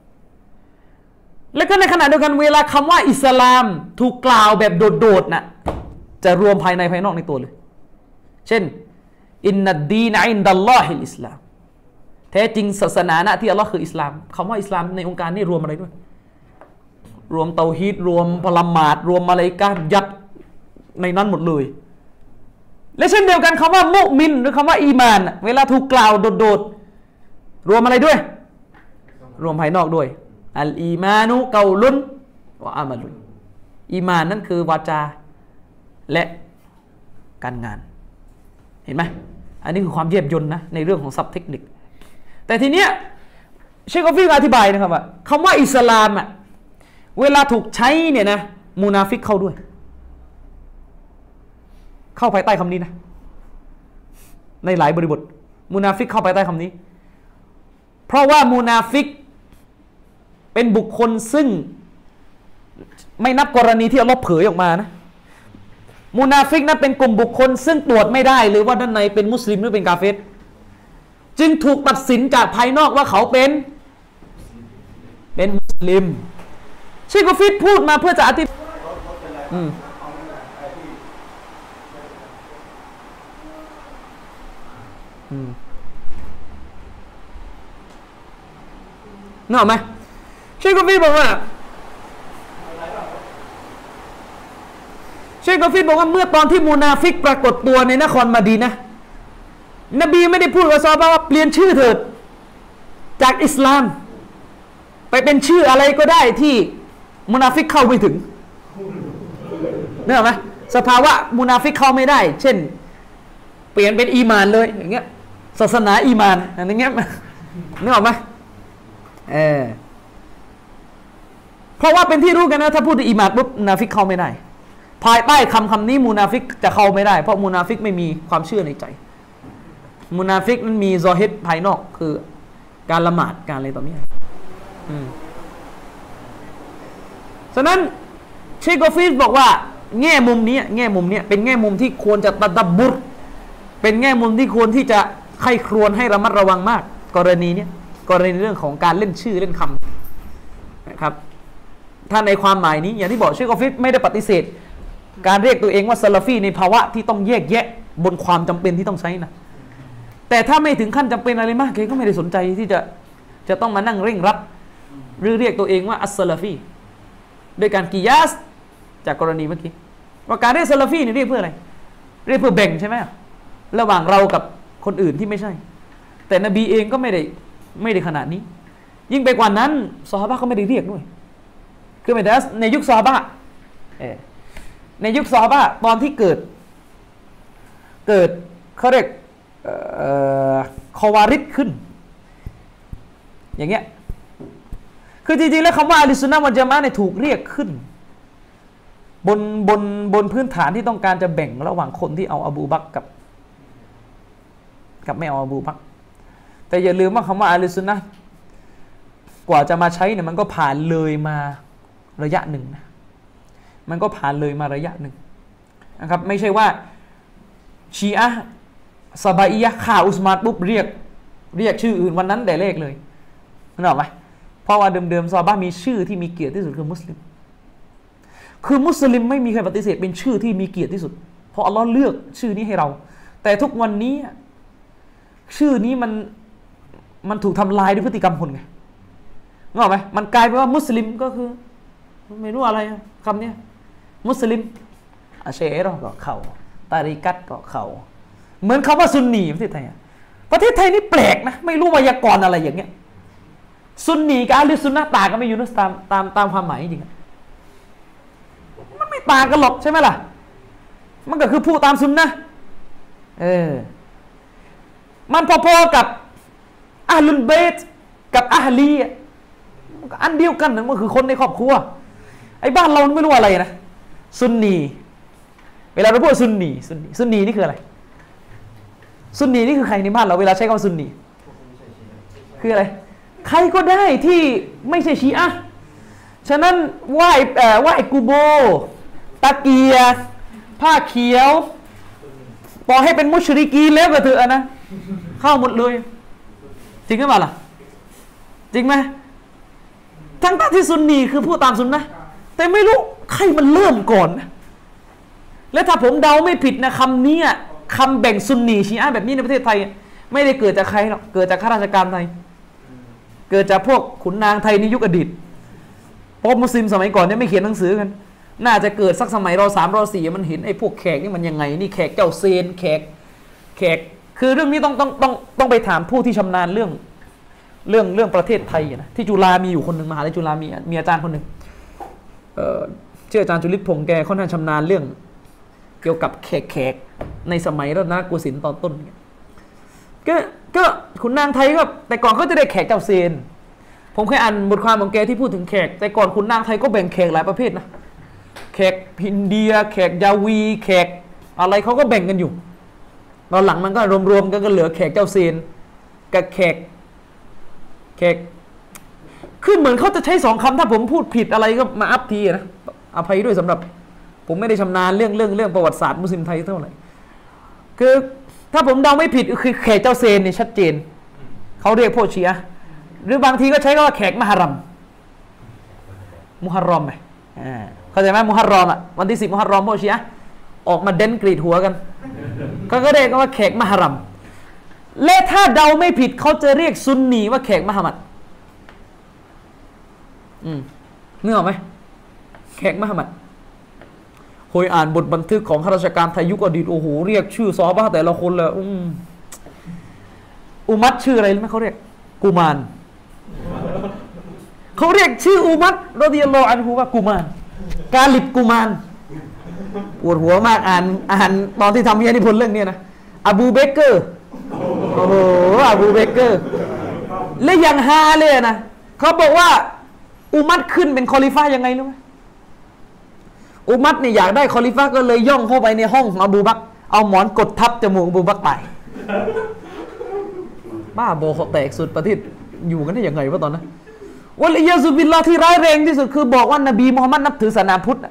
Speaker 1: และก็ในขณะเดียวกันเวลาคำว่าอิสลามถูกกล่าวแบบโดดๆน่ะจะรวมภายในภายนอกในตัวเลยเช่นอินนัดดีนอินดัลลอฮิลอิสลามแท้จริงศาสนาณที่อัลลอฮ์คืออิสลามคำว่าอิสลามในองค์การนี่รวมอะไรด้วยรวมเตาฮีดรวมพละหมาดรวมมะลาอิกะฮ์ยัดในนั้นหมดเลยและเช่นเดียวกันคำว่ามุมินหรือคำว่าอีมานเวลาถูกกล่าวโดดๆรวมอะไรด้วยรวมภายนอกด้วยอัลอีมานุกอลุนวะอามัลุนอีมานนั่นคือวาจาและการงานเห็นไหมอันนี้คือความเยียบยนต์นะในเรื่องของศัพท์เทคนิคแต่ทีเนี้ยเชคกอฟีอธิบายนะครับว่าคำว่าอิสลามอ่ะเวลาถูกใช้เนี่ยนะมุนาฟิกเข้าด้วยเข้าภายใต้คำนี้นะในหลายบริบทมุนาฟิกเข้าภายใต้คำนี้เพราะว่ามุนาฟิกเป็นบุคคลซึ่งไม่นับกรณีที่อัลเลาะห์เผยออกมานะมุนาฟิกนั้นเป็นกลุ่มบุคคลซึ่งตรวจไม่ได้เลยว่าด้านในเป็นมุสลิมหรือเป็นกาเฟรจึงถูกตัดสินจากภายนอกว่าเขาเป็นมุสลิมเชคกอฟีพูดมาเพื่อจะอธิบายนึกออกไหมเชคกอฟีบอกว่าเชคกอฟีบอกว่าเมื่อตอนที่มุนาฟิกปรากฏตัวในนครมะดีนะห์นบีไม่ได้พูดกับซอฮาบะห์ว่าเปลี่ยนชื่อเถิดจากอิสลามไปเป็นชื่ออะไรก็ได้ที่มุนาฟิกเข้าไม่ถึงนึกออกไหมสภาวะมุนาฟิกเข้าไม่ได้เช่นเปลี่ยนเป็นอีมานเลยอย่างเงี้ยศาสนาอีมานอย่างเงี้ยนึกออกไหมเพราะว่าเป็นที่รู้กันนะถ้าพูดถึงอีมานปุ๊บมุนาฟิกเข้าไม่ได้ภายใต้คำนี้มุนาฟิกจะเข้าไม่ได้เพราะมุนาฟิกไม่มีความเชื่อในใจมุนาฟิกนั้นมีซอฮิรภายนอกคือการละหมาดการอะไรต่อนี้ฉะนั้นเชคกอฟีบอกว่าแง่มุมนี้เป็นแง่มุมที่ควรจะตะดับบุรเป็นแง่มุมที่ควรที่จะใคร่ครวญให้ระมัดระวังมากกรณีเรื่องของการเล่นชื่อเล่นคำนะครับถ้าในความหมายนี้อย่างที่บอกเชคกอฟีไม่ได้ปฏิเสธการเรียกตัวเองว่าซาลาฟีในภาวะที่ต้องแยกแยะบนความจำเป็นที่ต้องใช้นะแต่ถ้าไม่ถึงขั้นจำเป็นอะไรมากเขาก็ไม่ได้สนใจที่จะต้องมานั่งเร่งรัดหรือเรียกตัวเองว่าอัสซาลาฟีโดยการกิยาสจากกรณีเมื่อกี้ว่าการเรียกซาลาฟีนี่เรียกเพื่ออะไรเรียกเพื่อแบ่งใช่ไหมระหว่างเรากับคนอื่นที่ไม่ใช่แต่นบีเองก็ไม่ได้ขนาดนี้ยิ่งไปกว่านั้นซอฮาบะห์ก็ไม่ได้เรียกด้วยคือหมายถึงในยุคซอฮาบะห์ในยุคซอฮาบะห์ตอนที่เกิดเขาเรียกคอวาริดขึ้นอย่างเงี้ยคือจริงๆแล้วคำว่าอะห์ลุสซุนนะฮ์วัลญะมาอะฮ์เนี่ยถูกเรียกขึ้นบนพื้นฐานที่ต้องการจะแบ่งระหว่างคนที่เอาอบูบักรกับไม่เอาอบูบักรแต่อย่าลืมว่าคำว่าอะห์ลุสซุนนะฮ์กว่าจะมาใช้เนี่ยมันก็ผ่านเลยมาระยะหนึ่งนะมันก็ผ่านเลยมาระยะหนึ่งนะครับไม่ใช่ว่าชีอะห์ซะบะอียะห์ฆ่าอุสมานปุ๊บเรียกชื่ออื่นวันนั้นแต่แรกเลยนึกออกไหมเพราะว่าเดิมๆซอฮาบะห์มีชื่อที่มีเกียรติที่สุดคือมุสลิมไม่มีใครปฏิเสธเป็นชื่อที่มีเกียรติที่สุดเพราะอัลเลาะห์เลือกชื่อนี้ให้เราแต่ทุกวันนี้ชื่อนี้มันถูกทำลายด้วยพฤติกรรมคนไงนึกออกไหมมันกลายเป็นว่ามุสลิมก็คือไม่รู้อะไรคำนี้มุสลิมอาเชเราก็เข้าตาริกัตก็เข้าเหมือนคำว่าซุนนีประเทศไทยนี่แปลกนะไม่รู้ไวยากรณ์อะไรอย่างเงี้ยซุนนีกับอะห์ลุสซุนนะห์ต่างกันไม่อยู่นะตามความหมายจริงมันไม่ต่างกันหรอกใช่ไหมล่ะมันก็คือผู้ตามซุนนะห์มันพอๆกับอะห์ลุลเบตกับอะห์ลีอันเดียวกันนั่นก็คือคนในครอบครัวไอ้บ้านเราไม่รู้อะไรนะซุนนีเวลาเราพูดซุนนีนี่คืออะไรซุนนีนี่คือใครในบ้านเราเวลาใช้คำว่าซุนนีคืออะไรใครก็ได้ที่ไม่ใช่ชีอะห์ฉะนั้นไหว้กูโบตะเกียผ้าเขียวต่อให้เป็นมุชริกีนแล้วก็เถอะนะเข้าหมดเลยจริงหรือเปล่าล่ะจริงไหมทั้งที่ซุนนีคือผู้ตามซุนนะแต่ไม่รู้ใครมันเริ่มก่อนนะและถ้าผมเดาไม่ผิดนะคำนี้คำแบ่งซุนนีชีอะห์แบบนี้ในประเทศไทยไม่ได้เกิดจากใครหรอกเกิดจากข้าราชการไทยเกิดจากพวกขุนนางไทยในยุคอดีตเพราะมุสลิมสมัยก่อนเนี่ยไม่เขียนหนังสือกันน่าจะเกิดสักสมัยร.3 ร.4มันเห็นไอ้พวกแขกนี่มันยังไงนี่แขกเจ้าเซนแขกคือเรื่องนี้ต้องไปถามผู้ที่ชำนาญเรื่องประเทศไทยนะที่จุฬามีอยู่คนหนึ่งมหาวิทยาลัยจุฬามีอาจารย์คนหนึ่งชื่ออาจารย์จุลิศพงษ์แกค่อนข้างชำนาญเรื่องเกี่ยวกับแขกในสมัยรัตนโกสินทร์ตอนต้นก็ขุนนางไทยก็แต่ก่อนก็จะได้แขกเจ้าเซนผมเคยอ่านบทความของแกที่พูดถึงแขกแต่ก่อนขุนนางไทยก็แบ่งแขกหลายประเภทนะแขกอินเดียแขกยาวีแขกอะไรเขาก็แบ่งกันอยู่ตอนหลังมันก็รวมๆกันก็เหลือแขกเจ้าเซนกับแขกคือเหมือนเขาจะใช้สองคำถ้าผมพูดผิดอะไรก็มาอัพทีนะอภัยด้วยสำหรับผมไม่ได้ชำนาญเรื่องประวัติศาสตร์มุสลิมไทยเท่าไหร่คือถ้าผมเดาไม่ผิดคือแขกเจ้าเซนเนี่ยชัดเจนเขาเรียกพวกชีอะห์หรือบางทีก็ใช้คำว่าแขกมหารอมไหมเข้าใจไหมมุฮัรรอมวันที่10มุฮัรรอมพวกชีอะห์ออกมาเด่นกรีดหัวกันก็เรียกว่าแขกมหารอมและถ้าเดาไม่ผิดเขาจะเรียกซุนนีว่าแขกมหามัดนึกออกไหมแขกมหามัดเคยอ่านบทบันทึกของข้าราชการไทยยุคอดีตโอ้โหเรียกชื่อซอฮาบะห์แต่ละคนเลยอุมัตชื่ออะไรรู้ไหมเขาเรียกกุมารเขาเรียกชื่ออุมัตรอฎิยัลลอฮุอันฮุว่ากุมารกาลิบกุมารปวดหัวมากอ่านตอนที่ทำวิทยานิพนธ์เรื่องนี้นะอบูเบเกอร์โอ้โหอบูเบเกอร์และยังฮาเลยนะเขาบอกว่าอุมัตขึ้นเป็นคอลิฟะห์ยังไงรู้ไหมอุมัตเนี่ยอยากได้คอลิฟะห์ก็เลยย่องเข้าไปในห้องของอบูบักรเอาหมอนกดทับจมูกอบูบักรตายบ้าบอเขาแตกสุดประเทศอยู่กันได้ยังไงวะตอนนั้นวะลิยาซุบิลลาห์ที่ร้ายแรงที่สุดคือบอกว่านบีมุฮัมมัดนับถือศาสนาพุทธ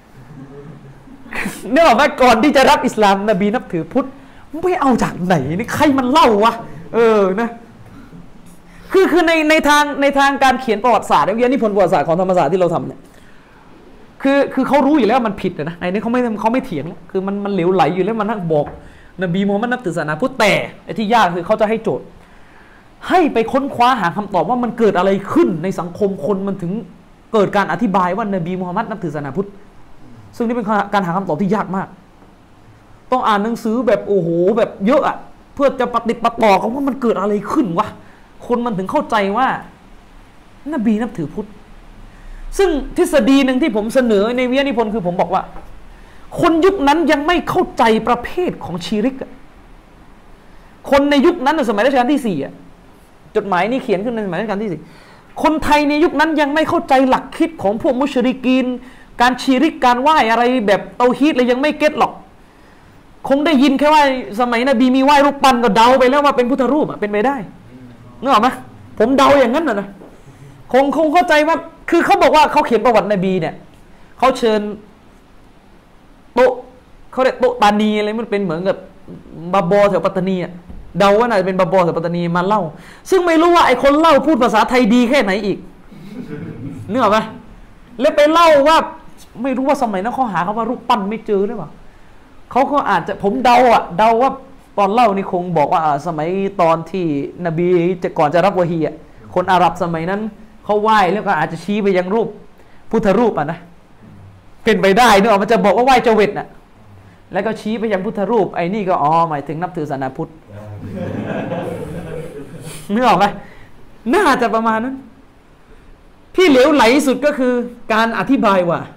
Speaker 1: เนี่ยบอกว่าก่อนที่จะรับอิสลามนบีนับถือพุทธไม่เอาจากไหนนี่ใครมันเล่าวะนะคือในทางการเขียนประวัติศาสตร์วิทยานิพนธ์ประวัติศาสตร์ของธรรมศาสตร์ที่เราทำเนี่ยคือเขารู้อยู่แล้วมันผิดนะไอ้นี่เขาไม่เถียงแล้วคือมันเหลวไหลอยู่แล้วมันนั่งบอกนบีมุฮัมมัดนับถือศาสนาพุทธแต่ไอ้ที่ยากคือเขาจะให้โจทย์ให้ไปค้นคว้าหาคำตอบว่ามันเกิดอะไรขึ้นในสังคมคนมันถึงเกิดการอธิบายว่านบีมุฮัมมัดนับถือศาสนาพุทธซึ่งนี่เป็นการหาคำตอบที่ยากมากต้องอ่านหนังสือแบบโอ้โหแบบเยอะอะเพื่อจะปฏิบัติต่อกันว่ามันเกิดอะไรขึ้นวะคนมันถึงเข้าใจว่านบีนับถือพุทธซึ่งทฤษฎีหนึ่งที่ผมเสนอในวิทยานิพนธ์คือผมบอกว่าคนยุคนั้นยังไม่เข้าใจประเภทของชีริกคนในยุคนั้นในสมัยรัชกาลที่4จดหมายนี้เขียนขึ้นในสมัยรัชกาลที่4คนไทยในยุคนั้นยังไม่เข้าใจหลักคิดของพวกมุชริกีนการชีริกการไหว้อะไรแบบเตาฮีดเลยยังไม่เก็ตหรอกคงได้ยินแค่ว่าสมัยนบีมีไหว้รูปปั้นก็เดาไปแล้วว่าเป็นพุทธรูปเป็นไปได้นึกออกไหมผมเดาอย่างนั้นนะคงเข้าใจว่าคือเขาบอกว่าเขาเขียนประวัตินบีเนี่ยเขาเชิญโต๊ะเขาเรียกโต๊ะตานีอะไรมันเป็นเหมือนกับบาบอแถวปัตตานีเดาว่าน่าจะเป็นบาบอแถวปัตตานีมาเล่าซึ่งไม่รู้ว่าไอ้คนเล่าพูดภาษาไทยดีแค่ไหนอีกนึกออกไหมแล้วไปเล่าว่าไม่รู้ว่าสมัยนั้นเขาหาเขาว่ารูปปั้นไม่เจอหรือเปล่าเขาก็อาจจะผมเดาว่าตอนเล่านี่คงบอกว่าสมัยตอนที่นบีจะก่อนจะรับวะฮีคนอาหรับสมัยนั้นเขาไหว้แล้วก็อาจจะชี้ไปยังรูปพุทธรูปนะเป็นไปได้เนอะมันจะบอกว่าไหว้เจวิตน่ะแล้วก็ชี้ไปยังพุทธรูปไอ้นี่ก็หมายถึงนับถือศาสนาพุทธนึกออกไหมน่าจะประมาณนั้นที่เหลวไหลสุดก็คือการอธิบายว่า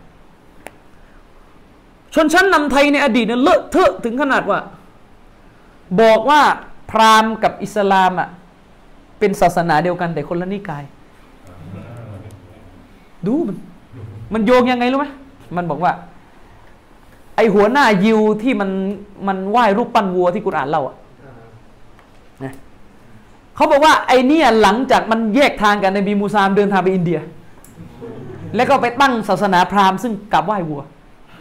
Speaker 1: ชนชั้นนำไทยในอดีตเนี่ยเลอะเทอะถึงขนาดว่าบอกว่าพราหมณ์กับอิสลามเป็นศาสนาเดียวกันแต่คนละนิกายดูมันโยงยังไงรู้ไหมมันบอกว่าไอหัวหน้ายิวที่มันไหว้รูปปั้นวัวที่กุรอานเล่าอ่ะนะเขาบอกว่าไอเนี่ยหลังจากมันแยกทางกันนบีมูซาเดินทางไปอินเดียแล้วก็ไปตั้งศาสนาพราหมณ์ซึ่งกราบไหว้วัว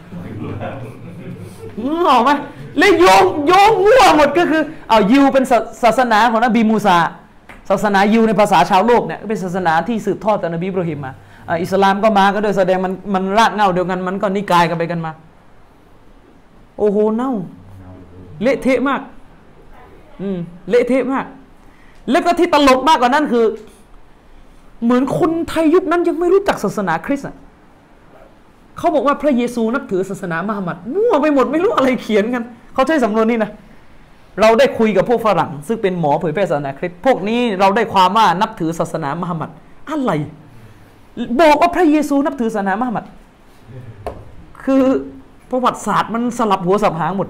Speaker 1: ออกไหมเลยโยงวัวหมดก็คือเอายิวเป็นศาสนาของนบีมูซาศาสนายิวในภาษาชาวโลกเนี่ยเป็นศาสนาที่สืบทอดจากนบีอิบราฮิมมาอิสลามก็มาก็โดยแสดงมันรากเหง้าเดียวกันมันก็นิกายกันไปกันมาโอ้โหเน่าเละเทะมากเละเทะมากแล้วก็ที่ตลกมากกว่านั้นคือเหมือนคนไทยยุคนั้นยังไม่รู้จักศาสนาคริสต์เขาบอกว่าพระเยซูนับถือศาสนามหามัดมั่วไปหมดไม่รู้อะไรเขียนกันเขาใช้สำนวนนี้นะเราได้คุยกับพวกฝรั่งซึ่งเป็นหมอเผยแพร่ศาสนาคริสต์พวกนี้เราได้ความว่านับถือศาสนามหามัดอะไรบอกว่าพระเยซูนับถือศาสนามหามัดคือประวัติศาสตร์มันสลับหัวสับหางหมด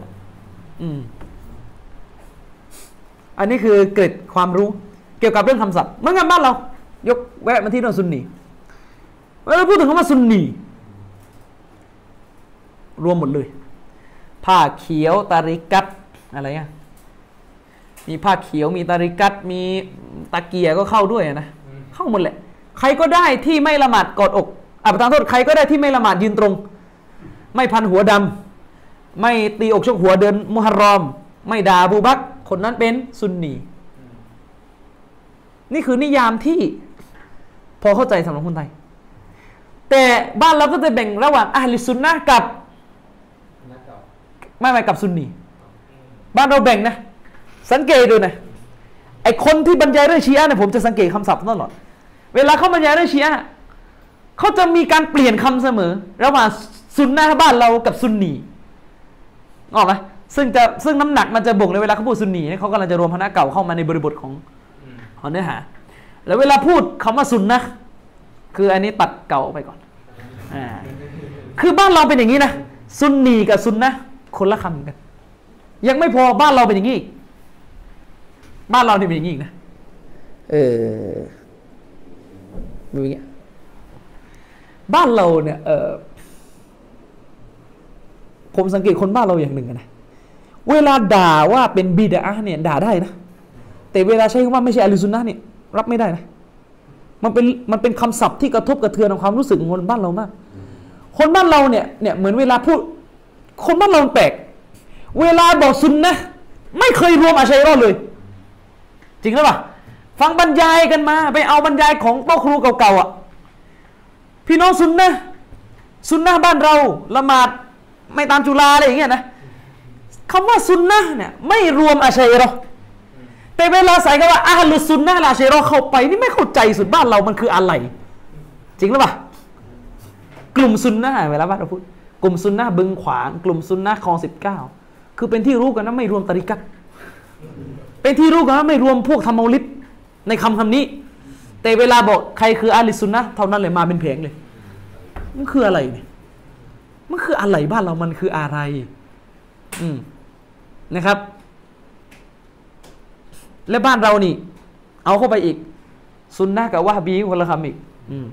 Speaker 1: อันนี้คือเกิดความรู้เกี่ยวกับเรื่องคำศัพท์เมื่อไงบ้านเรายกแวะมาที่เรื่องซุนนีเวลาพูดถึงคำว่าซุนนีรวมหมดเลยผ้าเขียวตาริกัตอะไรอ่ะมีผ้าเขียวมีตาริกัตมีตะเกียก็เข้าด้วยนะเข้าหมดแหละใครก็ได้ที่ไม่ละหมาดกอดอกประทานโทษใครก็ได้ที่ไม่ละหมาดยืนตรงไม่พันหัวดำไม่ตีอกชกหัวเดินมุฮัรรอมไม่ด่าอบูบักรคนนั้นเป็นซุนนีนี่คือนิยามที่พอเข้าใจสำหรับคนไทยแต่บ้านเราก็จะแบ่งระหว่างอะห์ลิซุนนะห์กับไม่กับซุนนีบ้านเราแบ่งนะสังเกตดูนะไอคนที่บรรยายเรื่องชีอะห์เนี่ยผมจะสังเกตคำศัพท์ตลอดเวลาเขาบรรยายเรื่องชีอะห์เขาจะมีการเปลี่ยนคำเสมอระหว่างซุนนะห์บ้านเรากับซุนนีออกไหมซึ่งน้ำหนักมันจะบ่งเลยเวลาเขาพูดซุนนีเขากำลังจะรวมคณะเก่าเข้ามาในบริบทของเนื้อหาแล้วเวลาพูดคำว่าซุนนะห์คืออันนี้ตัดเก่าออกไปก่อนคือบ้านเราเป็นอย่างนี้นะซุนนีกับซุนนะห์คนละคำกันยังไม่พอบ้านเราเป็นอย่างนี้อีกบ้านเราเนี่ยเป็นอย่างนี้อีกนะเป็นอย่างนี้บ้านเราเนี่ยผมสังเกตคนบ้านเราอย่างหนึ่งนะเวลาด่าว่าเป็นบิดอะห์เนี่ยด่าได้นะแต่เวลาใช้คำว่าไม่ใช่อะห์ลุซุนนะห์เนี่ยรับไม่ได้นะมันเป็นคำศัพท์ที่กระทบกระเทือนความรู้สึกของคนบ้านเรามากคนบ้านเราเนี่ยเหมือนเวลาพูดคนบ้านเราแปลกเวลาบอกซุนนะห์ไม่เคยรวมอาชัยรอดเลยจริงหรือเปล่าฟังบรรยายกันมาไปเอาบรรยายของโต๊ะครูเก่าๆอ่ะพี่น้องซุนนะห์บ้านเราละหมาดไม่ตามจุฬาอะไรอย่างเงี้ยนะคำว่าซุนนะห์เนี่ยไม่รวมอาชัยรอดแต่เวลาใส่คำว่าอะห์ลุซุนนะห์อาชัยรอดเข้าไปนี่ไม่เข้าใจสุดบ้านเรามันคืออะไรจริงหรือเปล่ากลุ่มซุนนะห์เวลาบ้านเราพูดกลุ่มซุนนะห์บึงขวางกลุ่มซุนนะห์คลอง19คือเป็นที่รู้กันนะไม่รวมตะริกัตเป็นที่รู้กันนะไม่รวมพวกทำเมาลิดในคำนี้แต่เวลาบอกใครคืออะห์ลุซุนนะห์เท่านั้นเลยมาเป็นเพลงเลยมันคืออะไรเนี่ยมันคืออะไรบ้านเรามันคืออะไรนะครับและบ้านเรานี่เอาเข้าไปอีกซุนนะห์กับวะฮ์บีคนละคำอีก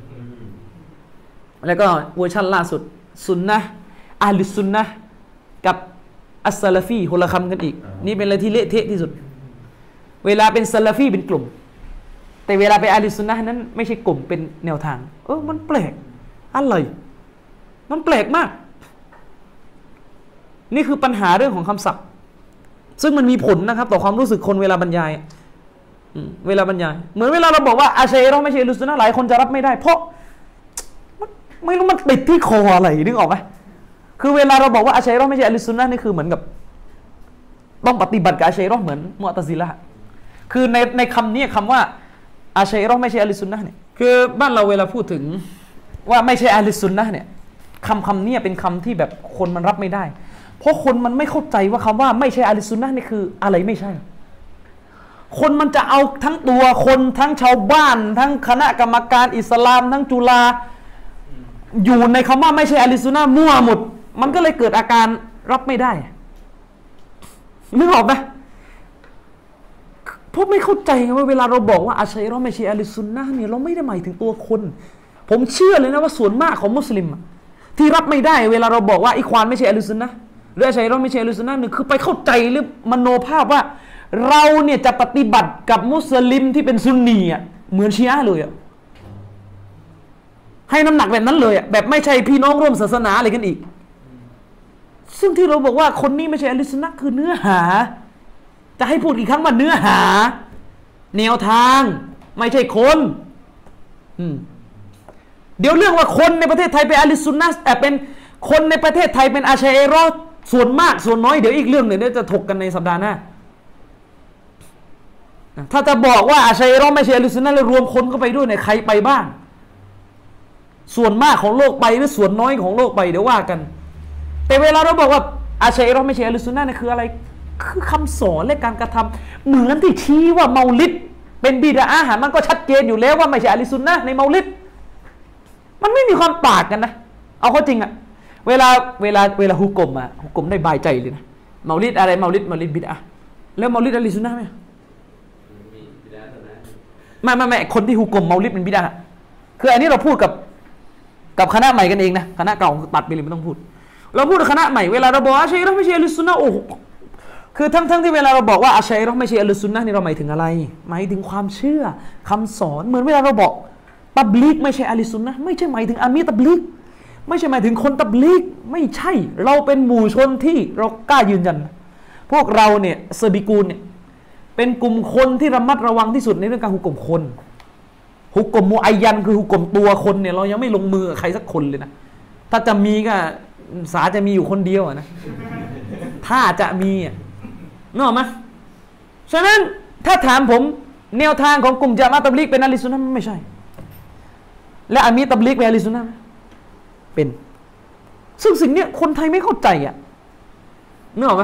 Speaker 1: แล้วก็เวอร์ชันล่าสุดซุนนะห์อะห์ลุซุนนะห์กับอัสซะลาฟีคนละคำกันอีกนี่เป็นอะไรที่เละเทะที่สุดเวลาเป็นซะลาฟีเป็นกลุ่มแต่เวลาไปอะห์ลุซุนนะห์นั้นไม่ใช่กลุ่มเป็นแนวทางมันแปลกอะไรมันแปลกมากนี่คือปัญหาเรื่องของคำศัพท์ซึ่งมันมีผลนะครับต่อความรู้สึกคนเวลาบรรยายเวลาบรรยายเหมือนเวลาเราบอกว่าอาชัยรอไม่ใช่อะห์ลุซุนนะห์หลายคนจะรับไม่ได้เพราะไม่รู้มันติดที่คออะไรนึกออกไหมคือเวลาเราบอกว่าอาชัยรอไม่ใช่อะห์ลุซุนนะห์นี่คือเหมือนกับต้องปฏิบัติกับอาชัยรอเหมือนมุอ์ตะซิละห์คือในคำนี้คำว่าอาชัยรอไม่ใช่อะห์ลุซุนนะห์เนี่ยคือบ้านเราเวลาพูดถึงว่าไม่ใช่อะห์ลุซุนนะห์เนี่ยคำนี้เป็นคำที่แบบคนมันรับไม่ได้เพราะคนมันไม่เข้าใจว่าคำว่าไม่ใช่อะห์ลุซุนนะห์นี่คืออะไรไม่ใช่คนมันจะเอาทั้งตัวคนทั้งชาวบ้านทั้งคณะกรรมการอิสลามทั้งจุฬาอยู่ในคำว่าไม่ใช่อะห์ลุซุนนะห์มั่วหมดมันก็เลยเกิดอาการรับไม่ได้นึกออกไหมเพราะไม่เข้าใจไงว่าเวลาเราบอกว่าอาชัยรอไม่ใช่อะห์ลุซุนนะห์เนี่ยเราไม่ได้หมายถึงตัวคนผมเชื่อเลยนะว่าส่วนมากของมุสลิมที่รับไม่ได้เวลาเราบอกว่าอิควานไม่ใช่อะห์ลุสซุนนะห์หรืออะชัยเราะห์ไม่ใช่อะห์ลุสซุนนะห์คือไปเข้าใจหรือมโนภาพว่าเราเนี่ยจะปฏิบัติกับมุสลิมที่เป็นซุนนีเหมือนชีอะห์เลยให้น้ำหนักแบบนั้นเลยแบบไม่ใช่พี่น้องร่วมศาสนาอะไรกันอีกซึ่งที่เราบอกว่าคนนี้ไม่ใช่อะห์ลุสซุนนะห์คือเนื้อหาจะให้พูดอีกครั้งว่าเนื้อหาแนวทางไม่ใช่คนเดี๋ยวเรื่องว่าคนในประเทศไทยเป็นอะห์ลุสซุนนะห์เป็นคนในประเทศไทยเป็นอาชัยเราะห์ส่วนมากส่วนน้อยเดี๋ยวอีกเรื่องหนึ่งเดี๋ยวจะถกกันในสัปดาห์หน้าถ้าจะบอกว่าอาชัยเราะห์ไม่ใช่อะห์ลุสซุนนะห์แล้วรวมคนเข้าไปด้วยเนี่ยใครไปบ้างส่วนมากของโลกไปหรือส่วนน้อยของโลกไปเดี๋ยวว่ากันแต่เวลาเราบอกว่าอาชัยเราะห์ไม่ใช่อะห์ลุสซุนนะห์เนี่ยคืออะไรคือคำสอนและการกระทำเหมือนที่ชี้ว่าเมาลิดเป็นบิดอะห์มันก็ชัดเจนอยู่แล้วว่าไม่ใช่อะห์ลุสซุนนะห์ในเมาลิดมันไม่มีความต่างกันนะเอาเข้าจริงเวลาฮุกมฮุกมได้บายใจเลยนะเมาลิดอะไรเมาลิดบิดอะห์แล้วเมาลิดอะห์ลุสซุนนะห์มั้ยมีบิดอะห์ไม่คนที่ฮุกมเมาลิดเป็นบิดอะห์คืออันนี้เราพูดกับคณะใหม่กันเองนะคณะเก่าตัดไปเลยไม่ต้องพูดเราพูดกับคณะใหม่เวลาเราบอกอาชัยเราะห์ไม่ใช่อะห์ลุสซุนนะห์โอ้คือทั้งที่เวลาเราบอกว่าอาชัยเราะห์ไม่ใช่อะห์ลุสซุนนะห์นี่เราหมายถึงอะไรหมายถึงความเชื่อคำสอนเหมือนเวลาเราบอกตับลีกไม่ใช่อะห์ลุสซุนนะห์ไม่ใช่หมายถึงอามีตับลีกไม่ใช่หมายถึงคนตับลีกไม่ใช่เราเป็นหมู่ชนที่เรากล้ายืนยันพวกเราเนี่ยซอบิกูนเนี่ยเป็นกลุ่มคนที่ระมัดระวังที่สุดในเรื่องการฮุกมคนฮุกมมุอัยยันคือฮุกมตัวคนเนี่ยเรายังไม่ลงมือกับใครสักคนเลยนะถ้าจะมีก็สาจะมีอยู่คนเดียวนะถ้าจะมีนึกออกไหมฉะนั้นถ้าถามผมแนวทางของกลุ่มญะมาอะห์ตับลีกเป็นอะห์ลุสซุนนะห์ไม่ใช่และอามีตับลีกเป็นอะห์ลุสซุนนะห์เป็นซึ่งสิ่งนี้คนไทยไม่เข้าใจนึกออกไหม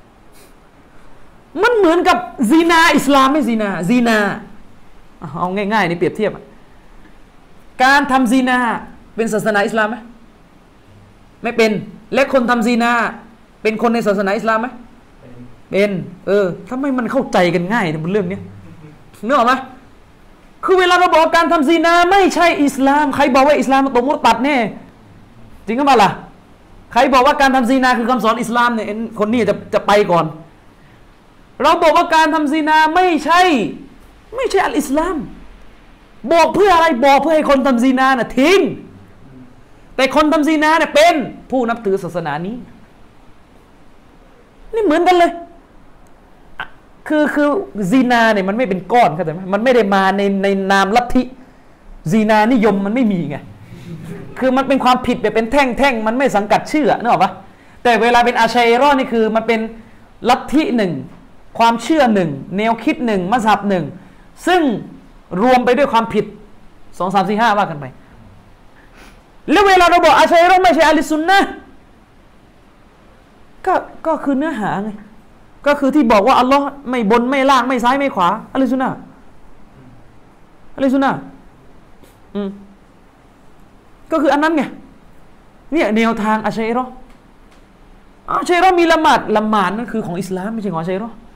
Speaker 1: มันเหมือนกับซีนาอิสลามไม่ซีนาเอาง่ายๆนี่เปรียบเทียบการทำซีนาเป็นศาสนาอิสลามไหมไม่เป็นและคนทำซีนาเป็นคนในศาสนาอิสลามไหมเป็นทำไมมันเข้าใจกันง่ายในเรื่องนี้นึกออกไหมคือเวลาเราบอกการทำซีนาไม่ใช่อิสลามใครบอกว่าอิสลามมันตกมุตตัดแน่จริงหรือเปล่าล่ะใครบอกว่าการทำซีนาคือคำสอนอิสลามเนี่ยคนนี้จะไปก่อนเราบอกว่าการทำซีนาไม่ใช่อัลอิสลามบอกเพื่ออะไรบอกเพื่อให้คนทำซีนาน่ะทิ้งแต่คนทำซีนาเนี่ยเป็นผู้นับถือศาสนานี้นี่เหมือนกันเลยคือซีนาเนี่ยมันไม่เป็นก้อนเข้าใจไหมมันไม่ได้มาในนามลัทธิซีนานิยมมันไม่มีไงคือมันเป็นความผิดแบบเป็นแท่งมันไม่สังกัดชื่อนึกออกปะแต่เวลาเป็นอาชัยเราะห์นี่คือมันเป็นลัทธิหนึ่งความเชื่อหนึ่งแนวคิดหนึ่งมัซฮับหนึ่งซึ่งรวมไปด้วยความผิด2 3 4 5ว่ากันไปแล้วเวลาเราบอกอาชัยเราะห์ไม่ใช่อะห์ลุสซุนนะห์ก็คือเนื้อหาไงก็คือที่บอกว่าอัลลอฮ์ไม่บนไม่ล่างไม่ซ้ายไม่ขวาอะห์ลุสซุนนะห์ก็คืออันนั้นไงเนี่ยแนวทางอาชัยเราะห์มีละหมาดนั่นคือของอิสลามไม่ใช่ของอาชัยเราะห์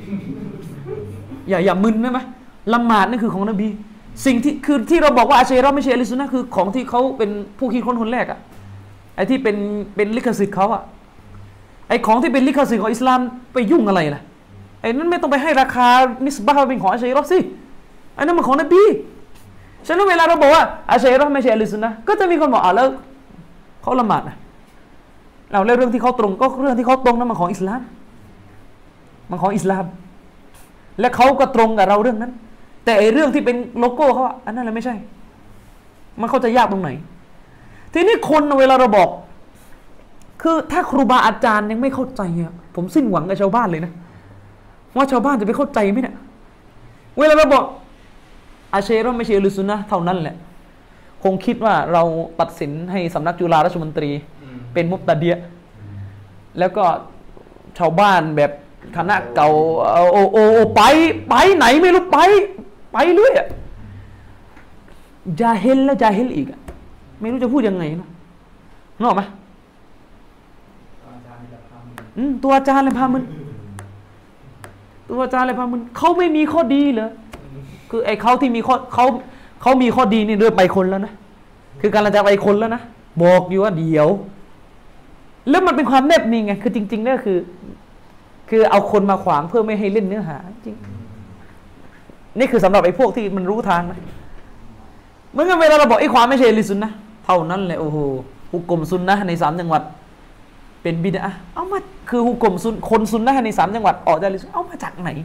Speaker 1: อย่ามึนได้ไหมละหมาดนั่นคือของนบีสิ่งที่คือที่เราบอกว่าอาชัยเราะห์ไม่ใช่อะห์ลุสซุนนะห์คือของที่เขาเป็นผู้คิดค้นคนแรกไอ้ที่เป็นลิขสิทธิ์เขาไอ้ของที่เป็นลิขสิทธิ์ของอิสลามไปยุ่งอะไรล่ะไอ้นั้นไม่ต้องไปให้ราคานิสบะห์เป็นของอาชัยเราะห์สิไอ้นั้นมันของนบีฉะนั้นเวลาเราบอกว่าอาชัยเราะห์ไม่ใช่อะห์ลุสซุนนะห์ก็จะมีคนบอกแล้วเขาละหมาดเราเรื่องที่เขาตรงก็เรื่องที่เขาตรงนั้นมันของอิสลามมันของอิสลามและเขาก็ตรงกับเราเรื่องนั้นแต่ไอ้เรื่องที่เป็นโลโก้เขาอันนั้นแหละไม่ใช่มันเข้าใจยากตรงไหนทีนี้คนเวลาเราบอกคือถ้าครูบาอาจารย์ยังไม่เข้าใจผมสิ้นหวังกับชาวบ้านเลยนะว่าชาวบ้านจะไปเข้าใจไหมเนี่ยเวลาเราบอกอาชัยเราะห์ไม่ใช่อะห์ลุสซุนนะห์เท่านั้นแหละคงคิดว่าเราตัดสินให้สำนักจุฬาราชมนตรีเป็นมุบตะดียะห์แล้วก็ชาวบ้านแบบคณะเก่าไปไหนไม่รู้ไปเรื่อยจาฮิลแล้วจาฮิลอีกไม่รู้จะพูดยังไงนะนึกออกไหมตัวอาจารย์เลยพามึนเขาไม่มีข้อดีเหรอคือไอ้เขาที่มีข้อเขามีข้อดีนี่เรื่อยไปคนแล้วนะคือการจะไปคนแล้วนะบอกอยู่ว่าเดี๋ยวแล้วมันเป็นความแนบนิ่งไงคือจริงๆเนี่ยคือเอาคนมาขวางเพื่อไม่ให้เล่นเนื้อหาจริงนี่คือสำหรับไอ้พวกที่มันรู้ทางนะเมื่อเวลาเราบอกไอ้ความไม่ใช่ลิซุนนะเท่านั้นแหละโอ้โหฮุกกลมซุนนะใน3จังหวัดเป็นบิดอะเอามาคือฮุกกลมซุนคนซุนนะใน3จังหวัดออกจากลิซุนเอามาจากไหน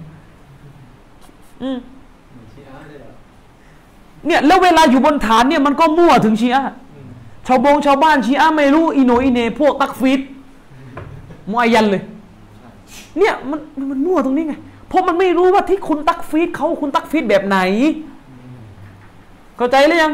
Speaker 1: เนี่ยแล้วเวลาอยู่บนฐานเนี่ยมันก็มั่วถึงชีอะห์ชาวบ้านชีอะห์ไม่รู้อิโนอิเนพวกตักฟีดมุอัยยันเลยเนี่ยมันมั่วตรงนี้ไงเพราะมันไม่รู้ว่าที่คุณตักฟีดคุณตักฟีดแบบไหนเข้าใจหรือยัง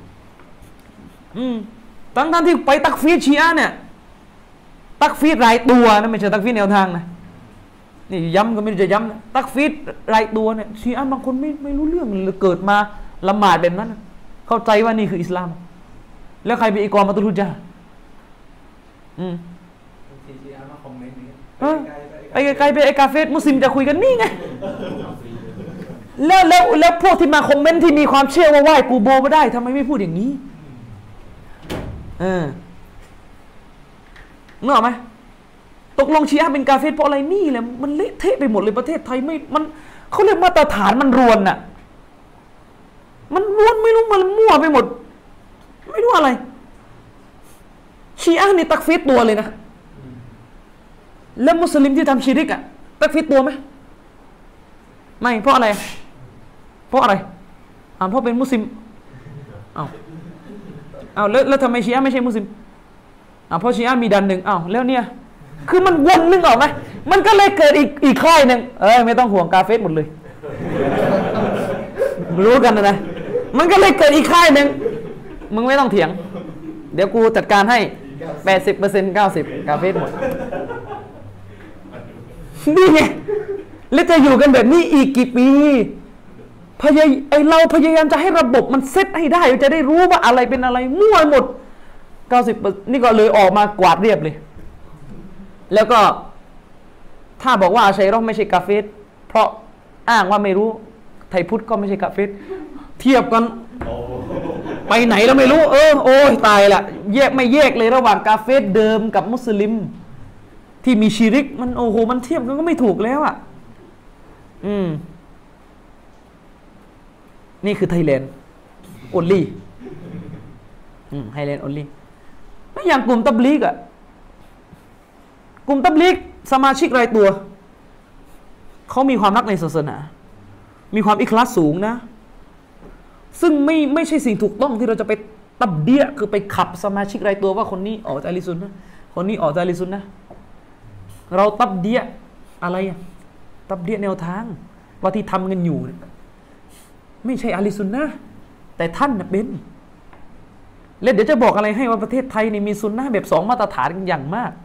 Speaker 1: ทั้งที่ไปตักฟีดชีอะห์เนี่ยตักฟีดรายตัวนะไม่ใช่ตักฟีดแนวทางนะนี่ย้ำก็ไม่รู้จะย้ำนะตักฟีดรายตัวเนี่ยชีอะห์บางคนไม่รู้เรื่องเลยเกิดมาละหมาดแบบนั้นเข้าใจว่านี่คืออิสลามแล้วใครไปอิกอมาตุลฮุญญะห์ไปไกลๆไปไอ้กาเฟสมุสลิมจะคุยกันนี่ไงแล้วพวกที่มาคอมเมนต์ที่มีความเชื่อว่าไหว้กูโบไม่ได้ทำไมไม่พูดอย่างนี้นึกออกไหมตกลงชีอะห์เป็นกาเฟสเพราะอะไรนี่แหละมันเละเทะไปหมดเลยประเทศไทยมันเขาเรียกมาตรฐานมันรวนน่ะมันล้วนไม่รู้มันมั่วไปหมดไม่รู้อะไรชีอะห์นี่ตักฟีรตัวเลยนะแล้วมุสลิมที่ทำชิริกอะตักฟีรตัวไหมไม่เพราะอะไรเพราะอะไรเพราะเป็นมุสลิมแล้วทำไมชีอะห์ไม่ใช่มุสลิมเพราะชีอะห์มีดันหนึ่งแล้วเนี่ยคือมันวนนึงออกไหมมันก็เลยเกิดอีกค่ายหนึ่งไม่ต้องห่วงกาเฟสหมดเลยรู้กันนะมันก็เลยเกิดอีกค่ายหนึ่งมึงไม่ต้องเถียงเดี๋ยวกูจัดการให้ 80% 90%กาเฟสหมดนี่ไงแล้วจะอยู่กันแบบนี้อีกกี่ปีเราพยายามจะให้ระบบมันเซตให้ได้จะได้รู้ว่าอะไรเป็นอะไรมั่วหมด90นี่ก็เลยออกมากวาดเรียบเลยแล้วก็ถ้าบอกว่าอาชัยเราะห์ไม่ใช่กาเฟสเพราะอ้างว่าไม่รู้ไทยพุทธก็ไม่ใช่กาเฟสเทียบกันไปไหนแล้วไม่รู้โอ้ยตายละไม่แยกเลยระหว่างกาเฟสเดิมกับมุสลิมที่มีชิริกมันโอ้โหมันเทียบกันก็ไม่ถูกแล้วนี่คือไทยแลนด์โอลี่ไทยแลนด์โอลี่ไม่อย่างกลุ่มตับลีกอะกลุ่มตับลีกสมาชิกรายตัวเขามีความรักในศาสนามีความอิคลาสสูงนะซึ่งไม่ใช่สิ่งถูกต้องที่เราจะไปตับเดียคือไปขับสมาชิกรายตัวว่าคนนี้ออกจากอะห์ลิซุนนะห์คนนี้ออกจากอะห์ลิซุนนะห์เราตับเดียอะไรตับเดียแนวทางว่าที่ทำกันอยู่ไม่ใช่อะห์ลิซุนนะห์แต่ท่านเป็นและเดี๋ยวจะบอกอะไรให้ว่าประเทศไทยนี่มีซุนนะห์แบบ2มาตรฐานอย่างมาก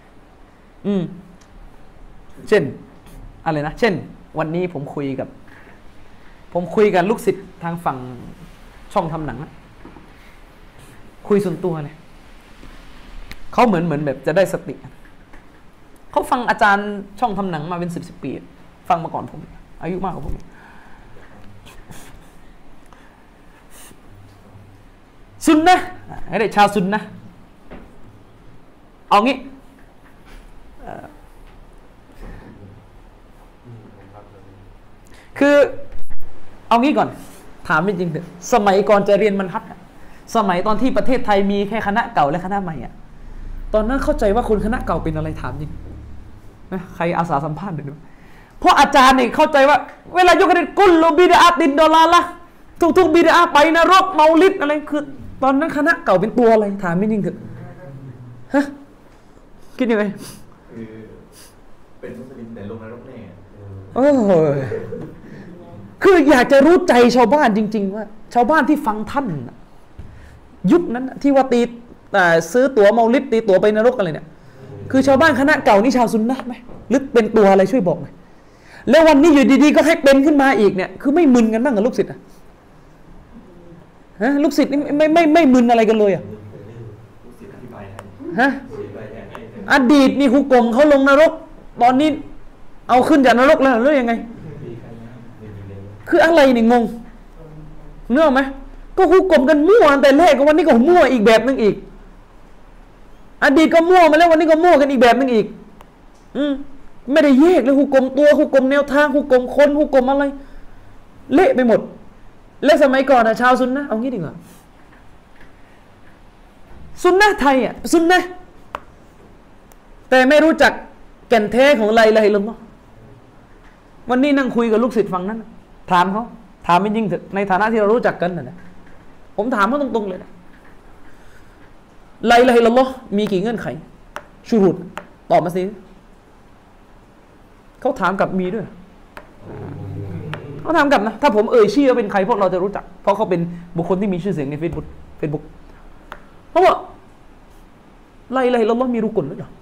Speaker 1: เช่นอะไรนะเช่นวันนี้ผมคุยกับลูกศิษย์ทางฝั่งช่องทำหนังคุยส่วนตัวเลยเขาเหมือนแบบจะได้สติเขาฟังอาจารย์ช่องทำหนังมาเป็น10 ปีฟังมาก่อนผมอายุมากกว่าผมซุนนะห์ให้ได้ชาวซุนนะห์เอางี้คือเอางี้ก่อนถามจริงๆเถอะสมัยก่อนจะเรียนมันฮัดสมัยตอนที่ประเทศไทยมีแค่คณะเก่าและคณะใหม่ตอนนั้นเข้าใจว่าคนคณะเก่าเป็นอะไรถามจริงนะใครอาสาสัมภาษณ์หน่อยดูเพราะอาจารย์นี่เข้าใจว่าเวลายกกันกุลโลบิดาตินดอลลาละทุกบิดาไปนรกเมาลิดอะไรคือตอนนั้นคณะเก่าเป็นตัวอะไรถามจริงๆเถอะคิดยังไง
Speaker 3: เป็นมุสลิมแต่ลงนรกแน่
Speaker 1: คืออยากจะรู้ใจชาวบ้านจริงๆว่าชาวบ้านที่ฟังท่านยุคนั้นที่ว่าซื้อตั๋วเมาลิดตีตั๋วไปนรกอะไรเนี่ยคือชาวบ้านคณะเก่านี่ชาวซุนนะห์ไหมหรือเป็นตัวอะไรช่วยบอกหน่อยแล้ววันนี้อยู่ดีๆก็ให้เป็นขึ้นมาอีกเนี่ยคือไม่มึนกันบ้างกับลูกศิษย์ลูกศิษย์นี่ไม่มึนอะไรกันเลยอดีตนี่ฮุกกลมเขาลงนรกตอนนี้เอาขึ้นจากนรกแล้วหรือยังไงคืออะไรนี่งงเนื้อไหมก็ฮุกกลมกันมั่วตั้งแต่แรกก็วันนี้ก็มั่วอีกแบบนึงอีกอดีตก็มั่วมาแล้ววันนี้ก็มั่วกันอีกแบบนึงอีกไม่ได้แยกเลยฮุกกลมตัวฮุกกลมแนวทางฮุกกลมคนฮุกกลมอะไรเละไปหมดและสมัยก่อนชาวซุนนะเอางี้ดีกว่าซุนนะไทยซุนนะแต่ไม่รู้จักแก่นแท้ของลาอิลาฮะอิลลัลลอฮ์วันนี้นั่งคุยกับลูกศิษย์ฝั่งนั้นถามเขาถามจริงๆเถอะในฐานะที่เรารู้จักกันนะผมถามเขาตรงๆเลยนะลาอิลาฮะอิลลัลลอฮ์มีกี่เงื่อนไขชูรุตตอบมาสิเขาถามกับมีด้วยเขาถามกับนะถ้าผมชื่อว่าเป็นใครพวกเราจะรู้จักเพราะเขาเป็นบุคคลที่มีชื่อเสียงในเฟซบุ๊กเพราะว่าลาอิลาฮะอิลลัลลอฮ์มีรุกุนหรือเปล่า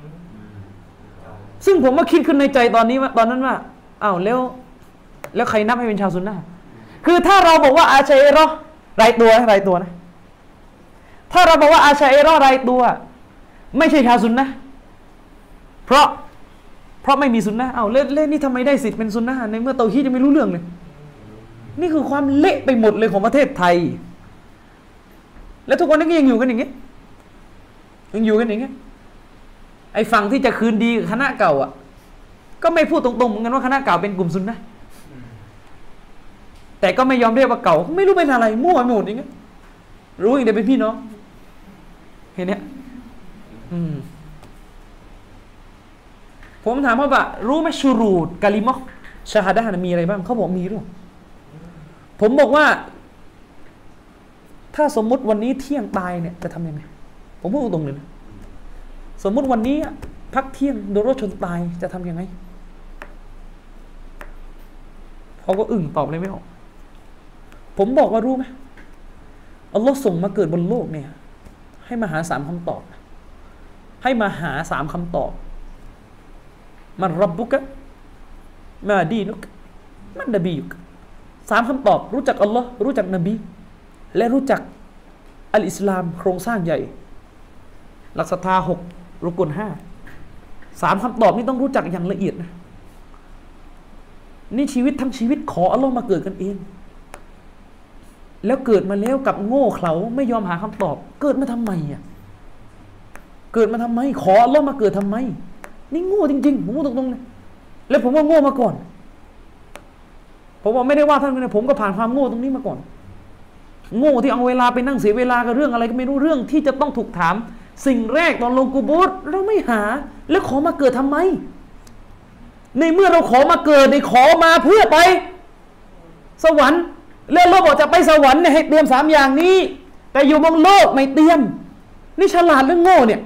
Speaker 1: ซึ่งผมมาคิดขึ้นในใจตอนนั้นว่าอ้าวแล้วใครนับให้เป็นชาวซุนนะห์คือถ้าเราบอกว่าอาชัยรอรายตัวนะถ้าเราบอกว่าอาชัยรอรายตัวไม่ใช่ชาวซุนนะห์เพราะไม่มีซุนนะห์อ้าวเล่นนี่ทำไมได้สิทธิ์เป็นซุนนะห์ในเมื่อเตาฮีดยังไม่รู้เรื่องเลยนี่คือความเละไปหมดเลยของประเทศไทยแล้วทุกวันนี้ก็ยังอยู่กันอย่างนี้ไอ้ฝั่งที่จะคืนดีคณะเก่าก็ไม่พูดตรงๆเหมือนกันว่าคณะเก่าเป็นกลุ่มซุนนะห์แต่ก็ไม่ยอมเรียกว่าเก่าไม่รู้เป็นอะไรมั่วไปหมดอย่างเงี้ยรู้อีกเดี๋ยวเป็นพี่น้องเห็นเนี้ยผมถามว่ารู้ไหมชูรูดกะลิมะห์ชาฮาดะห์มีอะไรบ้างเขาบอกมีหรือเปล่าผมบอกว่าถ้าสมมุติวันนี้เที่ยงตายเนี่ยจะทำยังไงผมพูดตรงๆเลยนะสมมุติวันนี้พักเที่ยงโดนรถชนตายจะทำยังไงเขาก็ตอบอะไรไม่ออกผมบอกว่ารู้ไหมอัลลอฮ์ส่งมาเกิดบนโลกเนี่ยให้มาหา3 คำตอบให้มาหา3 คำตอบมันรับบุกะมาดีนุกมันนบียุก3 คำตอบรู้จักอัลลอฮ์รู้จักนบีและรู้จักอัลอิสลามโครงสร้างใหญ่หลักศรัทธา6 รุกุน 5 3 คำตอบนี้ต้องรู้จักอย่างละเอียดนะนี่ชีวิตทั้งชีวิตขออัลลอฮ์มาเกิดกันเองแล้วเกิดมาแล้วกับโง่เขลาไม่ยอมหาคำตอบเกิดมาทำไมเกิดมาทำไมขออัลลอฮ์มาเกิดทำไมนี่โง่จริงๆผมพูดตรงๆเลยแล้วผมว่าโง่มาก่อนผมบอกไม่ได้ว่าท่านนะผมก็ผ่านความโง่ตรงนี้มาก่อนโง่ที่เอาเวลาไปนั่งเสียเวลากับเรื่องอะไรก็ไม่รู้เรื่องที่จะต้องถูกถามสิ่งแรกตอนลงกุโบร์เราไม่หาแล้วขอมาเกิดทำไมในเมื่อเราขอมาเกิดในขอมาเพื่อไปสวรรค์แล้วเราบอกจะไปสวรรค์เนี่ยให้เตรียม3 อย่างนี้แต่อยู่บนโลกไม่เตรียมนี่ฉลาดหรือโง่เนี่ย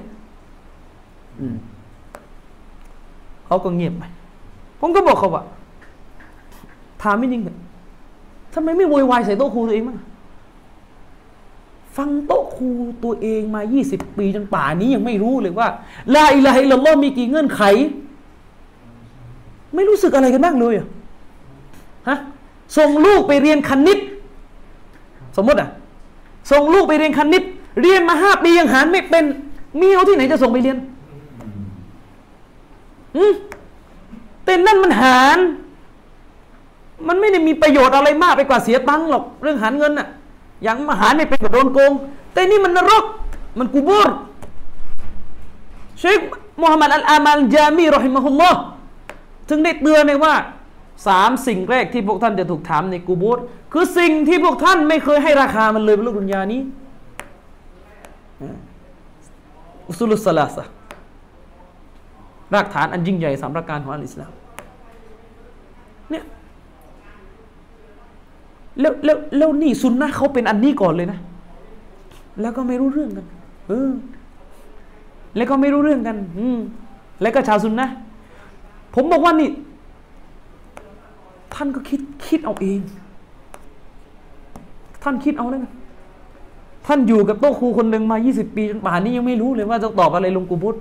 Speaker 1: เขาก็เงียบไปผมก็บอกเขาว่าถามไม่จริงเหรอทำไมไม่โวยวายใส่โต๊ะครูตัวเองมั้งฟังโต๊ะครูตัวเองมา20 ปีจนป่านี้ยังไม่รู้เลยว่าลาอิลาฮะอิลลัลลอฮ์มีกี่เงื่อนไขไม่รู้สึกอะไรกันบ้างเลยฮะส่งลูกไปเรียนคณิตสมมติส่งลูกไปเรียนคณิตเรียนมา5 ปียังหารไม่เป็นมีเอาที่ไหนจะส่งไปเรียนแต่นั่นมันหารมันไม่ได้มีประโยชน์อะไรมากไปกว่าเสียตังค์หรอกเรื่องหารเงินอย่างมาหารไม่เป็นกับโดนโกงแต่นี่มันนรกมันกุโบร์เชคมูฮัมหมัดอัลอามัลจามีรอฮิมะฮุลลอฮ์ถึงได้เตือนเลยว่า3 สิ่งแรกที่พวกท่านจะถูกถามในกุโบร์คือสิ่งที่พวกท่านไม่เคยให้ราคามันเลยบนโลกดุนยานี้อุซูลุสซะลาซะห์รากฐานอันยิ่งใหญ่3 ประการของอัลอิสลามเนี่ยแล้วนี่ซุนนะห์เขาเป็นอันนี้ก่อนเลยนะแล้วก็ไม่รู้เรื่องกันแล้วก็ไม่รู้เรื่องกันแล้วก็ชาวซุนนะห์ผมบอกว่านี่ท่านก็คิดเอาเองท่านคิดเอาแล้วกันท่านอยู่กับโต๊ะครูคนหนึ่งมา20 ปีจนป่านนี้ยังไม่รู้เลยว่าจะตอบอะไรลงกุโบร์ไป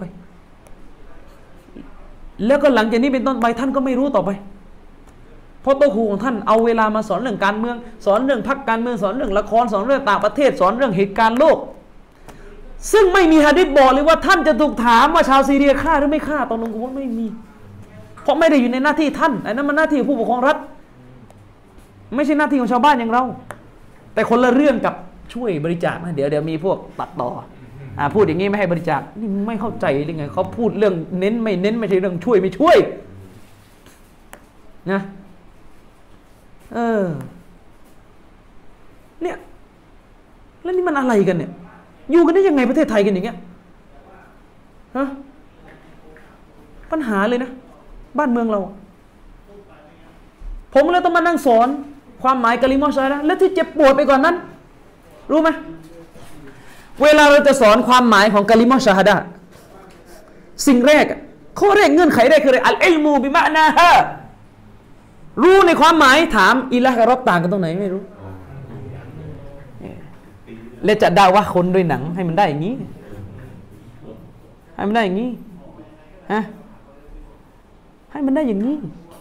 Speaker 1: แล้วก็หลังจากนี้เป็นต้นไปท่านก็ไม่รู้ต่อไปเพราะโต๊ะครูของท่านเอาเวลามาสอนเรื่องการเมืองสอนเรื่องพรรคการเมืองสอนเรื่องละครสอนเรื่องต่างประเทศสอนเรื่องเหตุการณ์โลกซึ่งไม่มีหะดีษบอกเลยว่าท่านจะถูกถามว่าชาวซีเรียฆ่าหรือไม่ฆ่าตอนลงกุโบร์ไม่มีเพราะไม่ได้อยู่ในหน้าที่ท่านอันนั้นมันหน้าที่ผู้ปกครองรัฐไม่ใช่หน้าที่ของชาวบ้านอย่างเราแต่คนละเรื่องกับช่วยบริจาคนะเดี๋ยวมีพวกตัดต่อพูดอย่างนี้ไม่ให้บริจาคนี่ไม่เข้าใจหรือไงเขาพูดเรื่องเน้นไม่เน้นไม่ใช่เรื่องช่วยไม่ช่วยนะเนี่ยแล้วนี่มันอะไรกันเนี่ยอยู่กันได้ยังไงประเทศไทยกันอย่างเงี้ยฮะปัญหาเลยนะบ้านเมืองเราผมเลยต้องมานั่งสอนความหมายกะลิมะชาฮาดะห์และที่เจ็บปวดไปกว่านั้นรู้ไหมเวลาเราจะสอนความหมายของกะลิมะชาฮาดะห์สิ่งแรกข้อแรกเงื่อนไขแรกคืออะไรอัลอิลมูบิมะนาฮารู้ในความหมายถามอิละห์กับร็อบต่างกันตรงไหนไม่รู้และจะด่าว่าคนด้วยหนังให้มันได้อย่างนี้ให้มันได้อย่างนี้ฮะให้มันได้อย่างนี้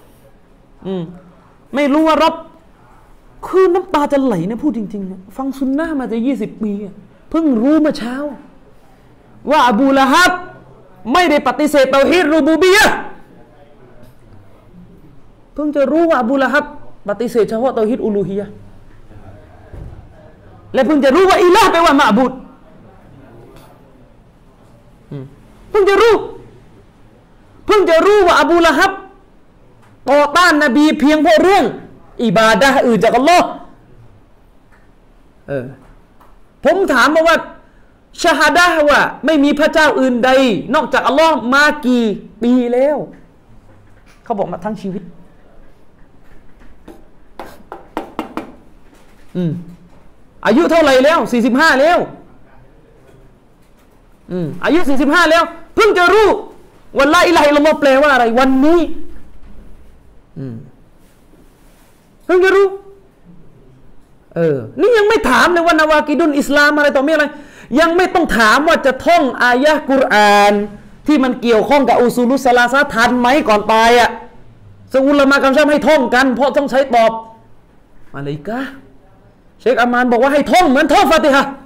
Speaker 1: ไม่รู้ว่าร็อบคือน้ำตาจะไหลนะพูดจริงๆนะฟังซุนนะห์มาจะ20 ปีเพิ่งรู้เมื่อเช้าว่าอบูละฮับไม่ได้ปฏิเสธเตาฮีดรูบูบียะห์เพิ่งจะรู้ว่าอบูละฮับปฏิเสธเฉพาะเตาฮีดอูลูฮียะห์และเพิ่งจะรู้ว่าอิละห์แปลว่ามะบูดเพิ่งจะรู้ว่าอบูละฮับต่อต้านนบีเพียงเพราะเรื่องอิบาดะห์อื่นจากอัลลอฮ์ผมถามว่าชะฮาดะห์ว่าไม่มีพระเจ้าอื่นใดนอกจากอัลลอฮ์มากี่ปีแล้วเขาบอกมาทั้งชีวิตอายุเท่าไหร่แล้ว45แล้วอายุ45แล้วเพิ่งจะรู้ว่าลาอิลาฮะอิลลัลลอฮ์แปลว่าอะไรวันนี้เพิ่งจะรู้นี่ยังไม่ถามเลยว่านาวากิดุลอิสลามอะไรต่อมีอะไรยังไม่ต้องถามว่าจะท่องอายะห์กุรอานที่มันเกี่ยวข้องกับอุซูลุสซะลาซะห์ทันไหมก่อนตายซะอุลามะกำชับให้ท่องกันเพราะต้องใช้ตอบอะไรกะเชคอามานบอกว่าให้ท่องเหมือนท่องฟาติฮะห์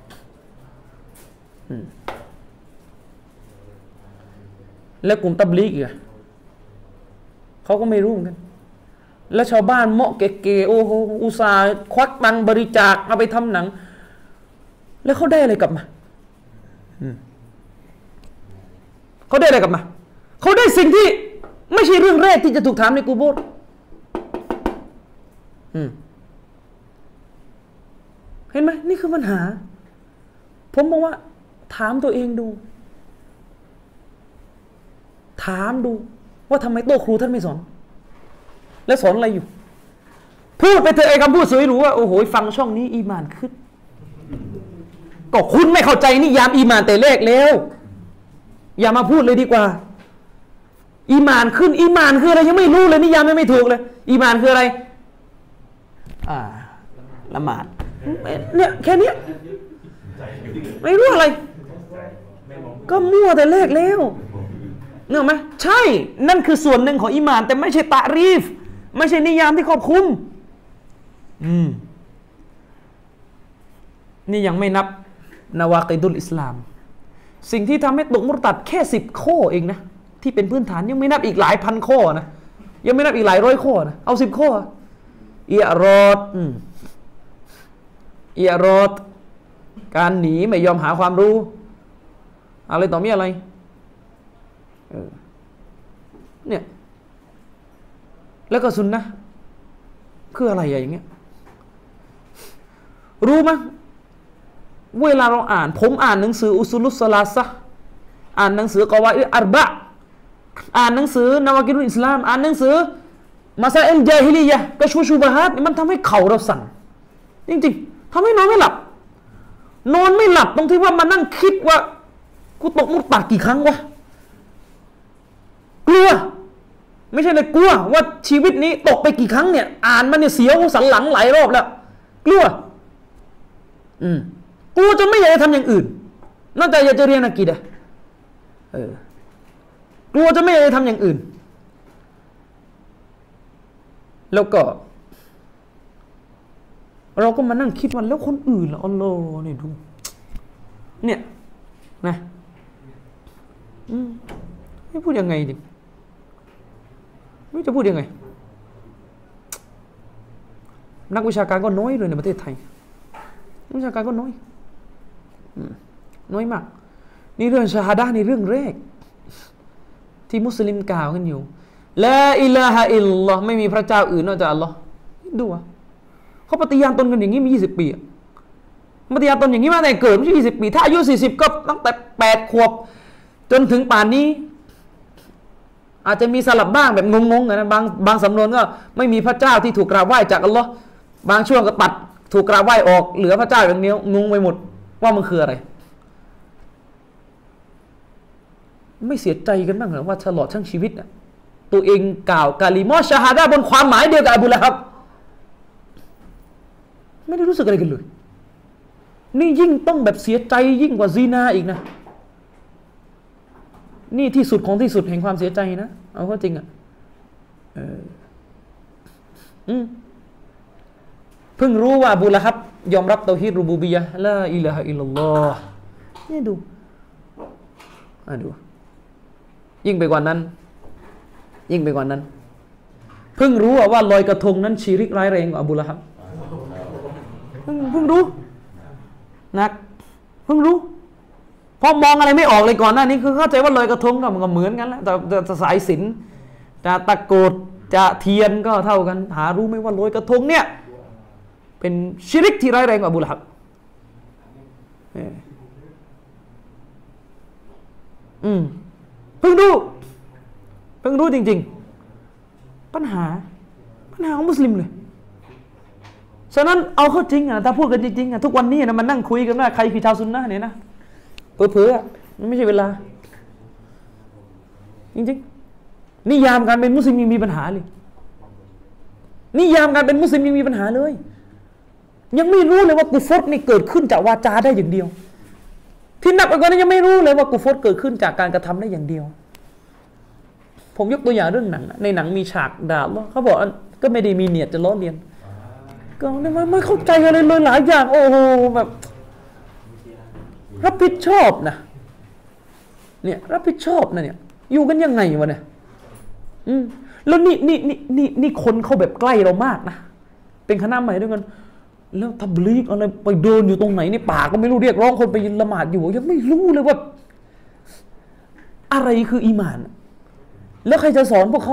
Speaker 1: และกลุ่มตับลีกอีกเขาก็ไม่รู้เหมือนกันแล้วชาวบ้านเมาะเก๋ๆโอ้โหอุตส่าห์ควักตังค์บริจาคเอาไปทำหนังแล้วเขาได้อะไรกลับมาเขาได้อะไรกลับมาเขาได้สิ่งที่ไม่ใช่เรื่องแรกที่จะถูกถามในกูโบร์เห็นไหมนี่คือปัญหาผมบอกว่าถามตัวเองดูถามดูว่าทำไมโต๊ะครูท่านไม่สอนและสอนอะไรอยู่พูดไปเถอะไอ้คำพูดสวยหรูว่าโอ้โหฟังช่องนี้อีมานขึ้นก็คุณไม่เข้าใจนิยามอีมานแต่แรกแล้วอย่ามาพูดเลยดีกว่าอีมานขึ้นอีมานคืออะไรยังไม่รู้เลยนิยามไม่ถูกเลยอีมานคืออะไรละหมาดเนี่ยแค่นี้ไม่รู้อะไรก็มั่วแต่แรกแล้วเนอะไหมใช่นั่นคือส่วนหนึ่งของอีหม่านแต่ไม่ใช่ตะรีฟไม่ใช่นิยามที่ครอบคลุมนี่ยังไม่นับนาวากิดุลอิสลามสิ่งที่ทำให้ตกมุรตัดแค่10 ข้อเองนะที่เป็นพื้นฐานยังไม่นับอีกหลายพันข้อนะยังไม่นับอีกหลายร้อยข้อนะเอา10 ข้ออิรอดการหนีไม่ยอมหาความรู้อะไรต่อมีอะไรเนี่ยแล้วก็ซุนนะห์คืออะไรอย่างเงี้ยรู้มั้ยเวลาเราอ่านผมอ่านหนังสืออุซูลุสซะลาซะห์อ่านหนังสือกอวาอิดอัรบะห์อ่านหนังสือนาวากิดุลอิสลามอ่านหนังสือมาซาอิลญาฮิลียะห์กะชชุบะฮาตมันทำให้เข่าเราสั่นจริงๆทำให้นอนไม่หลับตรงที่ว่ามานั่งคิดว่ากูตกมุรตัดกี่ครั้งวะกลัวไม่ใช่เลยกลัวว่าชีวิตนี้ตกไปกี่ครั้งเนี่ยอ่านมันเนี่ยเสียวสันหลังหลายรอบแล้วกลัวจนไม่อยากจะทำอย่างอื่นนอกจากอยากจะเรียนอะกีดะห์กลัวจนไม่อยากจะทำอย่างอื่นแล้วก็เราก็มานั่งคิดว่าแล้วคนอื่นล่ะอัลลอฮ์นี่ดูเนี่ยนะไม่พูดยังไงดิไม่จะพูดยังไงนักวิชาการก็น้อยเลยในประเทศไทยวิชาการก็น้อยน้อยมากนี่เรื่องชาฮาดะห์นี่เรื่องแรกที่มุสลิมกล่าวกันอยู่ลาอิลาฮะอิลลัลลอฮ์ไม่มีพระเจ้าอื่นนอกจากอัลลอฮ์ดูอ่ะเขาปฏิญาณตนกันอย่างนี้มา20 ปีปฏิญาณตนอย่างนี้มาตั้งแต่เกิดไม่ใช่20 ปีถ้าอายุ40ก็ตั้งแต่8 ขวบจนถึงป่านนี้อาจจะมีสลับบ้างแบบงงๆนะบางสำนวนก็ไม่มีพระเจ้าที่ถูกกราบไหว้จากอัลลอฮ์บางช่วงก็ตัดถูกกราบไหว้ออกเหลือพระเจ้าอย่างเดียวงงไปหมดว่ามันคืออะไรไม่เสียใจกันบ้างเหรอว่าตลอดทั้งชีวิตน่ะตัวเองกล่าวกาลิมอชาฮาดะห์บนความหมายเดียวกับอบูละฮับไม่ได้รู้สึกอะไรกันเลยนี่ยิ่งต้องแบบเสียใจยิ่งกว่าซีนาอีกนะนี่ที่สุดของที่สุดแห่งความเสียใจนะเอาเข้าจริงอ่ะเพิ่งรู้ว่าอบูละฮับยอมรับเตาฮีดรุบูบิยะห์ลาอิลาฮะอิลลัลลอฮ์นี่ดูยิ่งไปกว่านั้นเพิ่งรู้ว่าลอยกระทงนั้นชีริกร้ายแรงกว่าอบูละฮับเพิ่งรู้นักเพิ่งรู้พอมองอะไรไม่ออกเลยก่อนหน้านี้คือเข้าใจว่าลอยกระทงก็มันก็เหมือนกันแหละแต่สายสิญจน์จะตะโกดจะเทียนก็เท่ากันหารู้ไหมว่าลอยกระทงเนี่ยเป็นชิริกที่ร้ายแรงกว่าอบูละฮับเพิ่งรู้จริงๆปัญหาของมุสลิมเลยฉะนั้นเอาเข้าจริงถ้าพูดกันจริงๆทุกวันนี้นะมันนั่งคุยกันว่าใครคือชาวซุนนะห์เนี่ยนะเผลอๆมันไม่ใช่เวลาจริงๆนิยามการเป็นมุสลิมยังมีปัญหาเลยนิยามการเป็นมุสลิมยังมีปัญหาเลยยังไม่รู้เลยว่ากุฟรนี่เกิดขึ้นจากวาจาได้อย่างเดียวที่หนักไปกว่านั้นยังไม่รู้เลยว่ากุฟรเกิดขึ้นจากการกระทำได้อย่างเดียวผมยกตัวอย่างเรื่องหนังในหนังมีฉากด่าอัลเลาะห์เขาบอกก็ไม่ได้มีเนียดจะล้อเลียนก็ไม่เข้าใจอะไรเลยหลายอย่างโอ้โหแบบรับผิดชอบนะเนี่ยรับผิดชอบนะเนี่ยอยู่กันยังไงวะเนี่ยแล้วนี่คนเขาแบบใกล้เรามากนะเป็นคณะใหม่ด้วยกันแล้วทับลีกอะไรไปเดินอยู่ตรงไหนนี่ป่าก็ไม่รู้เรียกร้องคนไปละหมาดอยู่ยังไม่รู้เลยว่าอะไรคืออีหม่านแล้วใครจะสอนพวกเขา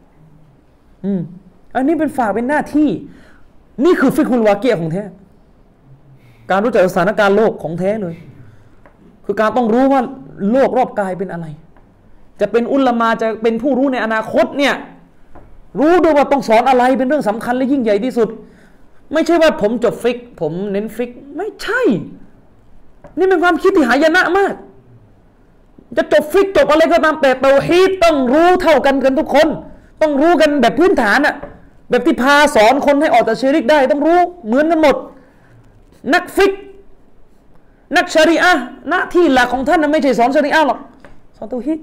Speaker 1: อันนี้เป็นฝากเป็นหน้าที่นี่คือฟิกฮุลวาเกียของแท้การรู้จักสถานการณ์โลกของแท้เลยคือการต้องรู้ว่าโลกรอบกายเป็นอะไรจะเป็นอุลามะจะเป็นผู้รู้ในอนาคตเนี่ยรู้ด้วยว่าต้องสอนอะไรเป็นเรื่องสำคัญและยิ่งใหญ่ที่สุดไม่ใช่ว่าผมจบฟิกผมเน้นฟิกไม่ใช่นี่เป็นความคิดที่หายนะมากจะจบฟิกจบอะไรก็ตามแต่เตาฮีดต้องรู้เท่ากันทุกคนต้องรู้กันแบบพื้นฐานอะแบบที่พาสอนคนให้ออกจากชิริกได้ต้องรู้เหมือนกันหมดนักฟิกนักชะรีอะห์หน้าที่หลักของท่านไม่ใช่สอนชะรีอะห์หรอกสอนเตาฮีด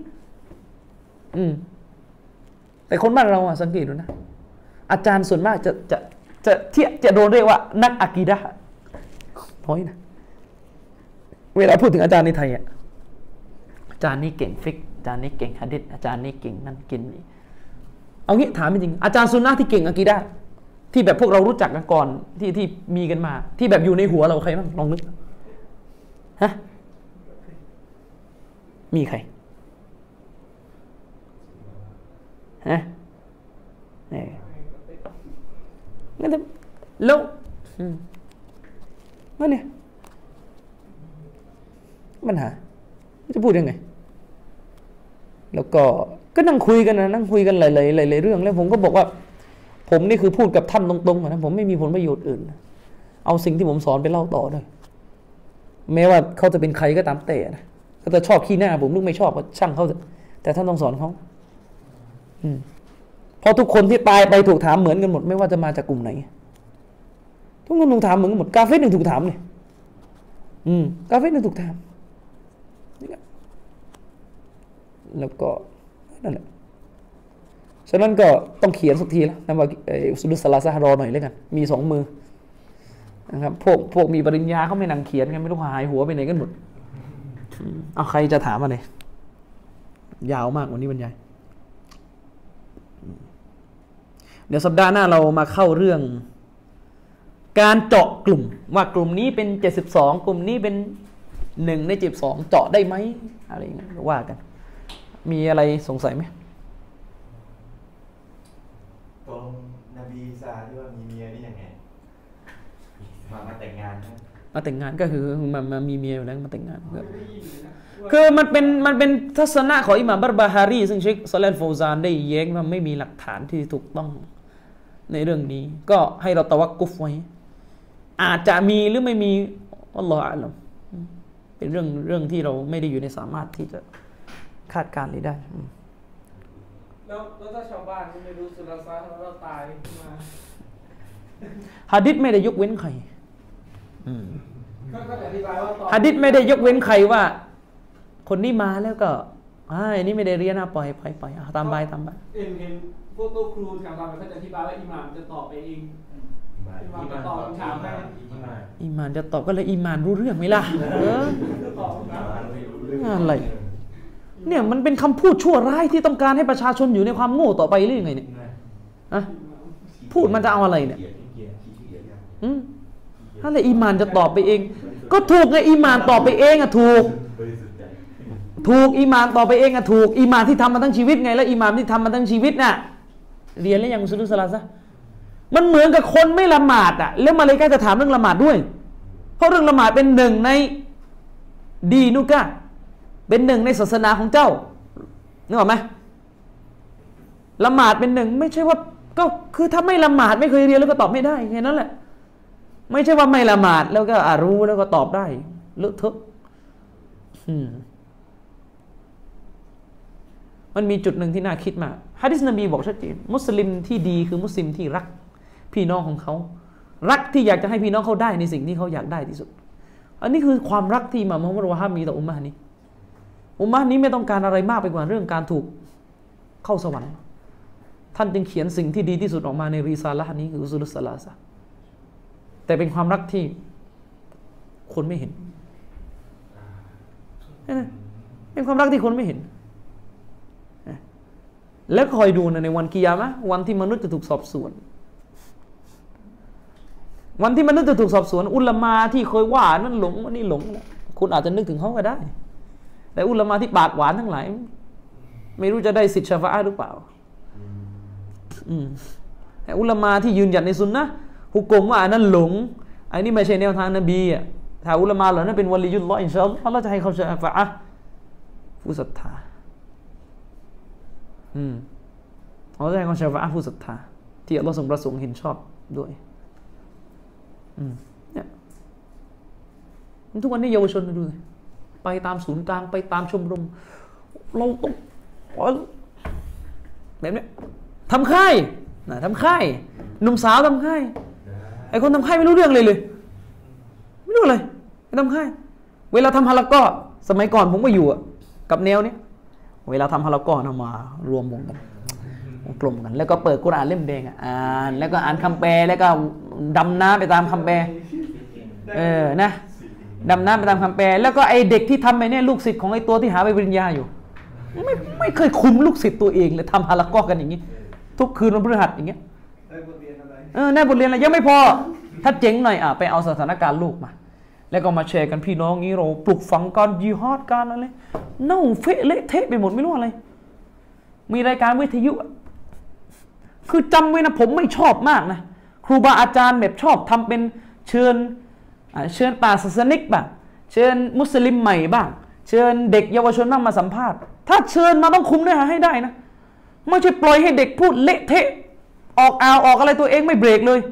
Speaker 1: แต่คนบ้านเราสังเกตดูนะอาจารย์ส่วนมากจะโดนเรียกว่านักอะกีดะห์น้อยนะเวลาพูดถึงอาจารย์ในไทยอาจารย์นี่เก่งฟิกอาจารย์นี่เก่งหะดีษอาจารย์นี่เก่งนั่นเก่งนี่เอางี้ถามจริงอาจารย์ซุนนะห์ที่เก่งอะกีดะห์ที่แบบพวกเรารู้จักกันก่อนที่มีกันมาที่แบบอยู่ในหัวเราใครบ้างลองนึกฮะมีใครฮะนี่งั้นแล้วนั่นเนี่ยปัญหาจะพูดยังไงแล้วก็นั่งคุยกันนะนั่งคุยกันหลายเรื่องแล้วผมก็บอกว่าผมนี่คือพูดกับท่านตรงๆนะผมไม่มีผลประโยชน์อื่นเอาสิ่งที่ผมสอนไปเล่าต่อด้วยแม้ว่าเขาจะเป็นใครก็ตามแต่นะเขาจะชอบขี้หน้าผมหรือไม่ชอบก็ช่างเขาแต่ท่านต้องสอนเขาเพราะทุกคนที่ตายไปถูกถามเหมือนกันหมดไม่ว่าจะมาจากกลุ่มไหนทุกคนถูกถามเหมือนกันหมดกาเฟสหนึ่งถูกถามเลยกาเฟสหนึ่งถูกถามแล้วก็นั่นแหละฉะนั้นก็ต้องเขียนสักทีแล้วนะว่าอุสุลุสซะลาซะฮ์รอหน่อยแล้วกันมี2 มือนะครับพวกมีปริญญาเขาไม่นั่งเขียนกันไม่รู้หายหัวไปไหนกันหมดเอาใครจะถามอะไรยาวมากวันนี้บรรยายเดี๋ยวสัปดาห์หน้าเรามาเข้าเรื่องการเจาะกลุ่มว่ากลุ่มนี้เป็น72กลุ่มนี้เป็น1ใน72เจาะได้ไหมอะไรอย่างเงี้ยว่ากันมีอะไรสงสัยไหม
Speaker 3: ตรงนบีอีสาที่ว่ามีเมียนี่ยังไงมาแต่งงานนะ
Speaker 1: มาแต่งงานก็คือมามีเมียอยู่แล้วมาแต่งงานคือมันเป็นทัศนะของอิหม่ามบัรบาฮารีซึ่งเชคซอเลห์ ฟาวซานได้แย้งว่าไม่มีหลักฐานที่ถูกต้องในเรื่องนี้ก็ให้เราตะวักกุฟไว้อาจจะมีหรือไม่มีอัลลอฮฺอาลัมเป็นเรื่องที่เราไม่ได้อยู่ในสามารถที่จะคาดการณ์เลยได้
Speaker 4: แล้วถ้าชาวบ้านไม่รู้สุลซาแล้วเราตายมา
Speaker 1: หะดีษไม่ได้ยกเว้นใคร
Speaker 4: ก็อธิบายว่า
Speaker 1: หะดีษไม่ได้ยกเว้นใครว่าคนนี้มาแล้วก็อันนี้ไม่ได้เรียนปล่อยตามใบเ
Speaker 4: ห็นพวกโต๊ะครูแถวบ้านเขาจะอธิบายว่าอิหม่ามจะตอบไปเองอิหม่ามจะตอบคำถามให้
Speaker 1: อิหม่ามจะตอบก็เลยอิหม่ามรู้เรื่องไหมล่ะอะไรเนี่ยมันเป็นคำพูดชั่วร้ายที่ต้องการให้ประชาชนอยู่ในความโง่ต่อไปหรือยังไงเนี่ยพูดมันจะเอาอะไรเนี่ยอะไรอิหม่ามจะตอบไปเองก็ถูกไงอิหม่ามตอบไปเองอะถูกอิหม่ามตอบไปเองอะถูกอิหม่ามที่ทำมาทั้งชีวิตไงแล้วอิหม่ามที่ทำมาทั้งชีวิตน่ะเรียนแล้วยังมุสลิมสลาซะมันเหมือนกับคนไม่ละหมาดอะแล้วมาเลยก็จะถามเรื่องละหมาดด้วยเพราะเรื่องละหมาดเป็นหนึ่งในดีนุกะเป็นหนึ่งในศาสนาของเจ้านึกออกไหมละหมาดเป็นหนึ่งไม่ใช่ว่าก็คือถ้าไม่ละหมาดไม่เคยเรียนแล้วก็ตอบไม่ได้แค่นั้นแหละไม่ใช่ว่าไม่ละหมาดแล้วก็รู้แล้วก็ตอบได้เลอะเทอะมันมีจุดหนึ่งที่น่าคิดมากหะดีษนบีบอกชัดเจนมุสลิมที่ดีคือมุสลิมที่รักพี่น้องของเขารักที่อยากจะให้พี่น้องเขาได้ในสิ่งที่เขาอยากได้ที่สุดอันนี้คือความรักที่อิหม่ามมุฮัมมัด วะฮาบมีต่ออุมมะห์นี้ไม่ต้องการอะไรมากไปกว่าเรื่องการถูกเข้าสวรรค์ท่านจึงเขียนสิ่งที่ดีที่สุดออกมาในริซาละห์นี้คืออุซูลุสซะลาซะห์แต่เป็นความรักที่คนไม่เห็นเป็นความรักที่คนไม่เห็นแล้วคอยดูนะในวันกิยามะห์วันที่มนุษย์จะถูกสอบสวนวันที่มนุษย์จะถูกสอบสวนอุลามะที่เคยว่านั่นหลงอันนี้หลงคุณอาจจะนึกถึงเขาก็ได้แต่อุลามะที่ปากหวานทั้งหลายไม่รู้จะได้สิทธิ์ชะฟาอะห์หรือเปล่าแต่อุลามะที่ยืนหยัดในซุนนะห์ฮุกมว่าอันนั้นหลงอันนี้ไม่ใช่แนวทางนบีอ่ะถ้าอุลามะเหล่านั้นเป็นวะลียุลลอฮ์อินชาอัลลอฮ์เราจะให้เขาชะฟาอะห์ผู้ศรัทธาเขาจะให้เขาชะฟาอะห์ผู้ศรัทธาที่อัลลอฮ์ทรงประสงค์เห็นชอบด้วยเนี่ยทุกวันนี้เยาวชนดูเลยไปตามศูนย์กลางไปตามชมรมเราต้องแบบนี้ทำค่ายทำค่ายหนุ่มสาวทำค่ายไอคนทำค่ายไม่รู้เรื่องเลยไม่รู้เลยไปทำค่ายเวลาทำฮาละก็สมัยก่อนผมก็อยู่กับแนวนี้เวลาทำฮาละก็เอามารวมวงกันกลุ่มกันแล้วก็เปิดกุรอานเล่มแดงอ่านแล้วก็อ่านคำแปลแล้วก็ดำน้ำไปตามคำแปลนะดำน้ำไปตามคำแปลแล้วก็ไอเด็กที่ทำไปเนี่ยลูกศิษย์ของไอตัวที่หาใบปริญญาอยู่ไม่เคยคุมลูกศิษย์ตัวเองเลยทำฮาละก็กันอย่างนี้ทุกคืนวันพฤหัสอย่างเงี้ยได้บทเรียนอะไรยังไม่พอถ้าเจ๋งหน่อยไปเอาสถานการณ์ลูกมาแล้วก็มาแชร์กันพี่น้องงี้เราปลุกฝังการยิฮาดการอะไรเน่าเฟะเละเทะไปหมดไม่รู้อะไรมีรายการวิทยุคือจำไว้นะผมไม่ชอบมากนะครูบาอาจารย์แบบชอบทำเป็นเชิญป่าศาสนิกบ้างเชิญมุสลิมใหม่บ้างเชิญเด็กเยาวชนบ้างมาสัมภาษณ์ถ้าเชิญมาต้องคุมเนื้อหาให้ได้นะไม่ใช่ปล่อยให้เด็กพูดเละเทะออกอะไรตัวเองไม่เบรกเลย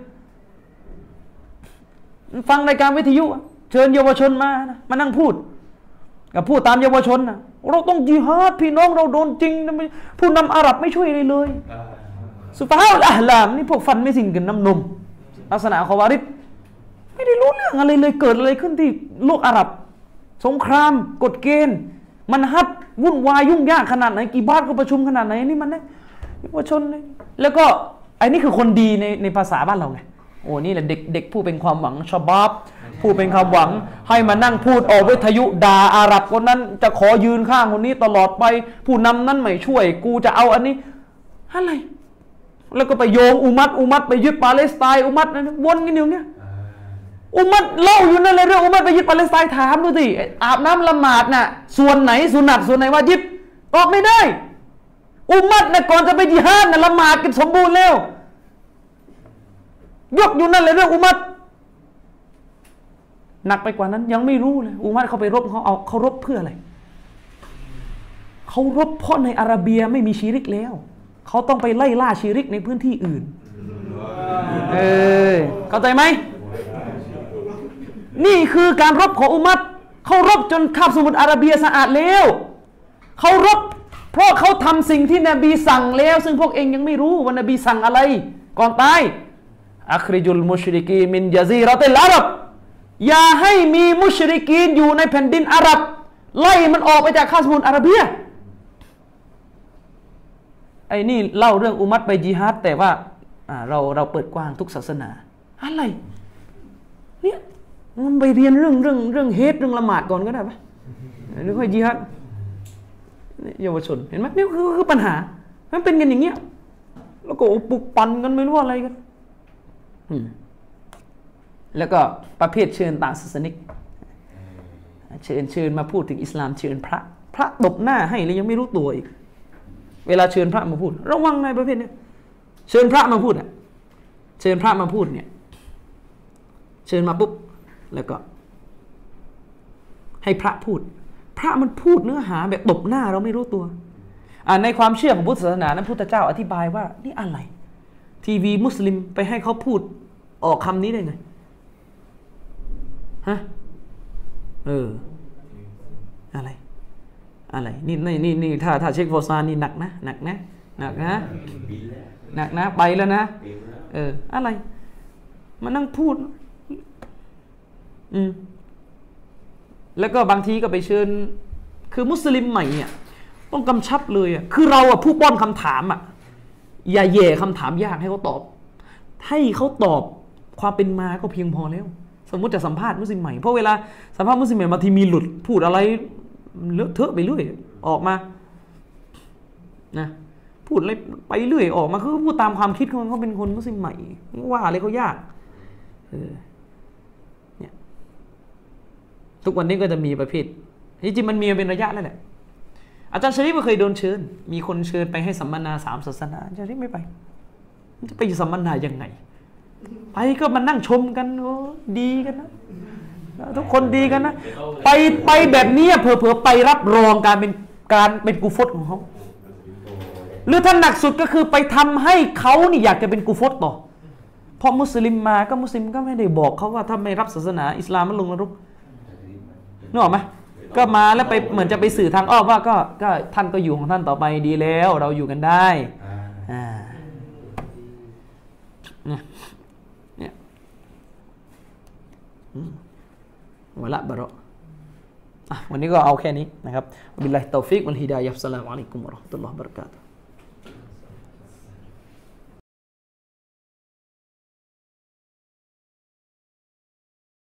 Speaker 1: ฟังรายการวิทยุเชิญเยาวชนมานั่งพูดกับพูดตามเยาวชนนะเราต้องญิฮาดพี่น้องเราโดนจริงผู้นำอาหรับไม่ช่วยเลยสุฟาฮ์อัลลามนี่พวกฟันไม่สิ่งกันน้ำนมลักษณะคอวาริดไม่ได้รู้เรื่องอะไรเลยเกิดอะไรขึ้นที่โลกอาหรับสงครามกฎเกณฑ์มันฮัดวุ่นวายยุ่งยากขนาดไหนกี่บ้านก็ประชุมขนาดไหนนี่มันเนี่ยเยาวชนเลยแล้วก็ไอ้นี่คือคนดีในภาษาบ้านเราไงโอ้นี่แหละเด็กผู้เป็นความหวังชะบับผู้เป็นความหวังให้มานั่งพูดออกวิทยุด่าอาหรับคนนั้นจะขอยืนข้างคนนี้ตลอดไปผู้นำนั้นไม่ช่วยกูจะเอาอันนี้อะไรแล้วก็ไปโยงอุมัดไปยึดปาเลสไตน์อุมัดนั้นวนกันอยู่เนี่ยอุมัดเล่าอยู่นั่นเลยเรื่องอุมัดไปยึดปาเลสไตน์ถามดูสิอาบน้ำละหมาดน่ะส่วนไหนสุนัตส่วนไหนวาญิบตอบไม่ได้อุมัดน่ะก่อนจะไปญิฮาดน่ะละหมาดกันสมบูรณ์แล้วยกอยู่นั่นเลยเรื่องอุมัดหนักไปกว่านั้นยังไม่รู้เลยอุมัดเขาไปรบเขารบเพื่ออะไรเขารบเพราะในอาระเบียไม่มีชิริกแล้วเขาต้องไปไล่ล่าชิริกในพื้นที่อื่นเข้าใจไหมนี่คือการรบของอุมัดเขารบจนคาบสมุทรอาระเบียสะอาดแล้วเขารบเพราะเขาทำสิ่งที่นบีสั่งแล้วซึ่งพวกเองยังไม่รู้ว่านบีสั่งอะไรก่อนตายอัคริจุลมุชริกีมินญะซีเราะติลอาหรับอย่าให้มีมุชริกีนอยู่ในแผ่นดินอาหรับไล่มันออกไปจากคาบสมุทรอาระเบียไอ้นี่เล่าเรื่องอุมัดไปญิฮาดแต่ว่าเราเปิดกว้างทุกศาสนาอะไรเนี่ยมันไปเรียนเรื่องเฮดเรื่องละหมาดก่อนก็ได้ปะหรือค่อยญิฮาดเยาวชนเห็นไหมนี่คือปัญหามันเป็นกันอย่างเงี้ยแล้วก็ปลุกปั่นกันไม่รู้อะไรกันแล้วก็ประเภทเชิญต่างศาสนิกเชิญมาพูดถึงอิสลามเชิญพระตบหน้าให้เลยยังไม่รู้ตัวอีกเวลาเชิญพระมาพูดระวังในประเภทนี้เชิญพระมาพูดเชิญพระมาพูดเนี่ยเชิญมาปุ๊บแล้วก็ให้พระพูดพระมันพูดเนื้อหาแบบตบหน้าเราไม่รู้ตัวในความเชื่อของพุทธศาสนานั้นพุทธเจ้าอธิบายว่านี่อะไรทีวีมุสลิมไปให้เขาพูดออกคำนี้ได้ไงฮะอะไรนี่ถ้าเช็คฟอร์ซานนี่หนักนะไปแล้วนะอะไรมานั่งพูดแล้วก็บางทีก็ไปเชิญคือมุสลิมใหม่เนี่ยต้องกำชับเลยคือเราผู้ป้อนคำถามอย่าแย่คำถามยากให้เขาตอบให้เขาตอบความเป็นมาก็เพียงพอแล้วสมมติจะสัมภาษณ์มุสลิมใหม่เพราะเวลาสัมภาษณ์มุสลิมใหม่บางทีมีหลุดพูดอะไรเลอะเทอะไปเรื่อยออกมานะพูดอะไรไปเรื่อยออกมาคือพูดตามความคิดเขาเป็นคนมุสลิมใหม่ว่าอะไรเขายากเนี่ยทุกวันนี้ก็จะมีประเภทจริงๆมันมีเป็นระยะแล้วแหละอาจารย์ชริฟก็เคยโดนเชิญมีคนเชิญไปให้สัมมนา3 ศาสนาอาจารย์ชริฟไม่ไปมันจะไปสัมมนายังไงไปก็มานั่งชมกันโอ้ดีกันนะทุกคนดีกันนะไปแบบนี้เผลอๆไปรับรองการเป็นกูฟตของเขาหรือท่านหนักสุดก็คือไปทำให้เขานี่อยากจะเป็นกูฟตต่อเพราะมุสลิมมาก็มุสลิมก็ไม่ได้บอกเขาว่าถ้าไม่รับศาสนาอิสลามมันลงนรกนึกออกไหมก็มาแล้วไปเหมือนจะไปสื่อทางอ้อมว่าก็ท่านก็อยู่ของท่านต่อไปดีแล้วเราอยู่กันได้เนี่ยวะละบะเราะวันนี้ก็เอาแค่นี้นะครับบิลลาฮิตตอฟิกวัลฮิดายะฮ์อัสสลามุอะลัยกุมวะเราะห์มะตุลลอฮิวะบะเราะกาตุฮ์